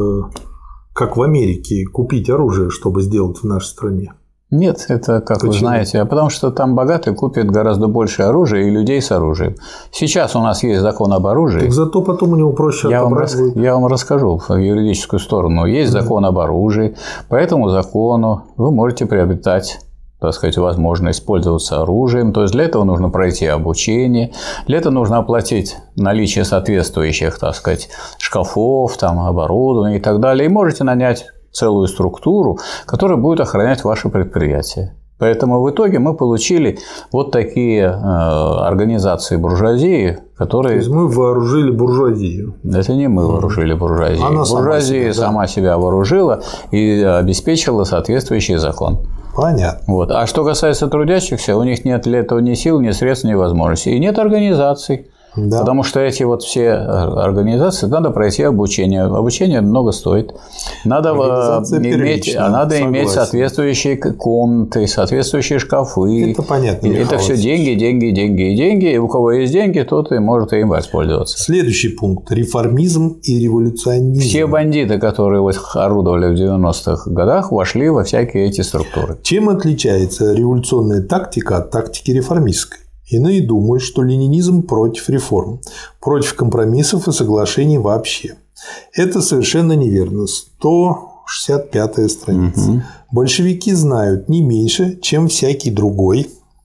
как в Америке, купить оружие, чтобы сделать в нашей стране? Нет, это, как Почему? Вы знаете, а потому что там богатые купят гораздо больше оружия и людей с оружием. Сейчас у нас есть закон об оружии. Так зато потом у него проще я отобрать вам, будет. Я вам расскажу в юридическую сторону. Есть mm-hmm. закон об оружии, по этому закону вы можете приобретать, так сказать, возможность пользоваться оружием. То есть для этого нужно пройти обучение, для этого нужно оплатить наличие соответствующих, так сказать, шкафов, там, оборудования и так далее. И можете нанять целую структуру, которая будет охранять ваше предприятие. Поэтому в итоге мы получили вот такие э, организации буржуазии, которые… То есть мы вооружили буржуазию. Это не мы вооружили буржуазию. Она буржуазия сама себя, да. сама себя вооружила и обеспечила соответствующий закон. Понятно. Вот. А что касается трудящихся, у них нет для этого ни сил, ни средств, ни возможностей. И нет организаций. Да. Потому что эти вот все организации надо пройти обучение. Обучение много стоит. Надо, иметь, надо иметь соответствующие комнаты, соответствующие шкафы. Это понятно. Это все деньги, деньги, деньги и деньги. И у кого есть деньги, тот и может им воспользоваться. Следующий пункт. Реформизм и революционизм. Все бандиты, которые вот орудовали в девяностых годах, вошли во всякие эти структуры. Чем отличается революционная тактика от тактики реформистской? Иные думают, что ленинизм против реформ, против компромиссов и соглашений вообще. Это совершенно неверно. сто шестьдесят пятая страница. Угу. Большевики знают не меньше, чем всякий другой,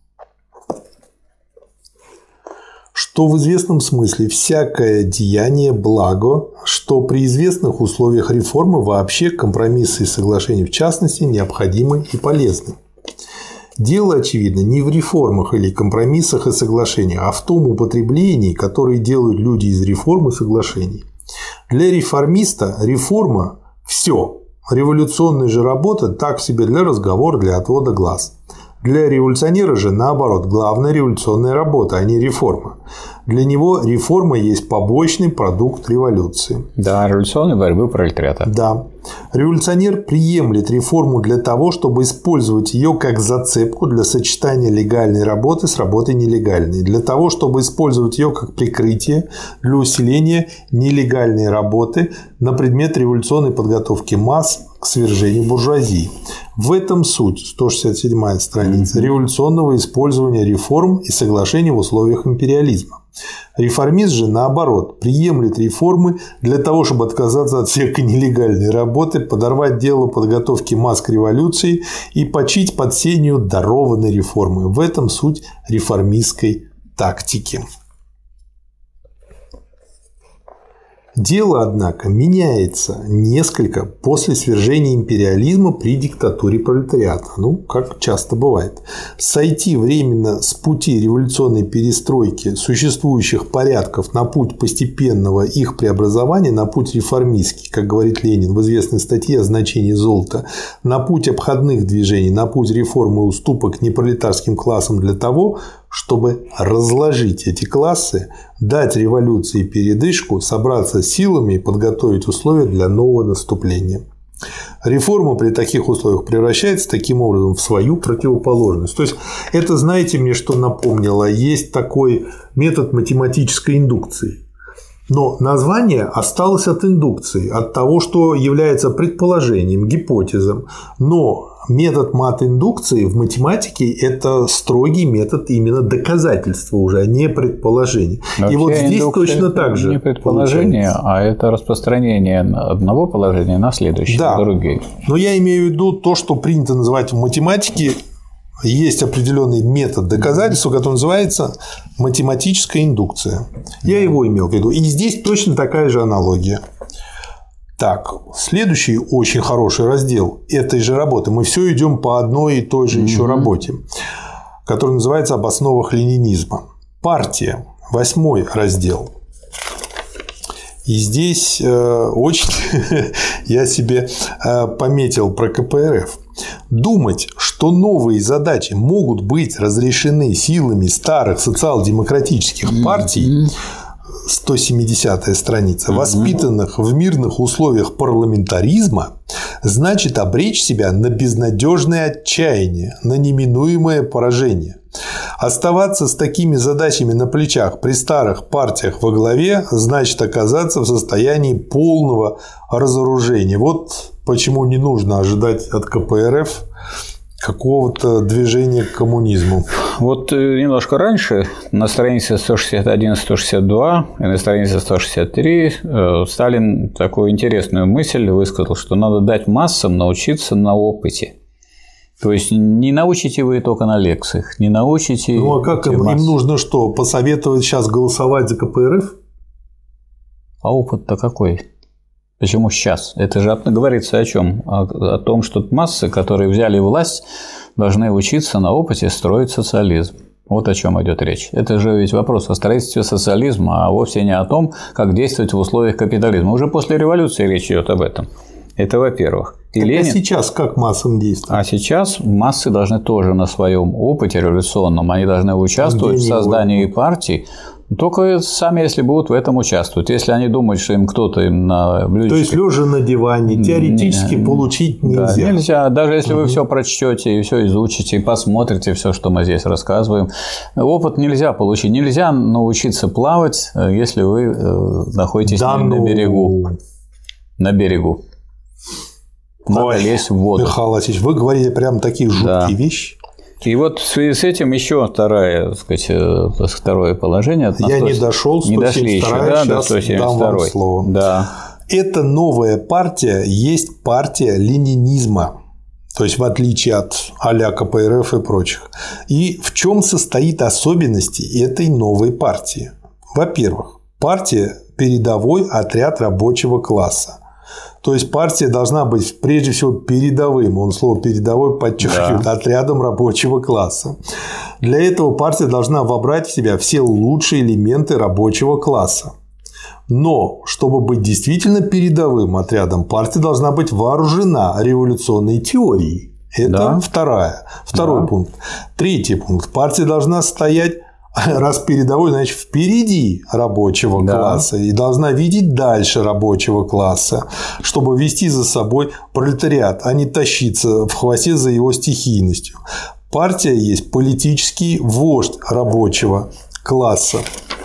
что в известном смысле всякое деяние – благо, что при известных условиях реформы вообще компромиссы и соглашения в частности необходимы и полезны. Дело, очевидно, не в реформах или компромиссах и соглашениях, а в том употреблении, которое делают люди из реформ и соглашений. Для реформиста реформа – все. Революционная же работа так себе для разговора, для отвода глаз. Для революционера же, наоборот, главная революционная работа, а не реформа. Для него реформа есть побочный продукт революции. Да, революционной борьбы пролетариата. Да. Революционер приемлет реформу для того, чтобы использовать ее как зацепку для сочетания легальной работы с работой нелегальной, для того, чтобы использовать ее как прикрытие для усиления нелегальной работы на предмет революционной подготовки масс к свержению буржуазии. В этом суть, сто шестьдесят седьмая страница, революционного использования реформ и соглашений в условиях империализма. Реформист же, наоборот, приемлет реформы для того, чтобы отказаться от всякой нелегальной работы, подорвать дело подготовки масс к революции и почить под сенью дарованной реформы. В этом суть реформистской тактики. Дело, однако, меняется несколько после свержения империализма при диктатуре пролетариата. Ну, как часто бывает. Сойти временно с пути революционной перестройки существующих порядков на путь постепенного их преобразования, на путь реформистский, как говорит Ленин в известной статье о значении золота, на путь обходных движений, на путь реформы и уступок непролетарским классам для того, чтобы разложить эти классы, дать революции передышку, собраться силами и подготовить условия для нового наступления. Реформа при таких условиях превращается таким образом в свою противоположность. То есть, это, знаете, мне что напомнило? Есть такой метод математической индукции. Но название осталось от индукции, от того, что является предположением, гипотезом. Но метод мат-индукции в математике – это строгий метод именно доказательства уже, а не предположения. Но и вот здесь точно так же. Не предположение, получается. А это распространение одного положения на следующее, да. другие. Но я имею в виду то, что принято называть в математике. Есть определенный метод доказательства, который называется математическая индукция. Я его имел в виду. И здесь точно такая же аналогия. Так, следующий очень хороший раздел этой же работы. Мы все идем по одной и той же еще работе, которая называется «Об основах ленинизма». Партия. Восьмой раздел. И здесь очень я себе пометил про ка пэ эр эф. Думать, что новые задачи могут быть разрешены силами старых социал-демократических партий, сто семидесятая страница, воспитанных в мирных условиях парламентаризма, значит обречь себя на безнадежное отчаяние, на неминуемое поражение. Оставаться с такими задачами на плечах при старых партиях во главе значит оказаться в состоянии полного разоружения. Вот почему не нужно ожидать от ка пэ эр эф какого-то движения к коммунизму. Вот немножко раньше, на странице сто шестьдесят один - сто шестьдесят два и на странице сто шестьдесят три Сталин такую интересную мысль высказал, что надо дать массам научиться на опыте. То есть не научите вы только на лекциях, не научите. Ну а как им, им нужно что? Посоветовать сейчас голосовать за ка пэ эр эф? А опыт-то какой? Почему сейчас? Это же говорится о чем? О, о том, что массы, которые взяли власть, должны учиться на опыте строить социализм. Вот о чем идет речь. Это же ведь вопрос о строительстве социализма, а вовсе не о том, как действовать в условиях капитализма. Уже после революции речь идет об этом. Это во-первых. И так Ленин... А сейчас как массам действовать? А сейчас массы должны тоже на своем опыте революционном, они должны участвовать в создании партий, только сами, если будут в этом участвовать. Если они думают, что им кто-то им на блюдечке... То есть, лежа на диване, теоретически не, получить нельзя. Да, нельзя. Даже если угу. вы все прочтете и все изучите, и посмотрите все, что мы здесь рассказываем. Опыт нельзя получить. Нельзя научиться плавать, если вы находитесь да, на ну... берегу. На берегу. Надо Ой, лезть в воду. Михаил Васильевич, вы говорите прям такие жуткие да. вещи. И вот в связи с этим еще второе, так сказать, второе положение. Я не дошел, не дошли еще, да, до сто семьдесят второй. Слово. Да. Эта новая партия есть партия ленинизма. То есть, в отличие от а-ля ка пэ эр эф и прочих. И в чем состоит особенности этой новой партии? Во-первых, партия – передовой отряд рабочего класса. То есть партия должна быть прежде всего передовым, он слово передовой подчеркивает, да. отрядом рабочего класса. Для этого партия должна вобрать в себя все лучшие элементы рабочего класса. Но, чтобы быть действительно передовым отрядом, партия должна быть вооружена революционной теорией. Это да. вторая, второй да. пункт. Третий пункт. Партия должна стоять, раз передовой, значит, впереди рабочего да. класса и должна видеть дальше рабочего класса, чтобы вести за собой пролетариат, а не тащиться в хвосте за его стихийностью. Партия есть политический вождь рабочего класса.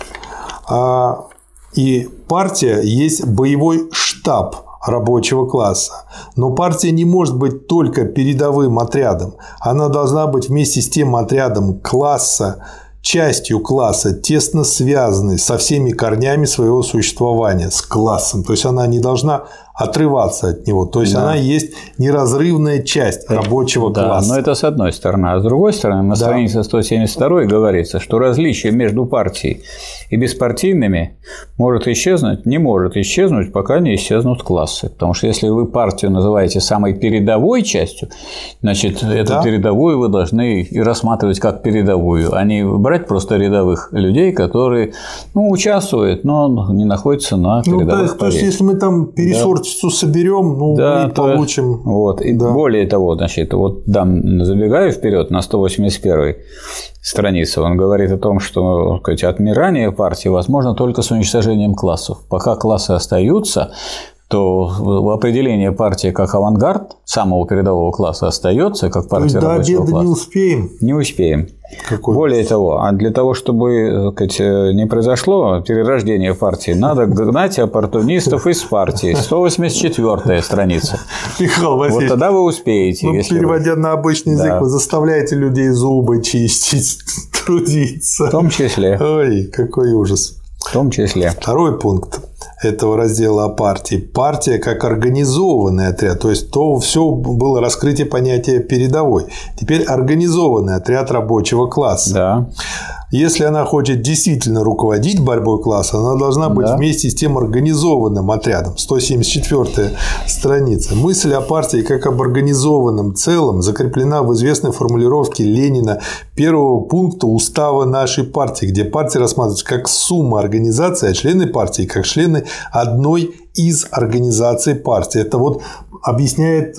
И партия есть боевой штаб рабочего класса. Но партия не может быть только передовым отрядом. Она должна быть вместе с тем отрядом класса, частью класса, тесно связанной со всеми корнями своего существования, с классом. То есть она не должна отрываться от него. То есть да. она есть неразрывная часть рабочего да, класса. Но это с одной стороны. А с другой стороны, на да. странице сто семьдесят два говорится, что различие между партией и беспартийными может исчезнуть, не может исчезнуть, пока не исчезнут классы. Потому что если вы партию называете самой передовой частью, значит, эту да. передовую вы должны и рассматривать как передовую, а не брать просто рядовых людей, которые ну, участвуют, но не находятся на передовых ну, то, то есть, если мы там пересортим, да. соберем, ну, да, мы получим. Вот. И да. более того, значит, вот дам, забегаю вперед на сто восемьдесят первой странице, он говорит о том, что сказать, отмирание партии возможно только с уничтожением классов. Пока классы остаются, то определение партии как авангард самого передового класса остается, как партия рабочего класса. До обеда не успеем. Не успеем. Какой? Более того, а для того, чтобы сказать, не произошло перерождение партии, надо гнать оппортунистов из партии. сто восемьдесят четвёртая страница. Михаил Васильевич, вот тогда вы успеете. Ну, переводя вы... на обычный язык, да. вы заставляете людей зубы чистить, трудиться. В том числе. Ой, какой ужас. В том числе. Второй пункт этого раздела о партии. Партия как организованный отряд. То есть, то все было раскрытие понятия передовой. Теперь организованный отряд рабочего класса. Да. Если она хочет действительно руководить борьбой класса, она должна быть да. вместе с тем организованным отрядом. сто семьдесят четвёртая страница. Мысль о партии как об организованном целом закреплена в известной формулировке Ленина первого пункта устава нашей партии, где партия рассматривается как сумма организаций, а члены партии как члены одной из организаций партии. Это вот объясняет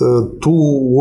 ту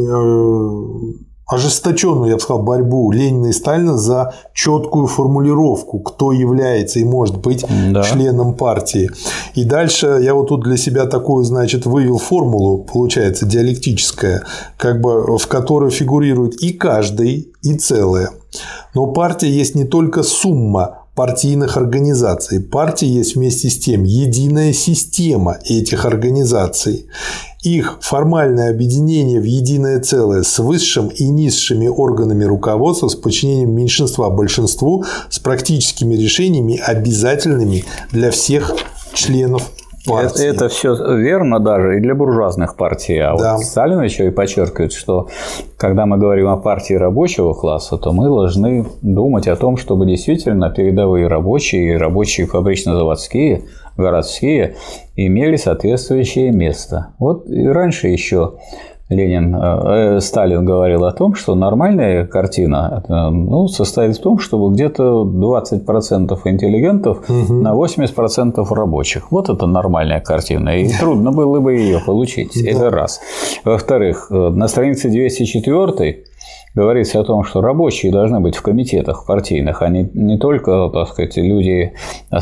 очень ожесточенную, я бы сказал, борьбу Ленина и Сталина за четкую формулировку, кто является и может быть да. членом партии. И дальше я вот тут для себя такую, значит, вывел формулу, получается, диалектическая, как бы, в которой фигурирует и каждый, и целое. Но партия есть не только сумма партийных организаций. Партия есть вместе с тем единая система этих организаций. Их формальное объединение в единое целое с высшим и низшими органами руководства, с подчинением меньшинства большинству, с практическими решениями, обязательными для всех членов партии. Это, это все верно даже и для буржуазных партий. А да. вот Сталин еще и подчеркивает, что когда мы говорим о партии рабочего класса, то мы должны думать о том, чтобы действительно передовые рабочие, рабочие фабрично-заводские, городские имели соответствующее место. Вот и раньше еще Ленин, э, Сталин говорил о том, что нормальная картина э, ну, состоит в том, чтобы где-то двадцать процентов интеллигентов угу. на восемьдесят процентов рабочих. Вот это нормальная картина. И трудно было бы ее получить. Да. Это раз. Во-вторых, на странице двести четвёртой говорится о том, что рабочие должны быть в комитетах партийных, а не, не только, так сказать, люди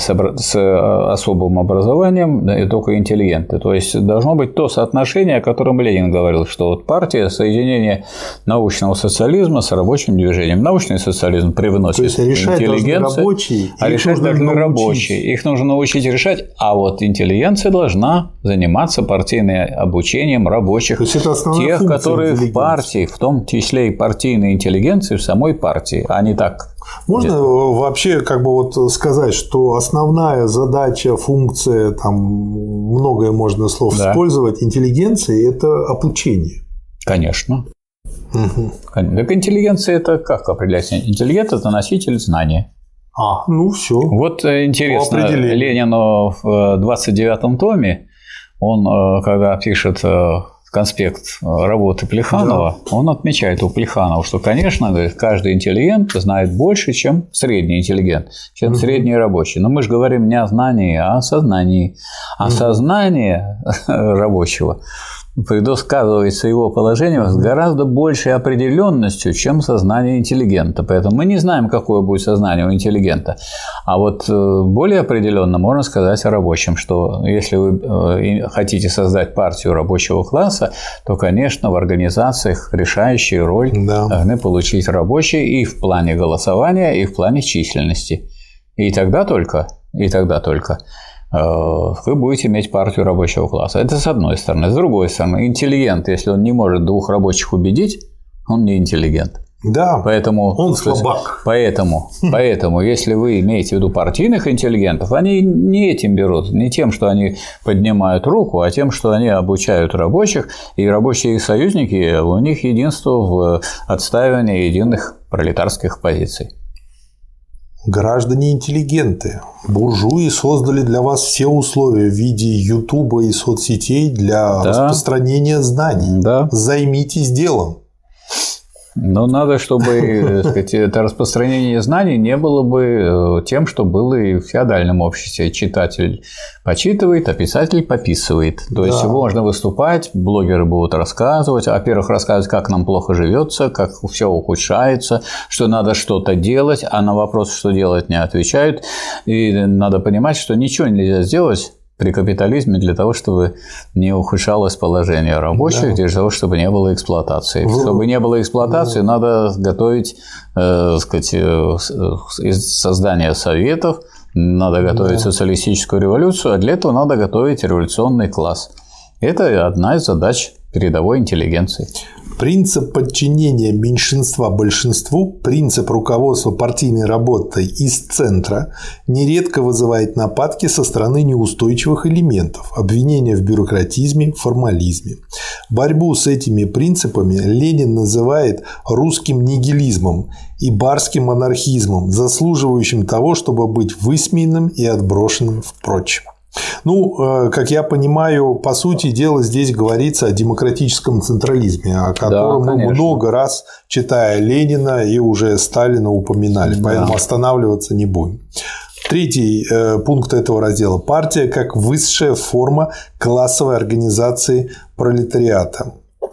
с особым образованием, и только интеллигенты. То есть должно быть то соотношение, о котором Ленин говорил, что вот партия – соединение научного социализма с рабочим движением. Научный социализм привносит интеллигенцию, рабочие, а решать должны рабочие. Их нужно научить решать, а вот интеллигенция должна заниматься партийным обучением рабочих, тех, которые в партии, в том числе и партийной интеллигенции в самой партии, а не так. Можно где-то вообще как бы вот сказать, что основная задача, функция, там многое можно слов да. использовать, интеллигенции – это обучение. Конечно. Угу. Так интеллигенция – это как определяется? Интеллигент – это носитель знания. А, ну все. Вот интересно, Ленину в двадцать девятом томе он, когда пишет конспект работы Плеханова, да. он отмечает у Плеханова, что, конечно, говорит, каждый интеллигент знает больше, чем средний интеллигент, чем угу. средний рабочий. Но мы же говорим не о знании, а о сознании. А угу. сознание рабочего предсказывается его положением с гораздо большей определенностью, чем сознание интеллигента. Поэтому мы не знаем, какое будет сознание у интеллигента. А вот более определенно можно сказать о рабочем, что если вы хотите создать партию рабочего класса, то, конечно, в организациях решающую роль да. должны получить рабочие и в плане голосования, и в плане численности. И тогда только, и тогда только вы будете иметь партию рабочего класса. Это с одной стороны. С другой стороны, интеллигент, если он не может двух рабочих убедить, он не интеллигент. Да, поэтому, он слабак. Поэтому, поэтому, если вы имеете в виду партийных интеллигентов, они не этим берут, не тем, что они поднимают руку, а тем, что они обучают рабочих, и рабочие союзники, у них единство в отстаивании единых пролетарских позиций. Граждане интеллигенты, буржуи создали для вас все условия в виде Ютуба и соцсетей для да. распространения знаний. Да. Займитесь делом. Но надо, чтобы так сказать, это распространение знаний не было бы тем, что было и в феодальном обществе. Читатель почитывает, а писатель пописывает. То да. есть можно выступать, блогеры будут рассказывать. Во-первых, рассказывать, как нам плохо живется, как все ухудшается, что надо что-то делать, а на вопрос, что делать, не отвечают. И надо понимать, что ничего нельзя сделать при капитализме для того, чтобы не ухудшалось положение рабочих, да. для того, чтобы не было эксплуатации. Вы... Чтобы не было эксплуатации, да. надо готовить, э, сказать, из создания советов, надо готовить да. социалистическую революцию, а для этого надо готовить революционный класс. Это одна из задач передовой интеллигенции. Принцип подчинения меньшинства большинству, принцип руководства партийной работой из центра нередко вызывает нападки со стороны неустойчивых элементов, обвинения в бюрократизме, формализме. Борьбу с этими принципами Ленин называет русским нигилизмом и барским анархизмом, заслуживающим того, чтобы быть высмеянным и отброшенным впрочь. Ну, как я понимаю, по сути дела здесь говорится о демократическом централизме, о котором да, мы много раз, читая Ленина и уже Сталина, упоминали, да. поэтому останавливаться не будем. Третий пункт этого раздела – партия как высшая форма классовой организации пролетариата.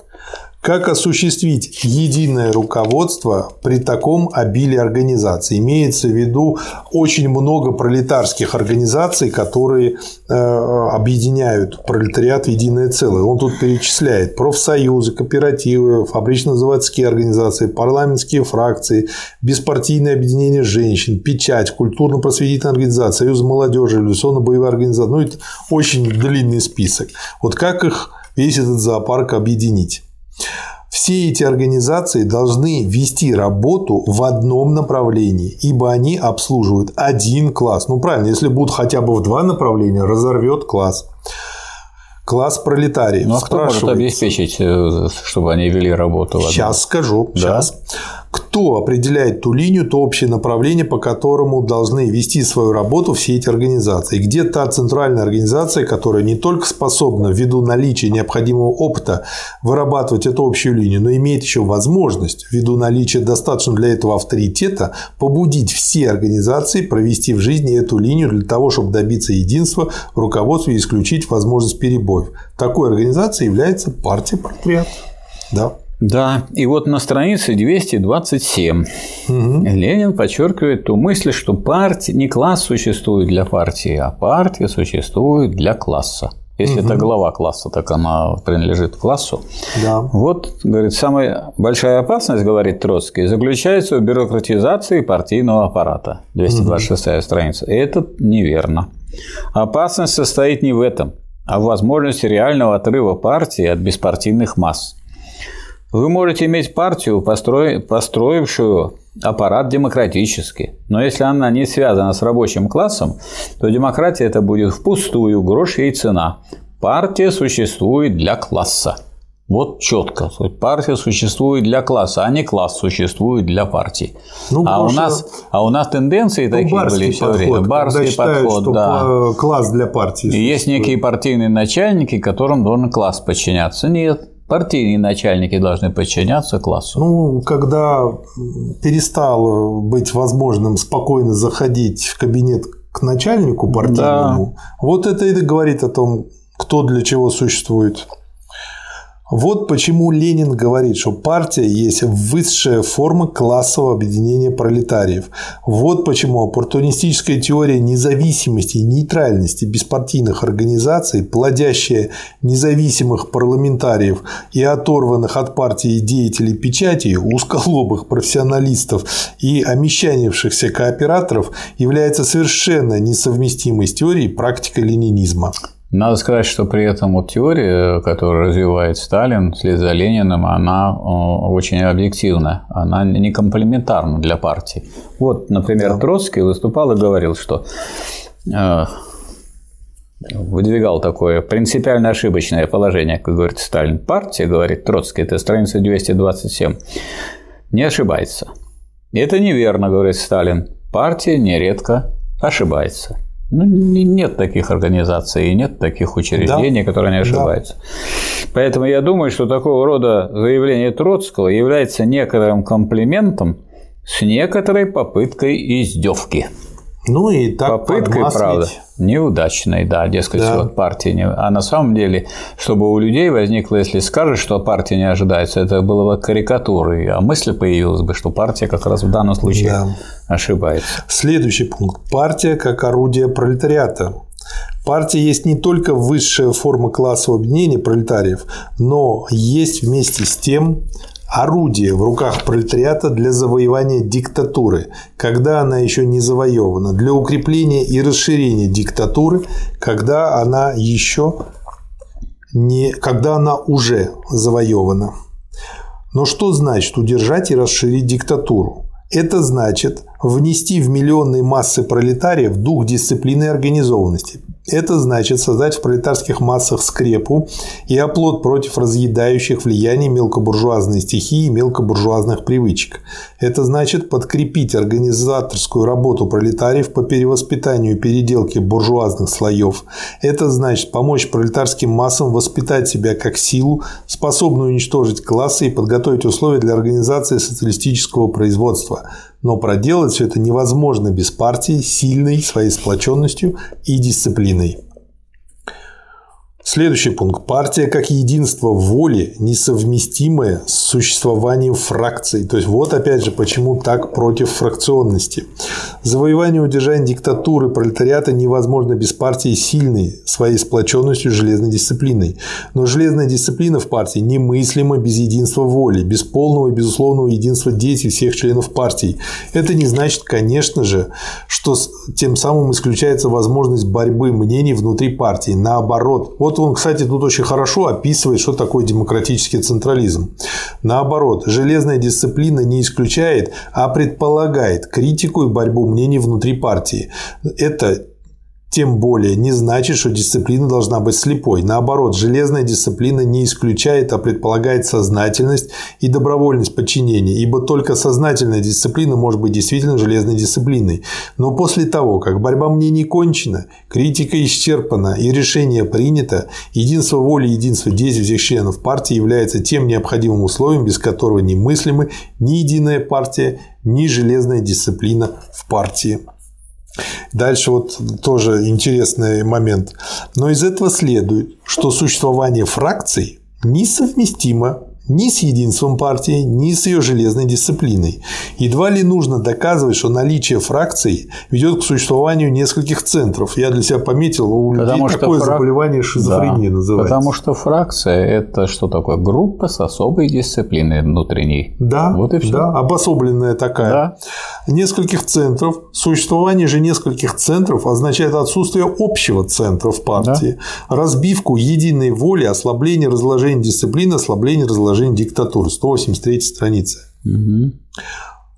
Как осуществить единое руководство при таком обилии организаций? Имеется в виду очень много пролетарских организаций, которые э, объединяют пролетариат в единое целое. Он тут перечисляет профсоюзы, кооперативы, фабрично-заводские организации, парламентские фракции, беспартийное объединение женщин, печать, культурно-просветительная организация, союз молодежи, революционно-боевая организация. Ну, это очень длинный список. Вот как их весь этот зоопарк объединить? Все эти организации должны вести работу в одном направлении, ибо они обслуживают один класс. Ну, правильно, если будут хотя бы в два направления, разорвет класс. Класс пролетариев. Ну, а кто может обеспечить, чтобы они вели работу? Сейчас скажу. Да? Сейчас. Кто определяет ту линию, то общее направление, по которому должны вести свою работу все эти организации? Где та центральная организация, которая не только способна, ввиду наличия необходимого опыта, вырабатывать эту общую линию, но имеет еще возможность, ввиду наличия достаточно для этого авторитета, побудить все организации провести в жизни эту линию для того, чтобы добиться единства в руководстве и исключить возможность перебоев. Такой организацией является партия пролетариата. Да. Да, и вот на странице двести двадцать семь угу. Ленин подчеркивает ту мысль, что партия, не класс существует для партии, а партия существует для класса. Если угу. это глава класса, так она принадлежит классу. Да. Вот, говорит, самая большая опасность, говорит Троцкий, заключается в бюрократизации партийного аппарата. двести двадцать шестая угу. страница. Это неверно. Опасность состоит не в этом, а в возможности реального отрыва партии от беспартийных масс. Вы можете иметь партию, построившую аппарат демократически, но если она не связана с рабочим классом, то демократия это будет впустую, грош ей цена. Партия существует для класса. Вот четко. Партия существует для класса, а не класс существует для партии. Ну, а, у нас, а у нас тенденции такие были все подход, время. Барский считают, подход, что да. Класс для партии. И есть некие партийные начальники, которым должен класс подчиняться. Нет. Партийные начальники должны подчиняться классу. Ну, когда перестало быть возможным спокойно заходить в кабинет к начальнику партийному, да. Вот это и говорит о том, кто для чего существует. Вот почему Ленин говорит, что партия есть высшая форма классового объединения пролетариев. Вот почему оппортунистическая теория независимости и нейтральности беспартийных организаций, плодящая независимых парламентариев и оторванных от партии деятелей печати, узколобых профессионалистов и омещанившихся кооператоров, является совершенно несовместимой с теорией и практикой ленинизма. Надо сказать, что при этом вот теория, которую развивает Сталин вслед за Лениным, она очень объективна, она не комплементарна для партии. Вот, например, да. Троцкий выступал и говорил, что выдвигал такое принципиально ошибочное положение, как говорит Сталин. Партия, говорит Троцкий, это страница двести двадцать семь, не ошибается. Это неверно, говорит Сталин. Партия нередко ошибается. Ну, нет таких организаций и нет таких учреждений, да. которые не ошибаются. Да. Поэтому я думаю, что такого рода заявление Троцкого является некоторым комплиментом с некоторой попыткой издевки. Ну и так попыткой, подмаслить. Правда, неудачной, да, дескать, да. Вот партии не... А на самом деле, чтобы у людей возникло, если скажешь, что партия не ожидается, это было бы карикатурой, а мысль появилась бы, что партия как раз в данном случае да. ошибается. Следующий пункт. Партия как орудие пролетариата. Партия есть не только высшая форма классового объединения пролетариев, но есть вместе с тем орудие в руках пролетариата для завоевания диктатуры, когда она еще не завоевана, для укрепления и расширения диктатуры, когда она еще не, когда она уже завоевана. Но что значит удержать и расширить диктатуру? Это значит внести в миллионные массы пролетариев дух дисциплины и организованности. Это значит создать в пролетарских массах скрепу и оплот против разъедающих влияний мелкобуржуазной стихии и мелкобуржуазных привычек. Это значит подкрепить организаторскую работу пролетариев по перевоспитанию и переделке буржуазных слоев. Это значит помочь пролетарским массам воспитать себя как силу, способную уничтожить классы и подготовить условия для организации социалистического производства. Но проделать все это невозможно без партии, сильной своей сплоченностью и дисциплиной. Следующий пункт. Партия как единство воли, несовместимое с существованием фракций. То есть, вот опять же, почему так против фракционности. Завоевание и удержание диктатуры пролетариата невозможно без партии сильной, своей сплоченностью и железной дисциплиной. Но железная дисциплина в партии немыслима без единства воли, без полного и безусловного единства действий всех членов партии. Это не значит, конечно же, что тем самым исключается возможность борьбы мнений внутри партии. Наоборот. Вот он, кстати, тут очень хорошо описывает, что такое демократический централизм. Наоборот, железная дисциплина не исключает, а предполагает критику и борьбу мнений внутри партии. Это тем более не значит, что дисциплина должна быть слепой. Наоборот, железная дисциплина не исключает, а предполагает сознательность и добровольность подчинения, ибо только сознательная дисциплина может быть действительно железной дисциплиной. Но после того, как борьба мнений кончена, критика исчерпана и решение принято, единство воли и единство действий всех членов партии является тем необходимым условием, без которого немыслимы ни единая партия, ни железная дисциплина в партии. Дальше вот тоже интересный момент. Но из этого следует, что существование фракций несовместимо ни с единством партии, ни с ее железной дисциплиной. Едва ли нужно доказывать, что наличие фракций ведет к существованию нескольких центров. Я для себя пометил, у людей такое фрак... заболевание шизофрения да, называется. Потому что фракция – это что такое? Группа с особой дисциплиной внутренней. Да, вот и все. Да, обособленная такая. Да. Нескольких центров. Существование же нескольких центров означает отсутствие общего центра в партии. Да. Разбивку единой воли, ослабление разложения дисциплины, ослабление разложения диктатуры. сто восемьдесят третья страница. Угу.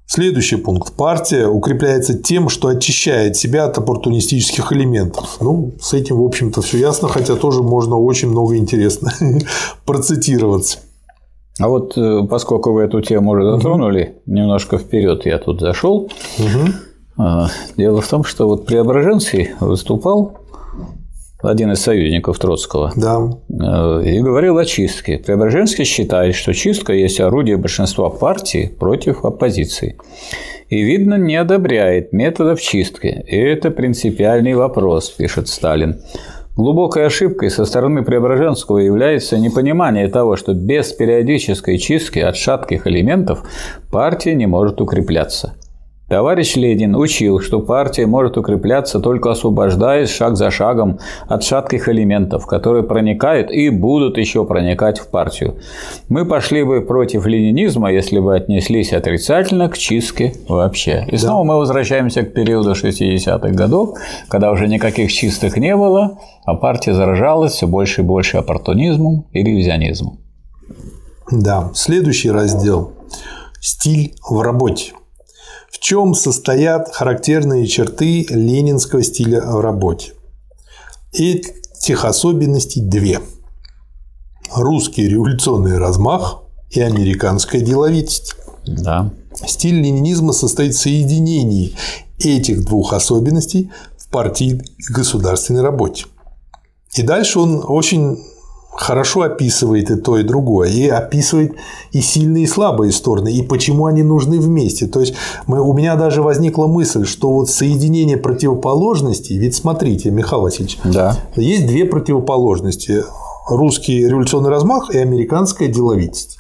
Следующий пункт. Партия укрепляется тем, что очищает себя от оппортунистических элементов. Ну, с этим, в общем-то, все ясно, хотя тоже можно очень много интересно процитироваться. А вот поскольку вы эту тему уже затронули, угу. немножко вперед я тут зашел. Угу. Дело в том, что вот Преображенский выступал, один из союзников Троцкого, да. и говорил о чистке. Преображенский считает, что чистка есть орудие большинства партий против оппозиции. И, видно, не одобряет методов чистки. И это принципиальный вопрос, пишет Сталин. Глубокой ошибкой со стороны Преображенского является непонимание того, что без периодической чистки от шатких элементов партия не может укрепляться. Товарищ Ленин учил, что партия может укрепляться, только освобождаясь шаг за шагом от шатких элементов, которые проникают и будут еще проникать в партию. Мы пошли бы против ленинизма, если бы отнеслись отрицательно к чистке вообще. И снова да. мы возвращаемся к периоду шестидесятых годов, когда уже никаких чисток не было, а партия заражалась все больше и больше оппортунизмом и ревизионизмом. Да. Следующий раздел – стиль в работе. В чем состоят характерные черты ленинского стиля в работе? Этих особенностей две. Русский революционный размах и американская деловитость. Да. Стиль ленинизма состоит в соединении этих двух особенностей в партийной и государственной работе. И дальше он очень хорошо описывает и то, и другое, и описывает и сильные, и слабые стороны, и почему они нужны вместе. То есть мы, у меня даже возникла мысль, что вот соединение противоположностей, ведь смотрите, Михаил Васильевич, да. есть две противоположности – русский революционный размах и американская деловитость.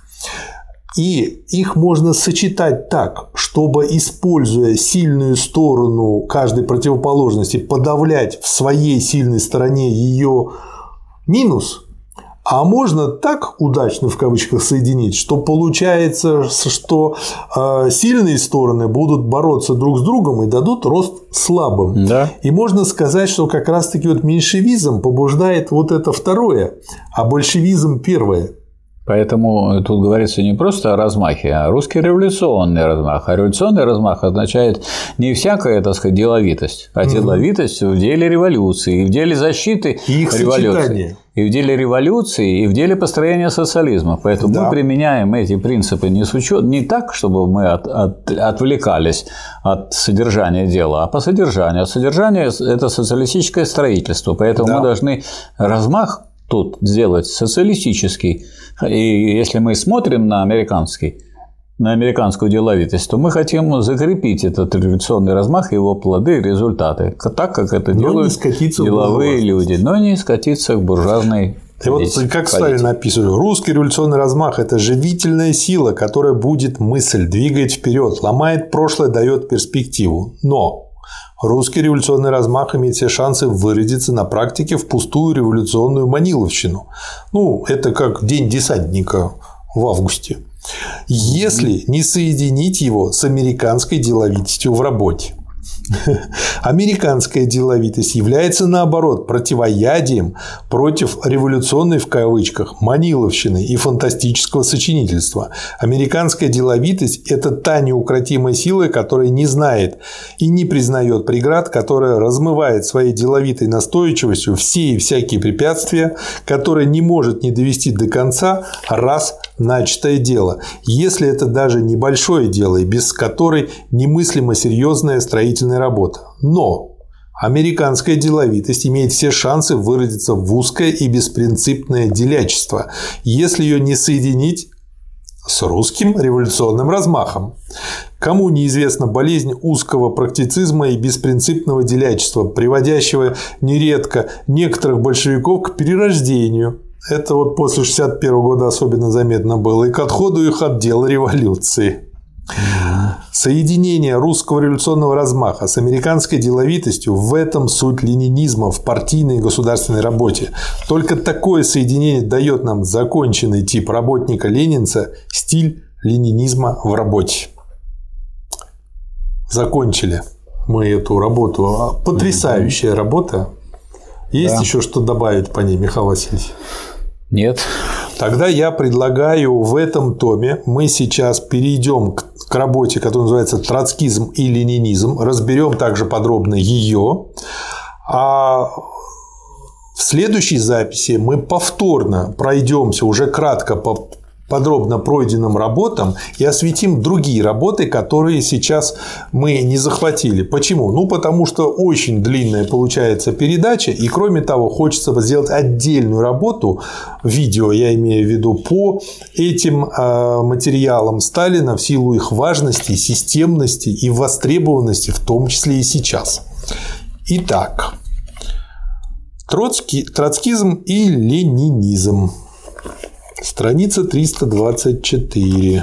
И их можно сочетать так, чтобы, используя сильную сторону каждой противоположности, подавлять в своей сильной стороне ее минус. А можно так удачно, в кавычках, соединить, что получается, что сильные стороны будут бороться друг с другом и дадут рост слабым. Да. И можно сказать, что как раз-таки вот меньшевизм побуждает вот это второе, а большевизм первое. Поэтому тут говорится не просто о размахе, а русский революционный размах. А революционный размах означает не всякая, так сказать, деловитость, а деловитость в деле революции, и в деле защиты и их революции. Сочетание. И в деле революции, и в деле построения социализма. Поэтому да. мы применяем эти принципы не с учетом, не так, чтобы мы от, от, отвлекались от содержания дела, а по содержанию. А содержание – это социалистическое строительство. Поэтому да. мы должны размах тут сделать социалистический. И если мы смотрим на американский, на американскую деловитость, то мы хотим закрепить этот революционный размах, его плоды и результаты, так как это но делают деловые люди, но не скатиться к буржуазной. И вот как Сталин написано, русский революционный размах – это живительная сила, которая будет мысль, двигает вперед, ломает прошлое, дает перспективу. Но русский революционный размах имеет все шансы выродиться на практике в пустую революционную маниловщину. Ну, это как День десантника в августе. Если не соединить его с американской деловитостью в работе. Американская деловитость является, наоборот, противоядием против революционной, в кавычках, маниловщины и фантастического сочинительства. Американская деловитость – это та неукротимая сила, которая не знает и не признает преград, которая размывает своей деловитой настойчивостью все и всякие препятствия, которая не может не довести до конца раз начатое дело, если это даже небольшое дело, и без которой немыслимо серьезная строительная работа. Но американская деловитость имеет все шансы выродиться в узкое и беспринципное делячество, если ее не соединить с русским революционным размахом. Кому неизвестна болезнь узкого практицизма и беспринципного делячества, приводящего нередко некоторых большевиков к перерождению. Это вот после шестьдесят первого года особенно заметно было, и к отходу их от дела революции. Соединение русского революционного размаха с американской деловитостью – в этом суть ленинизма в партийной и государственной работе. Только такое соединение дает нам законченный тип работника-ленинца, стиль ленинизма в работе. Закончили мы эту работу. Потрясающая работа. Есть да. еще что добавить по ней, Михаил Васильевич? Нет. Тогда я предлагаю в этом томе мы сейчас перейдем к, к работе, которая называется «Троцкизм и ленинизм». Разберем также подробно ее. А в следующей записи мы повторно пройдемся уже кратко по подробно пройденным работам и осветим другие работы, которые сейчас мы не захватили. Почему? Ну, потому что очень длинная получается передача, и кроме того, хочется сделать отдельную работу, видео, я имею в виду, по этим материалам Сталина в силу их важности, системности и востребованности, в том числе и сейчас. Итак, Троцкий, троцкизм и ленинизм. Страница триста двадцать четыре.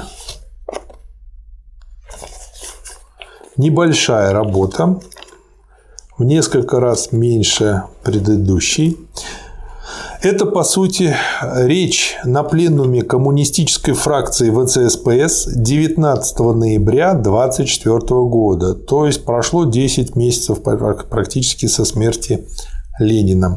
Небольшая работа, в несколько раз меньше предыдущей. Это, по сути, речь на пленуме коммунистической фракции ВЦСПС девятнадцатого ноября тысяча девятьсот двадцать четвёртого года. То есть прошло десять месяцев практически со смерти Ленина.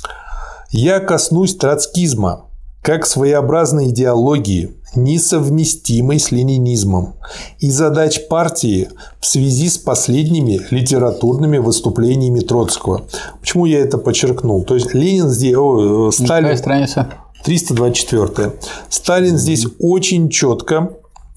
Я коснусь троцкизма как своеобразной идеологии, несовместимой с ленинизмом, и задач партии в связи с последними литературными выступлениями Троцкого. Почему я это подчеркнул? То есть Ленин здесь, о, Сталин, какая страница? триста двадцать четвёртая. Сталин здесь очень четко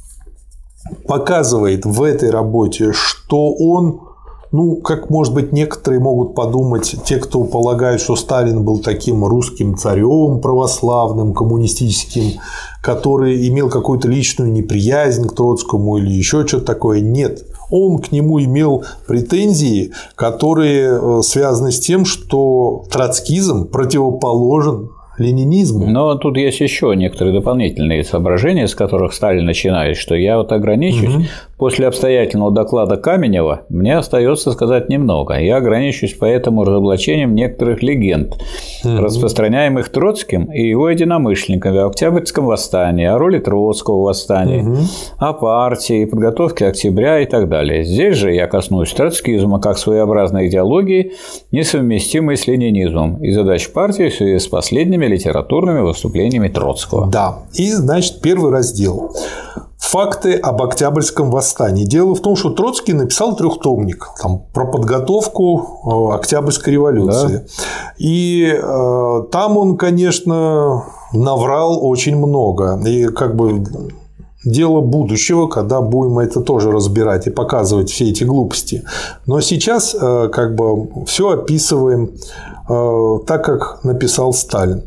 показывает в этой работе, что он, ну, как, может быть, некоторые могут подумать, те, кто полагают, что Сталин был таким русским царем православным, коммунистическим, который имел какую-то личную неприязнь к Троцкому или еще что-то такое. Нет. Он к нему имел претензии, которые связаны с тем, что троцкизм противоположен ленинизму. Но тут есть еще некоторые дополнительные соображения, с которых Сталин начинает, что я вот ограничусь. Угу. После обстоятельного доклада Каменева мне остается сказать немного. Я ограничусь поэтому разоблачением некоторых легенд, угу. распространяемых Троцким и его единомышленниками о Октябрьском восстании, о роли Троцкого в восстании, угу. о партии, подготовке октября и так далее. Здесь же я коснусь троцкизма как своеобразной идеологии, несовместимой с ленинизмом, и задач партии в связи с последними литературными выступлениями Троцкого. Да. И, значит, первый раздел. Факты об Октябрьском восстании. Дело в том, что Троцкий написал трехтомник там, про подготовку Октябрьской революции. Да. И э, там он, конечно, наврал очень много. И как бы дело будущего, когда будем это тоже разбирать и показывать все эти глупости. Но сейчас э, как бы все описываем э, так, как написал Сталин.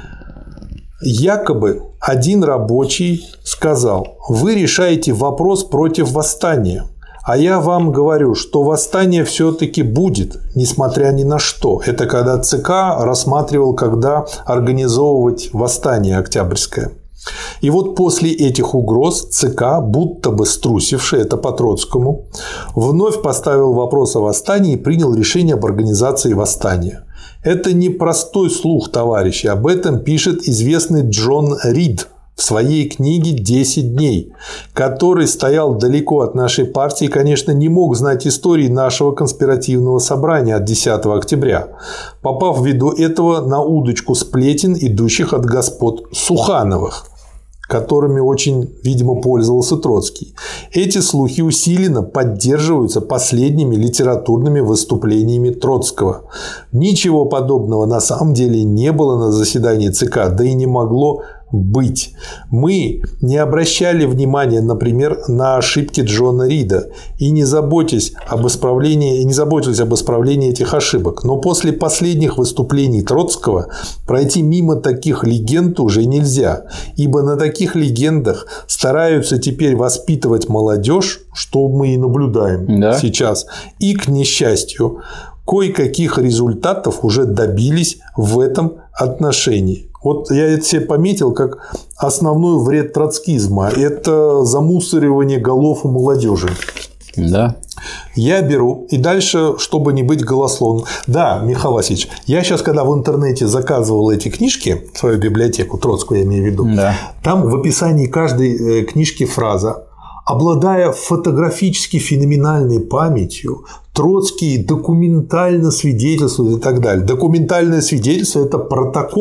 Якобы один рабочий сказал: вы решаете вопрос против восстания, а я вам говорю, что восстание все-таки будет, несмотря ни на что. Это когда ЦК рассматривал, когда организовывать восстание Октябрьское. И вот после этих угроз ЦК, будто бы струсивший, это по Троцкому, вновь поставил вопрос о восстании и принял решение об организации восстания. Это не простой слух, товарищи. Об этом пишет известный Джон Рид в своей книге «десять дней», который стоял далеко от нашей партии и, конечно, не мог знать истории нашего конспиративного собрания от десятого октября, попав ввиду этого на удочку сплетен, идущих от господ Сухановых, которыми очень, видимо, пользовался Троцкий. Эти слухи усиленно поддерживаются последними литературными выступлениями Троцкого. Ничего подобного на самом деле не было на заседании ЦК, да и не могло быть. Мы не обращали внимания, например, на ошибки Джона Рида и не заботились об исправлении, и не заботились об исправлении этих ошибок. Но после последних выступлений Троцкого пройти мимо таких легенд уже нельзя, ибо на таких легендах стараются теперь воспитывать молодежь, что мы и наблюдаем да. сейчас, и, к несчастью, кое-каких результатов уже добились в этом отношении. Вот я это себе пометил как основной вред троцкизма – это замусоривание голов у молодежи. Да. Я беру, и дальше, чтобы не быть голословным. Да, Михаил Васильевич, я сейчас, когда в интернете заказывал эти книжки, свою библиотеку, Троцкую я имею в виду, да. там в описании каждой книжки фраза: обладая фотографически феноменальной памятью, Троцкий документально свидетельствует и так далее. Документальное свидетельство – это протоколы.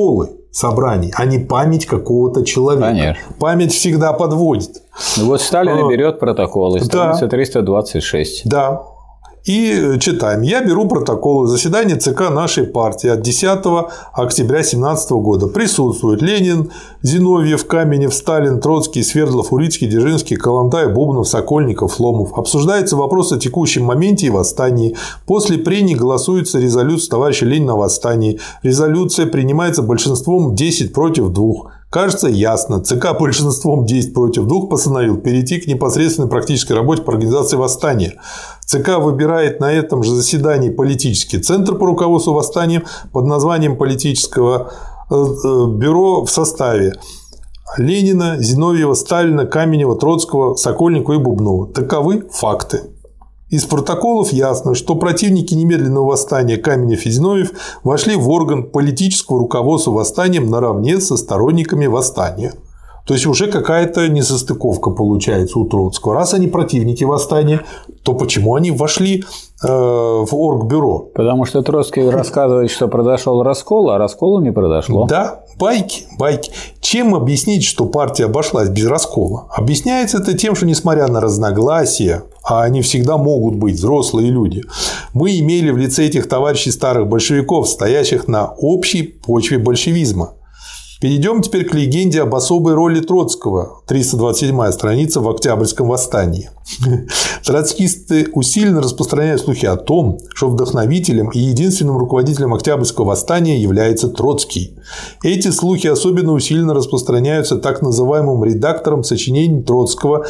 собраний, а не память какого-то человека. Конечно. Память всегда подводит. Ну, вот Сталин а, берет протоколы, страница да, триста двадцать шесть. Да. И читаем. Я беру протоколы заседания ЦК нашей партии от десятого октября две тысячи семнадцатого года. Присутствуют Ленин, Зиновьев, Каменев, Сталин, Троцкий, Свердлов, Урицкий, Дзержинский, Калантай, Бубнов, Сокольников, Ломов. Обсуждается вопрос о текущем моменте и восстании. После прений голосуется резолюция товарища Ленина о восстании. Резолюция принимается большинством десять против двух. Кажется, ясно. ЦК большинством десять против двух постановил перейти к непосредственной практической работе по организации восстания. ЦК выбирает на этом же заседании политический центр по руководству восстанием под названием политического бюро в составе Ленина, Зиновьева, Сталина, Каменева, Троцкого, Сокольникова и Бубнова. Таковы факты. Из протоколов ясно, что противники немедленного восстания Каменев и Зиновьев вошли в орган политического руководства восстанием наравне со сторонниками восстания. То есть уже какая-то несостыковка получается у Троцкого. Раз они противники восстания, то почему они вошли э, в оргбюро? Потому что Троцкий рассказывает, что произошел раскол, а раскола не произошло. Да, байки, байки. Чем объяснить, что партия обошлась без раскола? Объясняется это тем, что несмотря на разногласия, а они всегда могут быть, взрослые люди, мы имели в лице этих товарищей старых большевиков, стоящих на общей почве большевизма. Перейдем теперь к легенде об особой роли Троцкого, триста двадцать седьмая страница в Октябрьском восстании. Троцкисты усиленно распространяют слухи о том, что вдохновителем и единственным руководителем Октябрьского восстания является Троцкий. Эти слухи особенно усиленно распространяются так называемым редактором сочинений Троцкого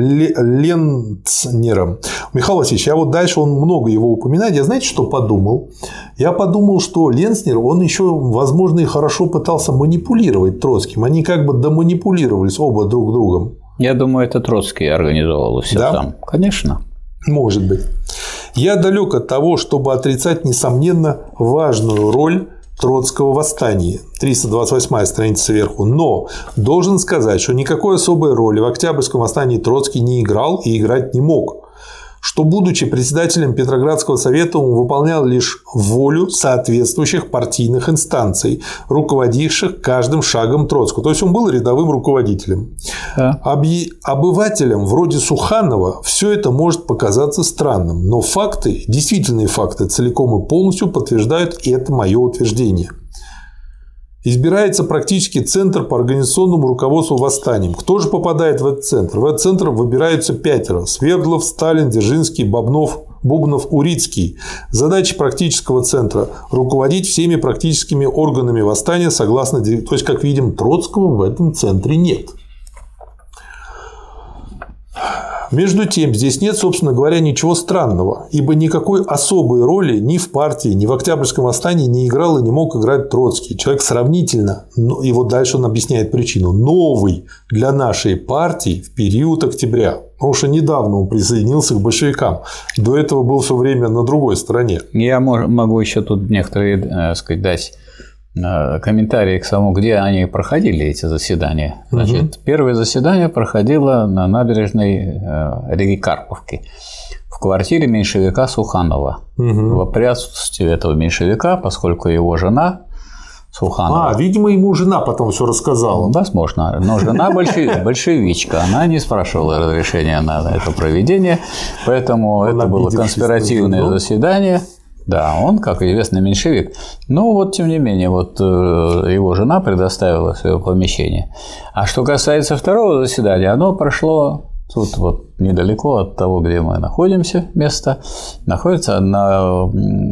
Ленцнером. Михаил Васильевич, я вот дальше он много его упоминает. Я знаете, что подумал? Я подумал, что Ленцнер, он еще, возможно, и хорошо пытался манипулировать Троцким. Они как бы доманипулировались оба друг другом. Я думаю, это Троцкий организовал все да? там. Конечно. Может быть. Я далек от того, чтобы отрицать, несомненно, важную роль Троцкого восстания. триста двадцать восьмая страница сверху. Но должен сказать, что никакой особой роли в Октябрьском восстании Троцкий не играл и играть не мог. Что, будучи председателем Петроградского совета, он выполнял лишь волю соответствующих партийных инстанций, руководивших каждым шагом Троцкого. То есть он был рядовым руководителем. Да. Обывателям вроде Суханова все это может показаться странным, но факты, действительные факты, целиком и полностью подтверждают это мое утверждение. Избирается практически центр по организационному руководству восстанием. Кто же попадает в этот центр? В этот центр выбираются пятеро. Свердлов, Сталин, Дзержинский, Бобнов, Бубнов, Урицкий. Задача практического центра – руководить всеми практическими органами восстания согласно… То есть, как видим, Троцкого в этом центре нет. Между тем, здесь нет, собственно говоря, ничего странного, ибо никакой особой роли ни в партии, ни в Октябрьском восстании не играл и не мог играть Троцкий. Человек сравнительно, и вот дальше он объясняет причину, новый для нашей партии в период октября. Потому что недавно он присоединился к большевикам. До этого был все время на другой стороне. Я могу еще тут некоторые, так сказать, дать комментарии к самому, где они проходили, эти заседания. Значит, угу. Первое заседание проходило на набережной реки Карповки в квартире меньшевика Суханова. Угу. В опрятстве этого меньшевика, поскольку его жена Суханова… А, видимо, ему жена потом все рассказала. Возможно. Но жена большевичка. Она не спрашивала разрешения на это проведение, поэтому он это было конспиративное заседание. Да, он, как известный, меньшевик. Но вот, тем не менее, вот его жена предоставила свое помещение. А что касается второго заседания, оно прошло тут вот недалеко от того, где мы находимся, место, находится на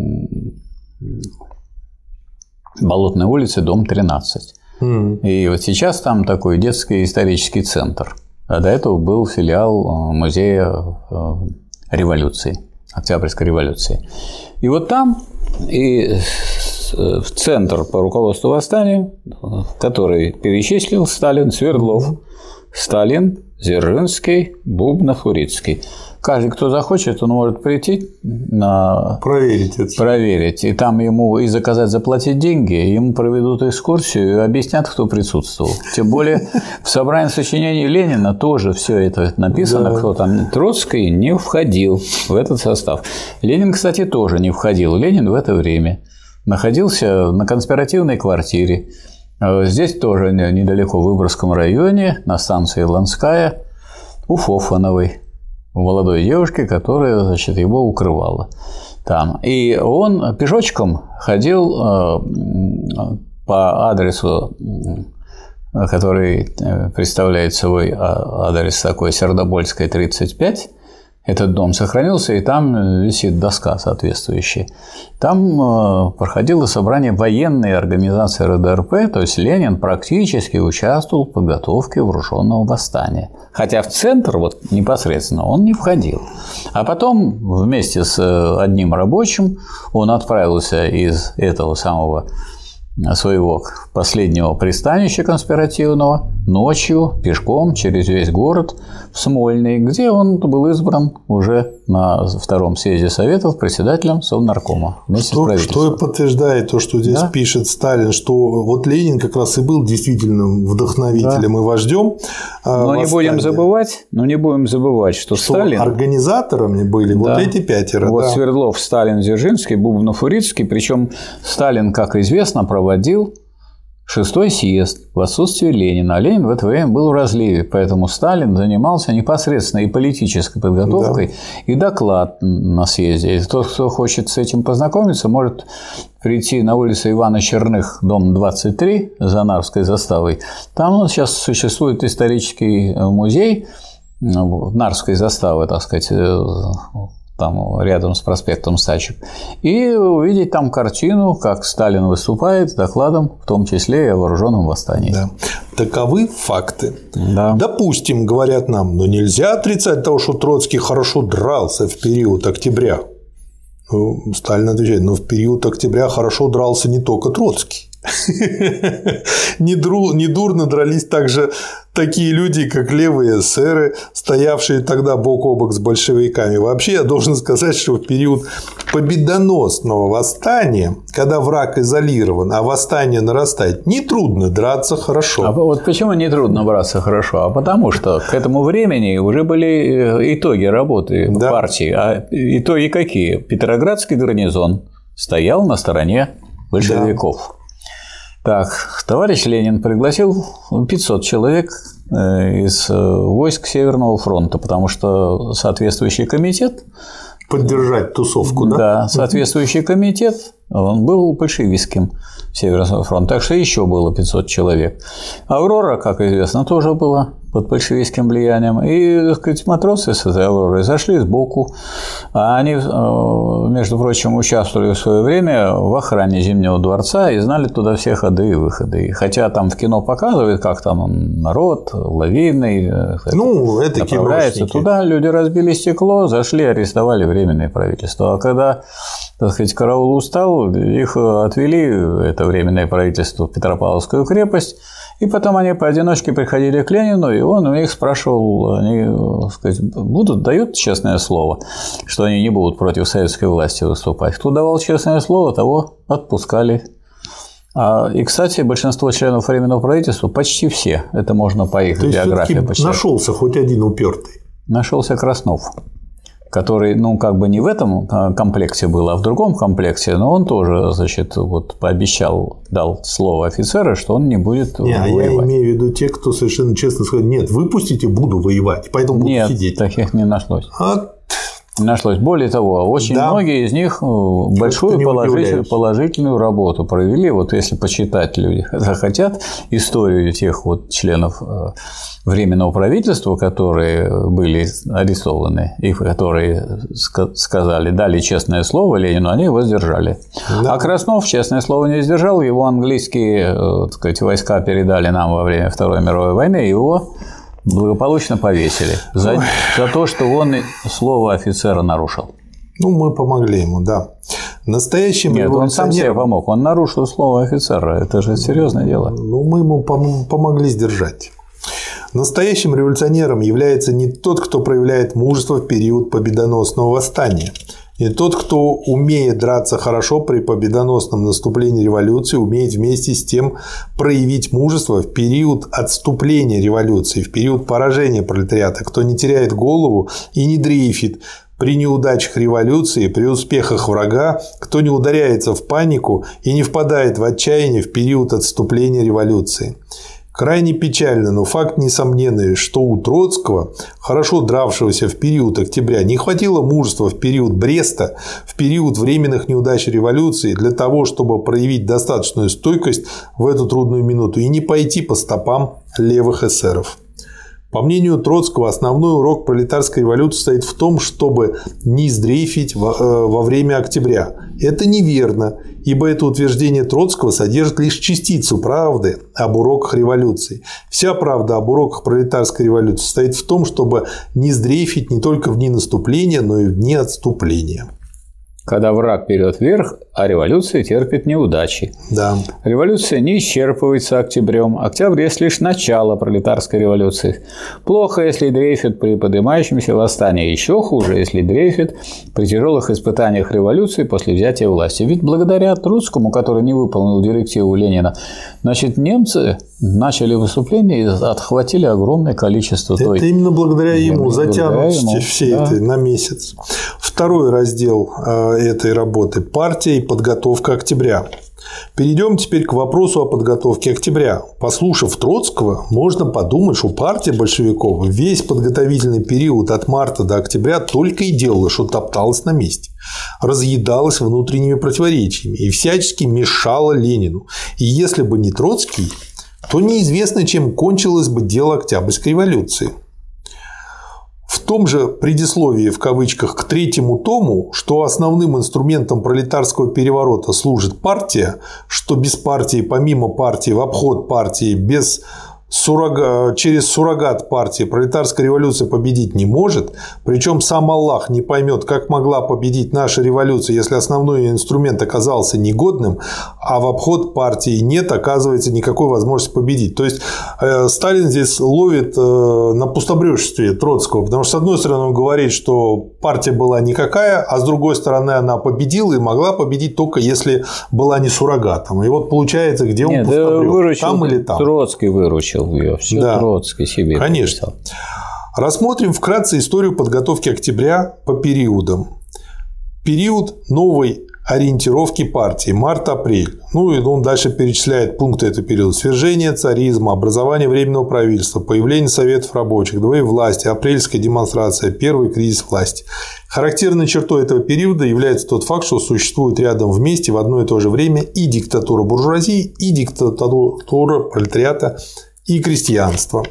Болотной улице, дом тринадцать. Mm. И вот сейчас там такой детский исторический центр. А до этого был филиал музея революции, Октябрьской революции. И вот там и в центр по руководству восстания, который перечислил Сталин, Свердлов, Сталин, Дзержинский, Бубнов, Урицкий. Каждый, кто захочет, он может прийти на… проверить это. Проверить. И там ему и заказать, заплатить деньги, ему проведут экскурсию и объяснят, кто присутствовал. Тем более в собрании сочинений Ленина тоже все это написано, да. Кто там. Троцкий не входил в этот состав. Ленин, кстати, тоже не входил. Ленин в это время находился на конспиративной квартире Здесь тоже недалеко, в Выборгском районе, на станции Ланская, у Фофановой, у молодой девушки, которая, значит, его укрывала там. И он пешочком ходил по адресу, который представляет собой адрес такой Сердобольская, тридцать пять. Этот дом сохранился, и там висит доска соответствующая. Там проходило собрание военной организации эр дэ эр пэ, то есть Ленин практически участвовал в подготовке вооруженного восстания. Хотя в центр вот непосредственно он не входил. А потом вместе с одним рабочим он отправился из этого самого своего последнего пристанища конспиративного ночью пешком через весь город в Смольный, где он был избран уже на втором съезде Советов председателем Совнаркома. Что, что и подтверждает то, что здесь да? пишет Сталин, что вот Ленин как раз и был действительно вдохновителем да. и вождем. Но восстания. не будем забывать, но не будем забывать, что, что Сталин организаторами были да. вот эти пятеро. Вот да. Свердлов, Сталин, Дзержинский, Бубнов, Урицкий, причем Сталин, как известно, проводил шестой съезд в отсутствие Ленина. А Ленин в это время был в разливе, поэтому Сталин занимался непосредственно и политической подготовкой, да. и доклад на съезде. И тот, кто хочет с этим познакомиться, может прийти на улицу Ивана Черных, дом двадцать три, за Нарвской заставой. Там сейчас существует исторический музей Нарвской заставы, так сказать, там рядом с проспектом Сачек, и увидеть там картину, как Сталин выступает с докладом, в том числе и о вооруженном восстании. Да. Таковы факты. Да. Допустим, говорят нам, но нельзя отрицать того, что Троцкий хорошо дрался в период октября. Ну, Сталин отвечает, но в период октября хорошо дрался не только Троцкий. Недурно дрались также такие люди, как левые эсеры, стоявшие тогда бок о бок с большевиками. Вообще, я должен сказать, что в период победоносного восстания, когда враг изолирован, а восстание нарастает, нетрудно драться хорошо. А вот почему нетрудно драться хорошо? А потому что к этому времени уже были итоги работы да. партии. А итоги какие? Петроградский гарнизон стоял на стороне большевиков. Да. Так, товарищ Ленин пригласил пятьсот человек из войск Северного фронта, потому что соответствующий комитет… Поддержать тусовку, да? Да, соответствующий комитет, он был большевистским Северного фронта, так что еще было пятьсот человек. «Аврора», как известно, тоже была под большевистским влиянием. И, так сказать, матросы с этой «Авророй» зашли сбоку. А они, между прочим, участвовали в свое время в охране Зимнего дворца и знали туда все ходы и выходы. И хотя там в кино показывают, как там народ лавиной ну, это направляется туда, люди разбили стекло, зашли, арестовали Временное правительство. А когда, так сказать, караул устал, их отвели, это Временное правительство, в Петропавловскую крепость. И потом они поодиночке приходили к Ленину, и он у них спрашивал, они, так сказать, будут, дают честное слово, что они не будут против советской власти выступать. Кто давал честное слово, того отпускали. А, и, кстати, большинство членов Временного правительства, почти все, это можно по их биографии почитать. Нашелся хоть один упертый. Нашелся Краснов, который, ну, как бы не в этом комплекте был, а в другом комплекте, но он тоже, значит, вот пообещал, дал слово офицера, что он не будет не, воевать. Я имею в виду те, кто совершенно честно сказал, нет, выпустите, буду воевать, поэтому буду нет, сидеть. Нет, таких не нашлось. А... Не нашлось. Более того, очень да. многие из них большую положительную, положительную работу провели. Вот если почитать люди захотят историю тех вот членов Временного правительства, которые были арестованы и которые сказали, дали честное слово Ленину, они его сдержали. Да. А Краснов честное слово не сдержал, его английские, так сказать, войска передали нам во время Второй мировой войны, его благополучно повесили за, за то, что он слово офицера нарушил. Ну, мы помогли ему, да. Настоящим Нет, он сам себе помог, он нарушил слово офицера, это же серьезное дело. Ну, мы ему пом- помогли сдержать. Настоящим революционером является не тот, кто проявляет мужество в период победоносного восстания, не тот, кто умеет драться хорошо при победоносном наступлении революции, умеет вместе с тем проявить мужество в период отступления революции, в период поражения пролетариата, кто не теряет голову и не дрейфит При неудачах революции, при успехах врага, кто не ударяется в панику и не впадает в отчаяние в период отступления революции. Крайне печально, но факт несомненный, что у Троцкого, хорошо дравшегося в период октября, не хватило мужества в период Бреста, в период временных неудач революции для того, чтобы проявить достаточную стойкость в эту трудную минуту и не пойти по стопам левых эсеров. По мнению Троцкого, основной урок пролетарской революции состоит в том, чтобы не сдрейфить во, э, во время октября. Это неверно, ибо это утверждение Троцкого содержит лишь частицу правды об уроках революции. Вся правда об уроках пролетарской революции состоит в том, чтобы не сдрейфить не только в дни наступления, но и в дни отступления. Когда враг берет верх, а революция терпит неудачи. Да. Революция не исчерпывается октябрем. Октябрь есть лишь начало пролетарской революции. Плохо, если дрейфит при поднимающемся восстании. Еще хуже, если дрейфит при тяжелых испытаниях революции после взятия власти. Ведь благодаря Троцкому, который не выполнил директиву Ленина, значит, немцы начали выступление и отхватили огромное количество той... Это именно благодаря ему, затянутости всей да. этой на месяц. Второй раздел этой работы – партия и подготовка октября. Перейдем теперь к вопросу о подготовке октября. Послушав Троцкого, можно подумать, что партия большевиков весь подготовительный период от марта до октября только и делала, что топталась на месте, разъедалась внутренними противоречиями и всячески мешала Ленину. И если бы не Троцкий, то неизвестно, чем кончилось бы дело Октябрьской революции. В том же предисловии в кавычках к третьему тому, что основным инструментом пролетарского переворота служит партия, что без партии, помимо партии, в обход партии, без суррога... через суррогат партии пролетарская революция победить не может, причем сам Аллах не поймет, как могла победить наша революция, если основной инструмент оказался негодным, а в обход партии нет, оказывается, никакой возможности победить. То есть Сталин здесь ловит на пустобрёжестве Троцкого, потому что с одной стороны он говорит, что партия была никакая, а с другой стороны она победила и могла победить только если была не суррогатом. И вот получается, где он пустобрёж, там или там. Троцкий выручил. Ее. Все да, Троцкий себе конечно. Написал. Рассмотрим вкратце историю подготовки октября по периодам. Период новой ориентировки партии март-апрель. Ну и он дальше перечисляет пункты этого периода: свержение царизма, образование временного правительства, появление советов рабочих, двоевластие, апрельская демонстрация, первый кризис власти. Характерной чертой этого периода является тот факт, что существует рядом вместе в одно и то же время и диктатура буржуазии, и диктатура пролетариата и крестьянства.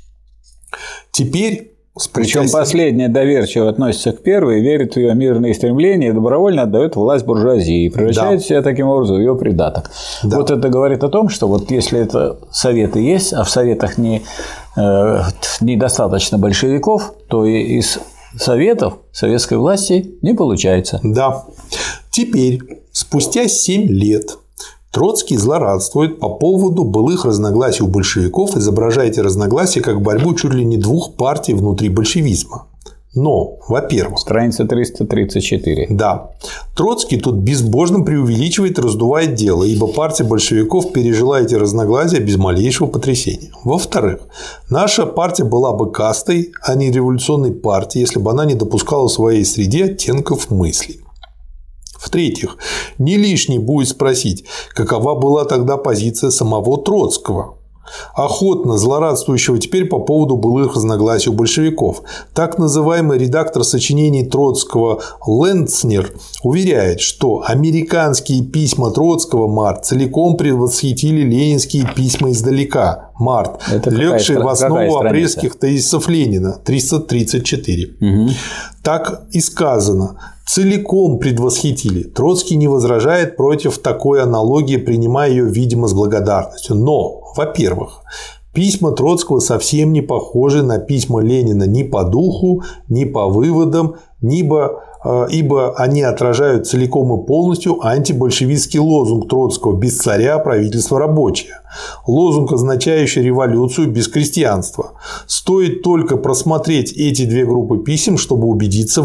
Теперь... Причем последняя доверчиво относится к первой, верит в ее мирные стремления и добровольно отдает власть буржуазии и превращает да. себя таким образом в ее придаток. Да. Вот это говорит о том, что вот если это советы есть, а в советах не, э, недостаточно большевиков, то и из советов советской власти не получается. Да. Теперь, спустя семь лет, Троцкий злорадствует по поводу былых разногласий у большевиков, изображая эти разногласия как борьбу чуть ли не двух партий внутри большевизма. Но, во-первых... Страница триста тридцать четыре. Да. Троцкий тут безбожно преувеличивает и раздувает дело, ибо партия большевиков пережила эти разногласия без малейшего потрясения. Во-вторых, наша партия была бы кастой, а не революционной партией, если бы она не допускала в своей среде оттенков мыслей. В-третьих, не лишне будет спросить, какова была тогда позиция самого Троцкого, охотно злорадствующего теперь по поводу былых разногласий у большевиков. Так называемый редактор сочинений Троцкого Ленцнер уверяет, что американские письма Троцкого март целиком превосхитили ленинские письма издалека март, легшие в основу апрельских тезисов Ленина триста тридцать четыре. Угу. Так и сказано. Целиком предвосхитили. Троцкий не возражает против такой аналогии, принимая ее, видимо, с благодарностью. Но, во-первых, письма Троцкого совсем не похожи на письма Ленина ни по духу, ни по выводам, ибо, ибо они отражают целиком и полностью антибольшевистский лозунг Троцкого «Без царя правительство рабочее». Лозунг, означающий революцию без крестьянства. Стоит только просмотреть эти две группы писем, чтобы убедиться в этом.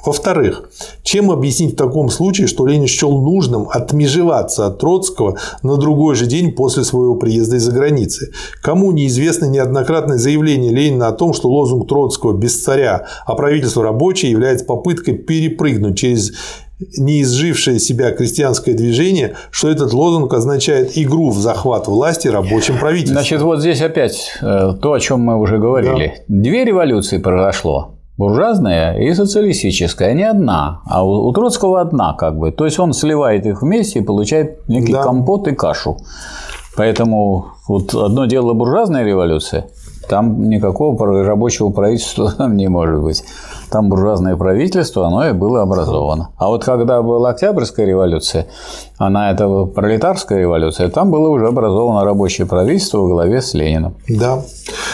Во-вторых, чем объяснить в таком случае, что Ленин счел нужным отмежеваться от Троцкого на другой же день после своего приезда из-за границы? Кому неизвестно неоднократное заявление Ленина о том, что лозунг Троцкого «без царя, а правительство рабочее» является попыткой перепрыгнуть через неизжившее себя крестьянское движение, что этот лозунг означает игру в захват власти рабочим правительством? Значит, вот здесь опять то, о чем мы уже говорили. Да. Две революции произошло. Буржуазная и социалистическая, не одна, а у Троцкого одна как бы. То есть он сливает их вместе и получает некий да. компот и кашу. Поэтому вот одно дело буржуазная революция, там никакого рабочего правительства не может быть. Там буржуазное правительство, оно и было образовано. А вот когда была Октябрьская революция, она это пролетарская революция, там было уже образовано рабочее правительство во главе с Лениным. Да.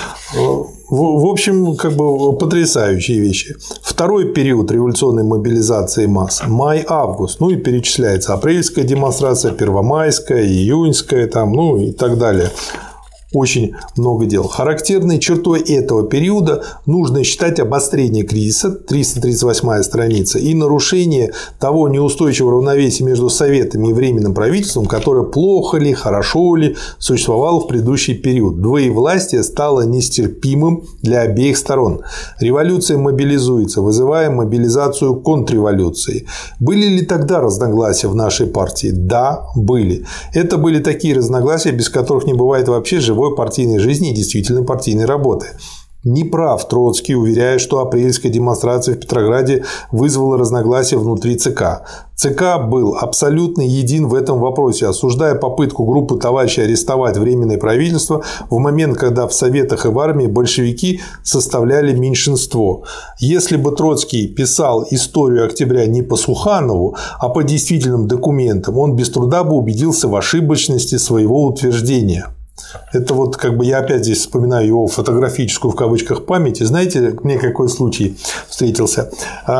В общем, как бы потрясающие вещи. Второй период революционной мобилизации масс – май-август. Ну и перечисляется апрельская демонстрация, первомайская, июньская, там, ну и так далее. Очень много дел. Характерной чертой этого периода нужно считать обострение кризиса, триста тридцать восьмая страница, и нарушение того неустойчивого равновесия между советами и временным правительством, которое плохо ли, хорошо ли существовало в предыдущий период. Двоевластие стало нестерпимым для обеих сторон. Революция мобилизуется, вызывая мобилизацию контрреволюции. Были ли тогда разногласия в нашей партии? Да, были. Это были такие разногласия, без которых не бывает вообще живой партийной жизни и действительной партийной работы. Не прав Троцкий, уверяя, что апрельская демонстрация в Петрограде вызвала разногласия внутри ЦК. ЦК был абсолютно един в этом вопросе, осуждая попытку группы товарищей арестовать Временное правительство в момент, когда в Советах и в армии большевики составляли меньшинство. Если бы Троцкий писал историю октября не по Суханову, а по действительным документам, он без труда бы убедился в ошибочности своего утверждения. Это вот как бы я опять здесь вспоминаю его фотографическую в кавычках память. И знаете, мне какой случай встретился?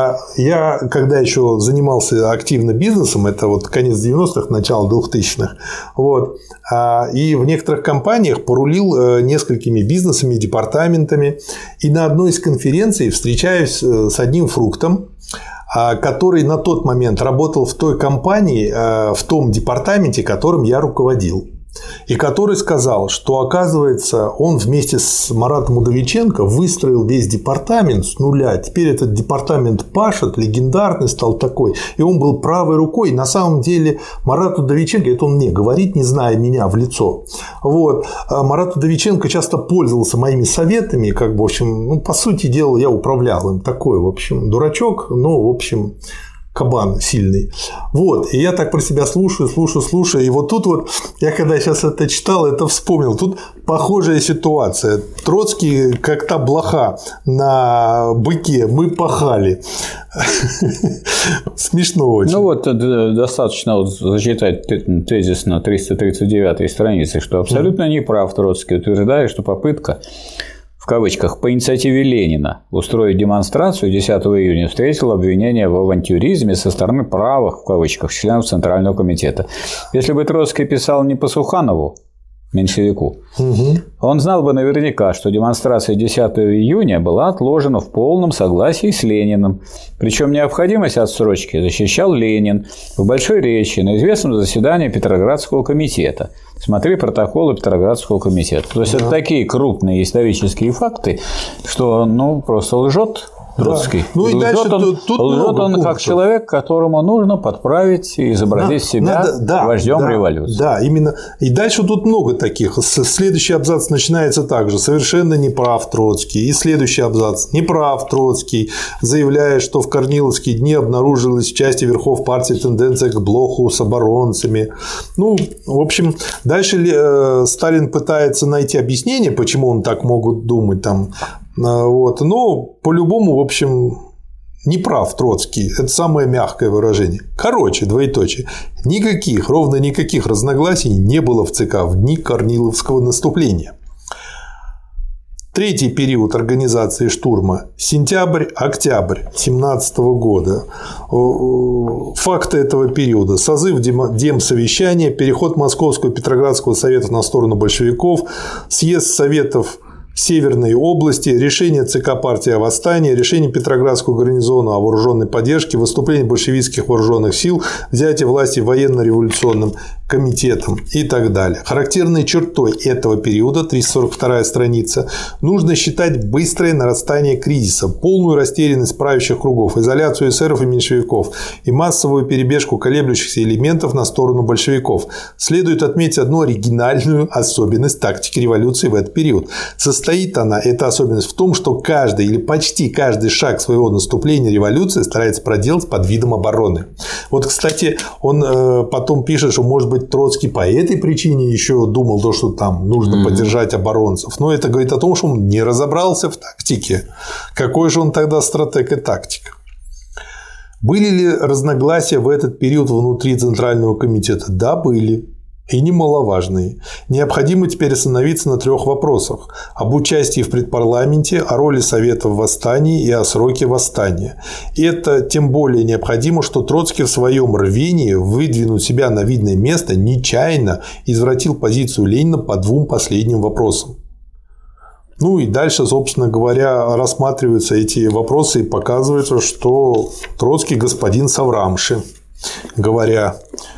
Я, когда еще занимался активно бизнесом, это вот конец девяностых, начало двухтысячных, вот, и в некоторых компаниях порулил несколькими бизнесами, департаментами. И на одной из конференций встречаюсь с одним фруктом, который на тот момент работал в той компании, в том департаменте, которым я руководил. И который сказал, что, оказывается, он вместе с Маратом Удовиченко выстроил весь департамент с нуля. Теперь этот департамент пашет, легендарный стал такой. И он был правой рукой. И на самом деле Марат Удовиченко, это он мне говорит, не зная меня в лицо. Вот. Марат Удовиченко часто пользовался моими советами. Как бы, в общем, ну, по сути дела, я управлял им. Такой, в общем, дурачок, но, в общем, кабан сильный. Вот. И я так про себя слушаю, слушаю, слушаю. И вот тут вот, я когда сейчас это читал, это вспомнил. Тут похожая ситуация. Троцкий, как та блоха на быке, мы пахали. Смешно очень. Ну вот достаточно вот зачитать тезис на триста тридцать девятой странице, что абсолютно не прав Троцкий, утверждая, что попытка в кавычках, по инициативе Ленина устроить демонстрацию десятого июня встретила обвинение в авантюризме со стороны правых, в кавычках, членов Центрального комитета. Если бы Троцкий писал не по Суханову, меньшевику, угу. он знал бы наверняка, что демонстрация десятого июня была отложена в полном согласии с Лениным. Причем необходимость отсрочки защищал Ленин в большой речи на известном заседании Петроградского комитета. Смотри протоколы Петроградского комитета. То есть, да. это такие крупные исторические факты, что ну, просто лжет Троцкий. Да. Ну, и лжет дальше, он, тут лжет он как человек, которому нужно подправить и изобразить да, себя надо, да, вождем да, революции. Да, именно. И дальше тут много таких. Следующий абзац начинается так же. Совершенно неправ Троцкий. И следующий абзац. Неправ Троцкий, заявляя, что в Корниловские дни обнаружилась в части верхов партии тенденция к блоху с оборонцами. Ну, в общем, дальше Сталин пытается найти объяснение, почему он так могут думать там. Вот. Но по-любому, в общем, не прав Троцкий. Это самое мягкое выражение. Короче, двоеточие. Никаких, ровно никаких разногласий не было в ЦК в дни Корниловского наступления. Третий период организации штурма – сентябрь-октябрь семнадцатого года. Факты этого периода – созыв демсовещания, переход Московского и Петроградского советов на сторону большевиков, съезд советов Северной области, решение ЦК партии о восстании, решение Петроградского гарнизона о вооруженной поддержке, выступление большевистских вооруженных сил, взятие власти военно-революционным комитетом и так далее. Характерной чертой этого периода, триста сорок вторая страница, нужно считать быстрое нарастание кризиса, полную растерянность правящих кругов, изоляцию эсеров и меньшевиков и массовую перебежку колеблющихся элементов на сторону большевиков. Следует отметить одну оригинальную особенность тактики революции в этот период. Состоит она, эта особенность, в том, что каждый или почти каждый шаг своего наступления революции старается проделать под видом обороны. Вот, кстати, он потом пишет, что, может быть, Троцкий по этой причине еще думал, то, что там нужно mm-hmm. поддержать оборонцев. Но это говорит о том, что он не разобрался в тактике. Какой же он тогда стратег и тактик? Были ли разногласия в этот период внутри Центрального комитета? Да, были. И немаловажные. Необходимо теперь остановиться на трех вопросах: об участии в предпарламенте, о роли Совета в восстании и о сроке восстания. И это тем более необходимо, что Троцкий в своем рвении выдвинуть себя на видное место нечаянно извратил позицию Ленина по двум последним вопросам. Ну и дальше, собственно говоря, рассматриваются эти вопросы и показывается, что Троцкий господин Саврамши, говоря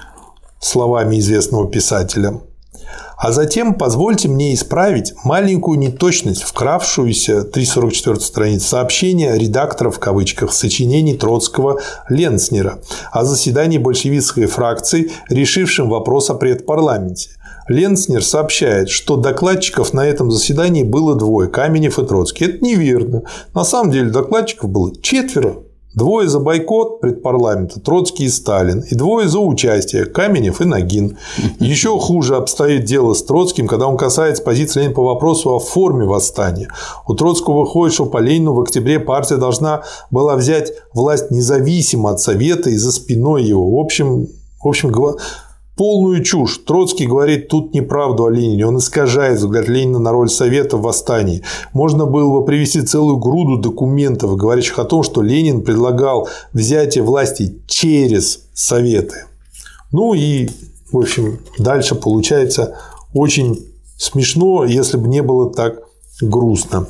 словами известного писателя. А затем позвольте мне исправить маленькую неточность, вкравшуюся, триста сорок четвёртая страница, сообщения редактора в кавычках сочинений Троцкого Ленснера о заседании большевистской фракции, решившем вопрос о предпарламенте. Ленснер сообщает, что докладчиков на этом заседании было двое – Каменев и Троцкий. Это неверно. На самом деле докладчиков было четверо. Двое за бойкот предпарламента, Троцкий и Сталин, и двое за участие, Каменев и Нагин. Еще хуже обстоит дело с Троцким, когда он касается позиции Ленина по вопросу о форме восстания. У Троцкого выходит, что по Ленину в октябре партия должна была взять власть независимо от Совета и за спиной его. В общем, в общем полную чушь. Троцкий говорит тут неправду о Ленине. Он искажает взгляд Ленина на роль Совета в восстании. Можно было бы привести целую груду документов, говорящих о том, что Ленин предлагал взятие власти через Советы. Ну и, в общем, дальше получается очень смешно, если бы не было так грустно.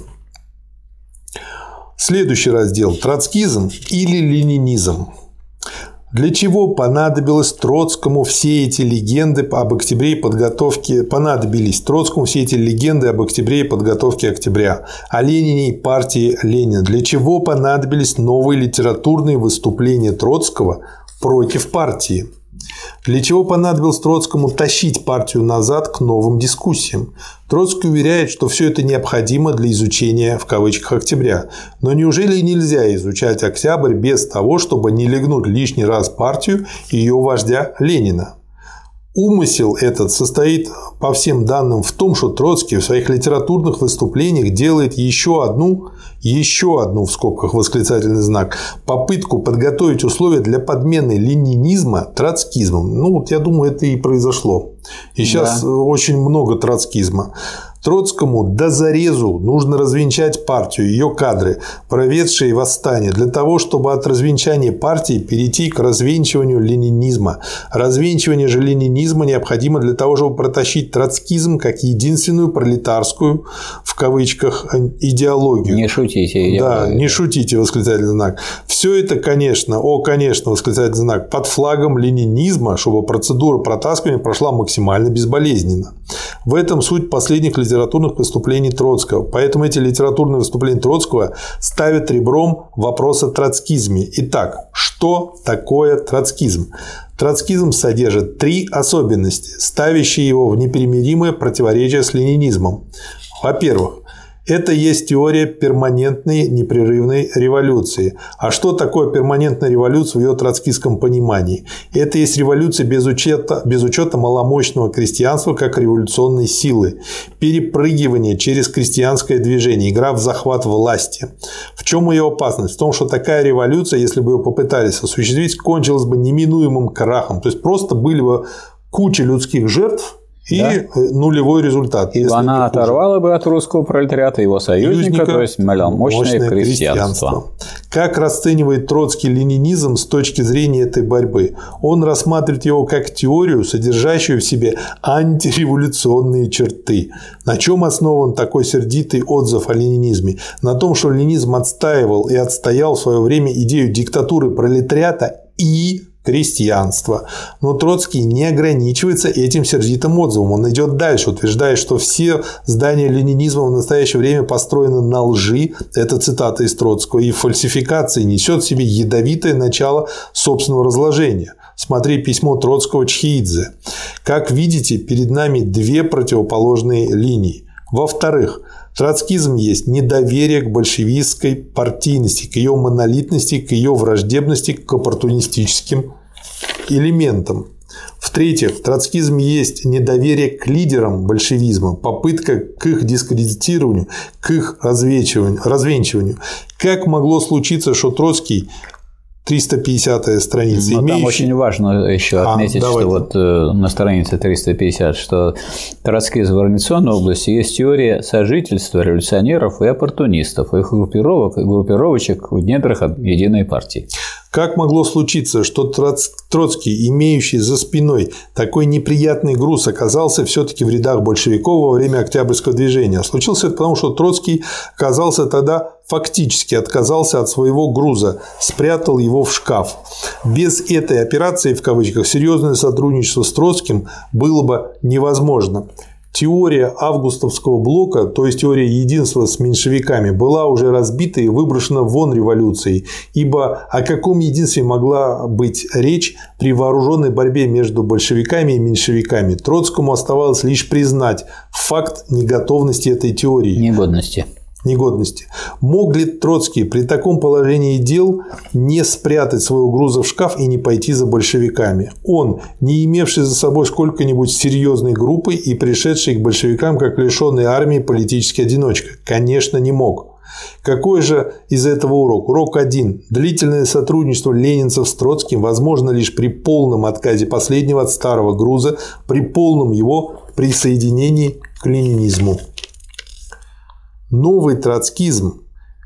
Следующий раздел. Троцкизм или ленинизм. Для чего понадобилось Троцкому все эти легенды об октябре и подготовке понадобились Троцкому все эти легенды об октябре и подготовке октября, о Ленине и партии Ленина? Для чего понадобились новые литературные выступления Троцкого против партии? Для чего понадобилось Троцкому тащить партию назад к новым дискуссиям? Троцкий уверяет, что все это необходимо для изучения в кавычках октября. Но неужели нельзя изучать октябрь без того, чтобы не легнуть лишний раз партию и ее вождя Ленина? Умысел этот состоит, по всем данным, в том, что Троцкий в своих литературных выступлениях делает еще одну, еще одну, в скобках восклицательный знак, попытку подготовить условия для подмены ленинизма троцкизмом. Ну, вот я думаю, это и произошло. И сейчас да. очень много троцкизма. Троцкому до зарезу нужно развенчать партию, ее кадры, проведшие восстание, для того, чтобы от развенчания партии перейти к развенчиванию ленинизма. Развенчивание же ленинизма необходимо для того, чтобы протащить троцкизм как единственную пролетарскую, в кавычках, идеологию. Не шутите. Да, не шутите, восклицательный знак. Все это, конечно, о, конечно, восклицательный знак, под флагом ленинизма, чтобы процедура протаскивания прошла максимально безболезненно. В этом суть последних литературных выступлений Троцкого. Поэтому эти литературные выступления Троцкого ставят ребром вопрос о троцкизме. Итак, что такое троцкизм? Троцкизм содержит три особенности, ставящие его в непримиримое противоречие с ленинизмом. Во-первых, это есть теория перманентной непрерывной революции. А что такое перманентная революция в ее троцкистском понимании? Это есть революция без учета, без учета маломощного крестьянства как революционной силы, перепрыгивание через крестьянское движение, игра в захват власти. В чем ее опасность? В том, что такая революция, если бы ее попытались осуществить, кончилась бы неминуемым крахом. То есть просто были бы куча людских жертв, и да? нулевой результат. Ибо она оторвала бы от русского пролетариата его союзника, союзника то есть мощное, мощное крестьянство. крестьянство. Как расценивает Троцкий ленинизм с точки зрения этой борьбы? Он рассматривает его как теорию, содержащую в себе антиреволюционные черты. На чем основан такой сердитый отзыв о ленинизме? На том, что ленинизм отстаивал и отстоял в свое время идею диктатуры пролетариата и крестьянства. Но Троцкий не ограничивается этим сердитым отзывом. Он идет дальше, утверждая, что все здания ленинизма в настоящее время построены на лжи, это цитата из Троцкого, и фальсификации, несет в себе ядовитое начало собственного разложения. Смотри письмо Троцкого Чхеидзе. Как видите, перед нами две противоположные линии. Во-вторых, троцкизм есть недоверие к большевистской партийности, к ее монолитности, к ее враждебности к оппортунистическим элементам. В-третьих, троцкизм есть недоверие к лидерам большевизма, попытка к их дискредитированию, к их развенчиванию. Как могло случиться, что Троцкий триста пятидесятая страница. Но имеющий... Там очень важно еще отметить, а, что вот э, на странице триста пятьдесят, что троцкизм в организационной области есть теория сожительства революционеров и оппортунистов, их группировок и группировочек в недрах единой партии. Как могло случиться, что Троцкий, имеющий за спиной такой неприятный груз, оказался все-таки в рядах большевиков во время Октябрьского движения? Случилось это потому, что Троцкий оказался тогда фактически отказался от своего груза, спрятал его в шкаф. Без этой операции, в кавычках, серьезное сотрудничество с Троцким было бы невозможно. Теория августовского блока, то есть теория единства с меньшевиками, была уже разбита и выброшена вон революцией, ибо о каком единстве могла быть речь при вооруженной борьбе между большевиками и меньшевиками? Троцкому оставалось лишь признать факт неготовности этой теории. Негодности. негодности. Мог ли Троцкий при таком положении дел не спрятать своего груза в шкаф и не пойти за большевиками? Он, не имевший за собой сколько-нибудь серьезной группы и пришедший к большевикам как лишенный армии политический одиночка? Конечно, не мог. Какой же из этого урок? Урок один. Длительное сотрудничество ленинцев с Троцким возможно лишь при полном отказе последнего от старого груза, при полном его присоединении к ленинизму. Новый троцкизм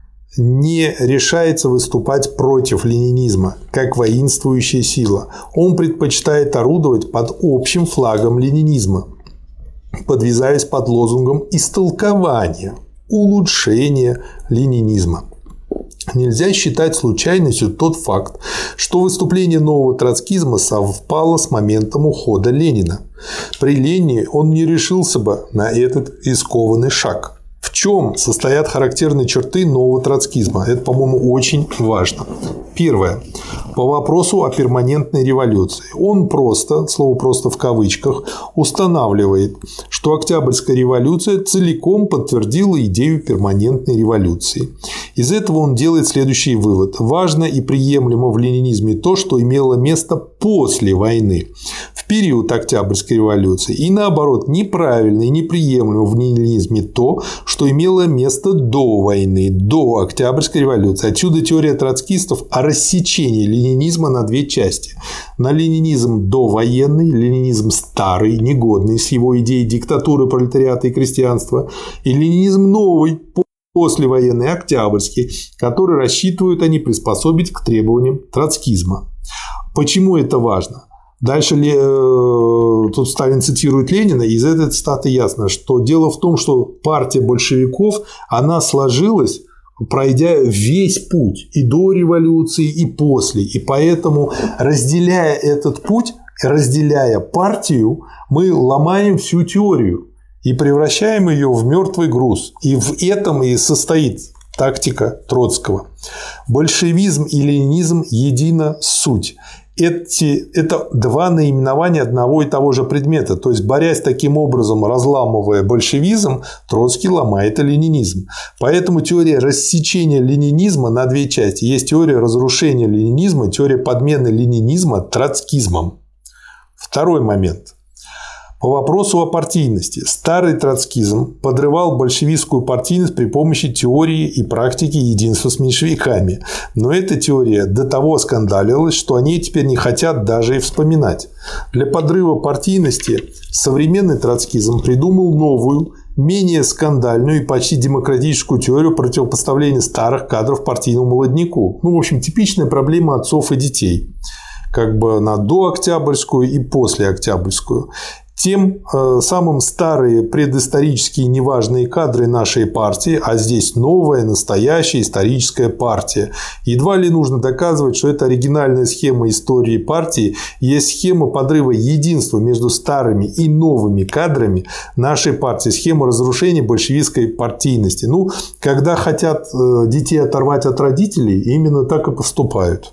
не решается выступать против ленинизма, как воинствующая сила. Он предпочитает орудовать под общим флагом ленинизма, подвязаясь под лозунгом истолкования, улучшения ленинизма. Нельзя считать случайностью тот факт, что выступление нового троцкизма совпало с моментом ухода Ленина. При Ленине он не решился бы на этот рискованный шаг. В чем состоят характерные черты нового троцкизма? Это, по-моему, очень важно. Первое. По вопросу о перманентной революции. Он просто, слово «просто» в кавычках, устанавливает, что Октябрьская революция целиком подтвердила идею перманентной революции. Из этого он делает следующий вывод. Важно и приемлемо в ленинизме то, что имело место после войны, в период Октябрьской революции. И наоборот, неправильно и неприемлемо в ленинизме то, что имело место до войны, до Октябрьской революции. Отсюда теория троцкистов о рассечении ленинизма на две части. На ленинизм довоенный, ленинизм старый, негодный, с его идеей диктатуры пролетариата и крестьянства, и ленинизм новый, послевоенный, октябрьский, который рассчитывают они приспособить к требованиям троцкизма. Почему это важно? Дальше тут Сталин цитирует Ленина, и из этой цитаты ясно, что дело в том, что партия большевиков, она сложилась, пройдя весь путь и до революции, и после. И поэтому, разделяя этот путь, разделяя партию, мы ломаем всю теорию и превращаем ее в мертвый груз. И в этом и состоит тактика Троцкого. Большевизм и ленинизм – едина суть. Эти, это два наименования одного и того же предмета. То есть, борясь таким образом, разламывая большевизм, Троцкий ломает и ленинизм. Поэтому теория рассечения ленинизма на две части. Есть теория разрушения ленинизма, теория подмены ленинизма троцкизмом. Второй момент. По вопросу о партийности. Старый троцкизм подрывал большевистскую партийность при помощи теории и практики единства с меньшевиками. Но эта теория до того скандалилась, что о ней теперь не хотят даже и вспоминать. Для подрыва партийности современный троцкизм придумал новую, менее скандальную и почти демократическую теорию противопоставления старых кадров партийному молодняку. Ну, в общем, типичная проблема отцов и детей. Как бы на дооктябрьскую и послеоктябрьскую. Тем э, самым старые предысторические неважные кадры нашей партии, а здесь новая, настоящая историческая партия. Едва ли нужно доказывать, что это оригинальная схема истории партии, есть схема подрыва единства между старыми и новыми кадрами нашей партии, схема разрушения большевистской партийности. Ну, когда хотят э, детей оторвать от родителей, именно так и поступают.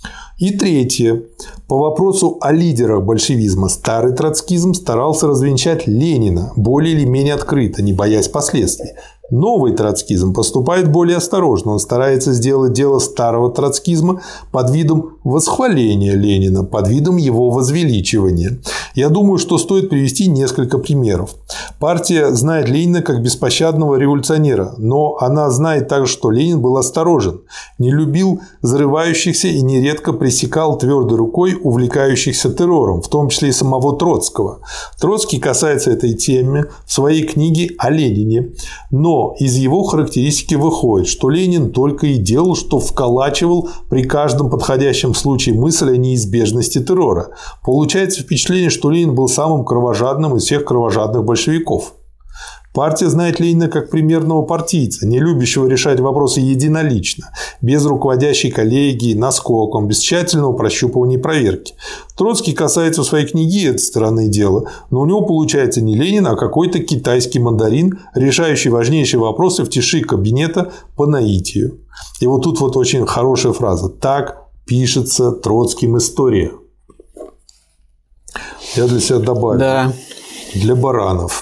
И третье. По вопросу о лидерах большевизма старый троцкизм старался развенчать Ленина более или менее открыто, не боясь последствий. Новый троцкизм поступает более осторожно. Он старается сделать дело старого троцкизма под видом восхваления Ленина, под видом его возвеличивания. Я думаю, что стоит привести несколько примеров. Партия знает Ленина как беспощадного революционера, но она знает также, что Ленин был осторожен, не любил взрывающихся и нередко пресекал твердой рукой увлекающихся террором, в том числе и самого Троцкого. Троцкий касается этой темы в своей книге о Ленине, но из его характеристики выходит, что Ленин только и делал, что вколачивал при каждом подходящем случае мысль о неизбежности террора. Получается впечатление, что Ленин был самым кровожадным из всех кровожадных большевиков. Партия знает Ленина как примерного партийца, не любящего решать вопросы единолично, без руководящей коллегии, наскоком, без тщательного прощупывания и проверки. Троцкий касается в своей книге этой стороны дела, но у него получается не Ленин, а какой-то китайский мандарин, решающий важнейшие вопросы в тиши кабинета по наитию. И вот тут вот очень хорошая фраза. Так пишется Троцким история. Я для себя добавил. Да. Для баранов.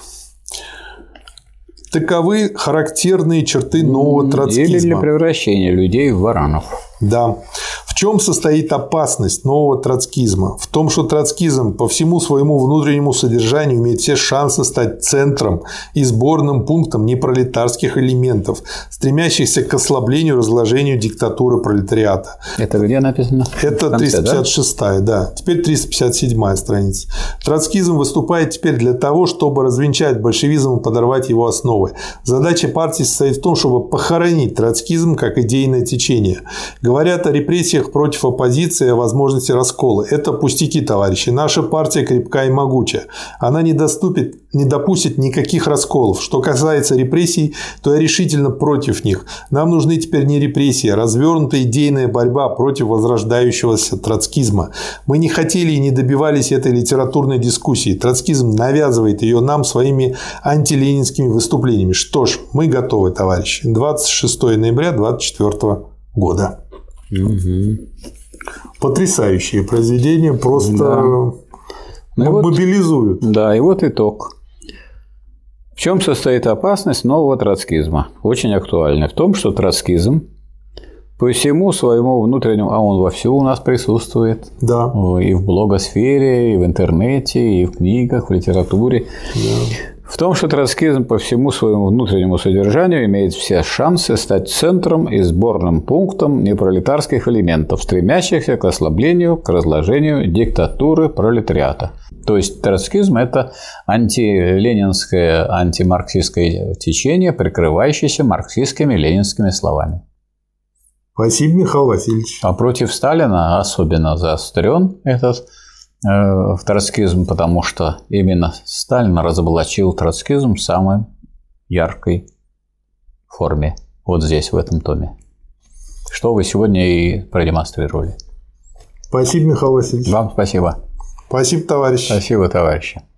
Таковы характерные черты нового троцкизма. Или для превращения людей в баранов. Да. В чем состоит опасность нового троцкизма? В том, что троцкизм по всему своему внутреннему содержанию имеет все шансы стать центром и сборным пунктом непролетарских элементов, стремящихся к ослаблению и разложению диктатуры пролетариата. Это где написано? Это конце, триста пятьдесят шестая, да? да. Теперь триста пятьдесят седьмая страница. Троцкизм выступает теперь для того, чтобы развенчать большевизм и подорвать его основы. Задача партии состоит в том, чтобы похоронить троцкизм как идейное течение. Говорят о репрессиях против оппозиции, о возможности раскола. Это пустяки, товарищи. Наша партия крепка и могучая. Она не, доступит, не допустит никаких расколов. Что касается репрессий, то я решительно против них. Нам нужны теперь не репрессии, а развернутая идейная борьба против возрождающегося троцкизма. Мы не хотели и не добивались этой литературной дискуссии. Троцкизм навязывает ее нам своими антиленинскими выступлениями. Что ж, мы готовы, товарищи. двадцать шестого ноября две тысячи двадцать четвёртого года. Угу. Потрясающие произведения, просто да. ну, мобилизуют. Вот, да, и вот итог. В чем состоит опасность нового троцкизма? Очень актуально. В том, что троцкизм по всему своему внутреннему, а он вовсю у нас присутствует. Да. И в блогосфере, и в интернете, и в книгах, в литературе. Да. В том, что троцкизм по всему своему внутреннему содержанию имеет все шансы стать центром и сборным пунктом непролетарских элементов, стремящихся к ослаблению, к разложению диктатуры пролетариата. То есть троцкизм – это антиленинское, антимарксистское течение, прикрывающееся марксистскими ленинскими словами. Спасибо, Михаил Васильевич. А против Сталина особенно заострен этот в троцкизм, потому что именно Сталин разоблачил троцкизм в самой яркой форме. Вот здесь, в этом томе. Что вы сегодня и продемонстрировали. Спасибо, Михаил Васильевич. Вам спасибо. Спасибо, товарищи. Спасибо, товарищи.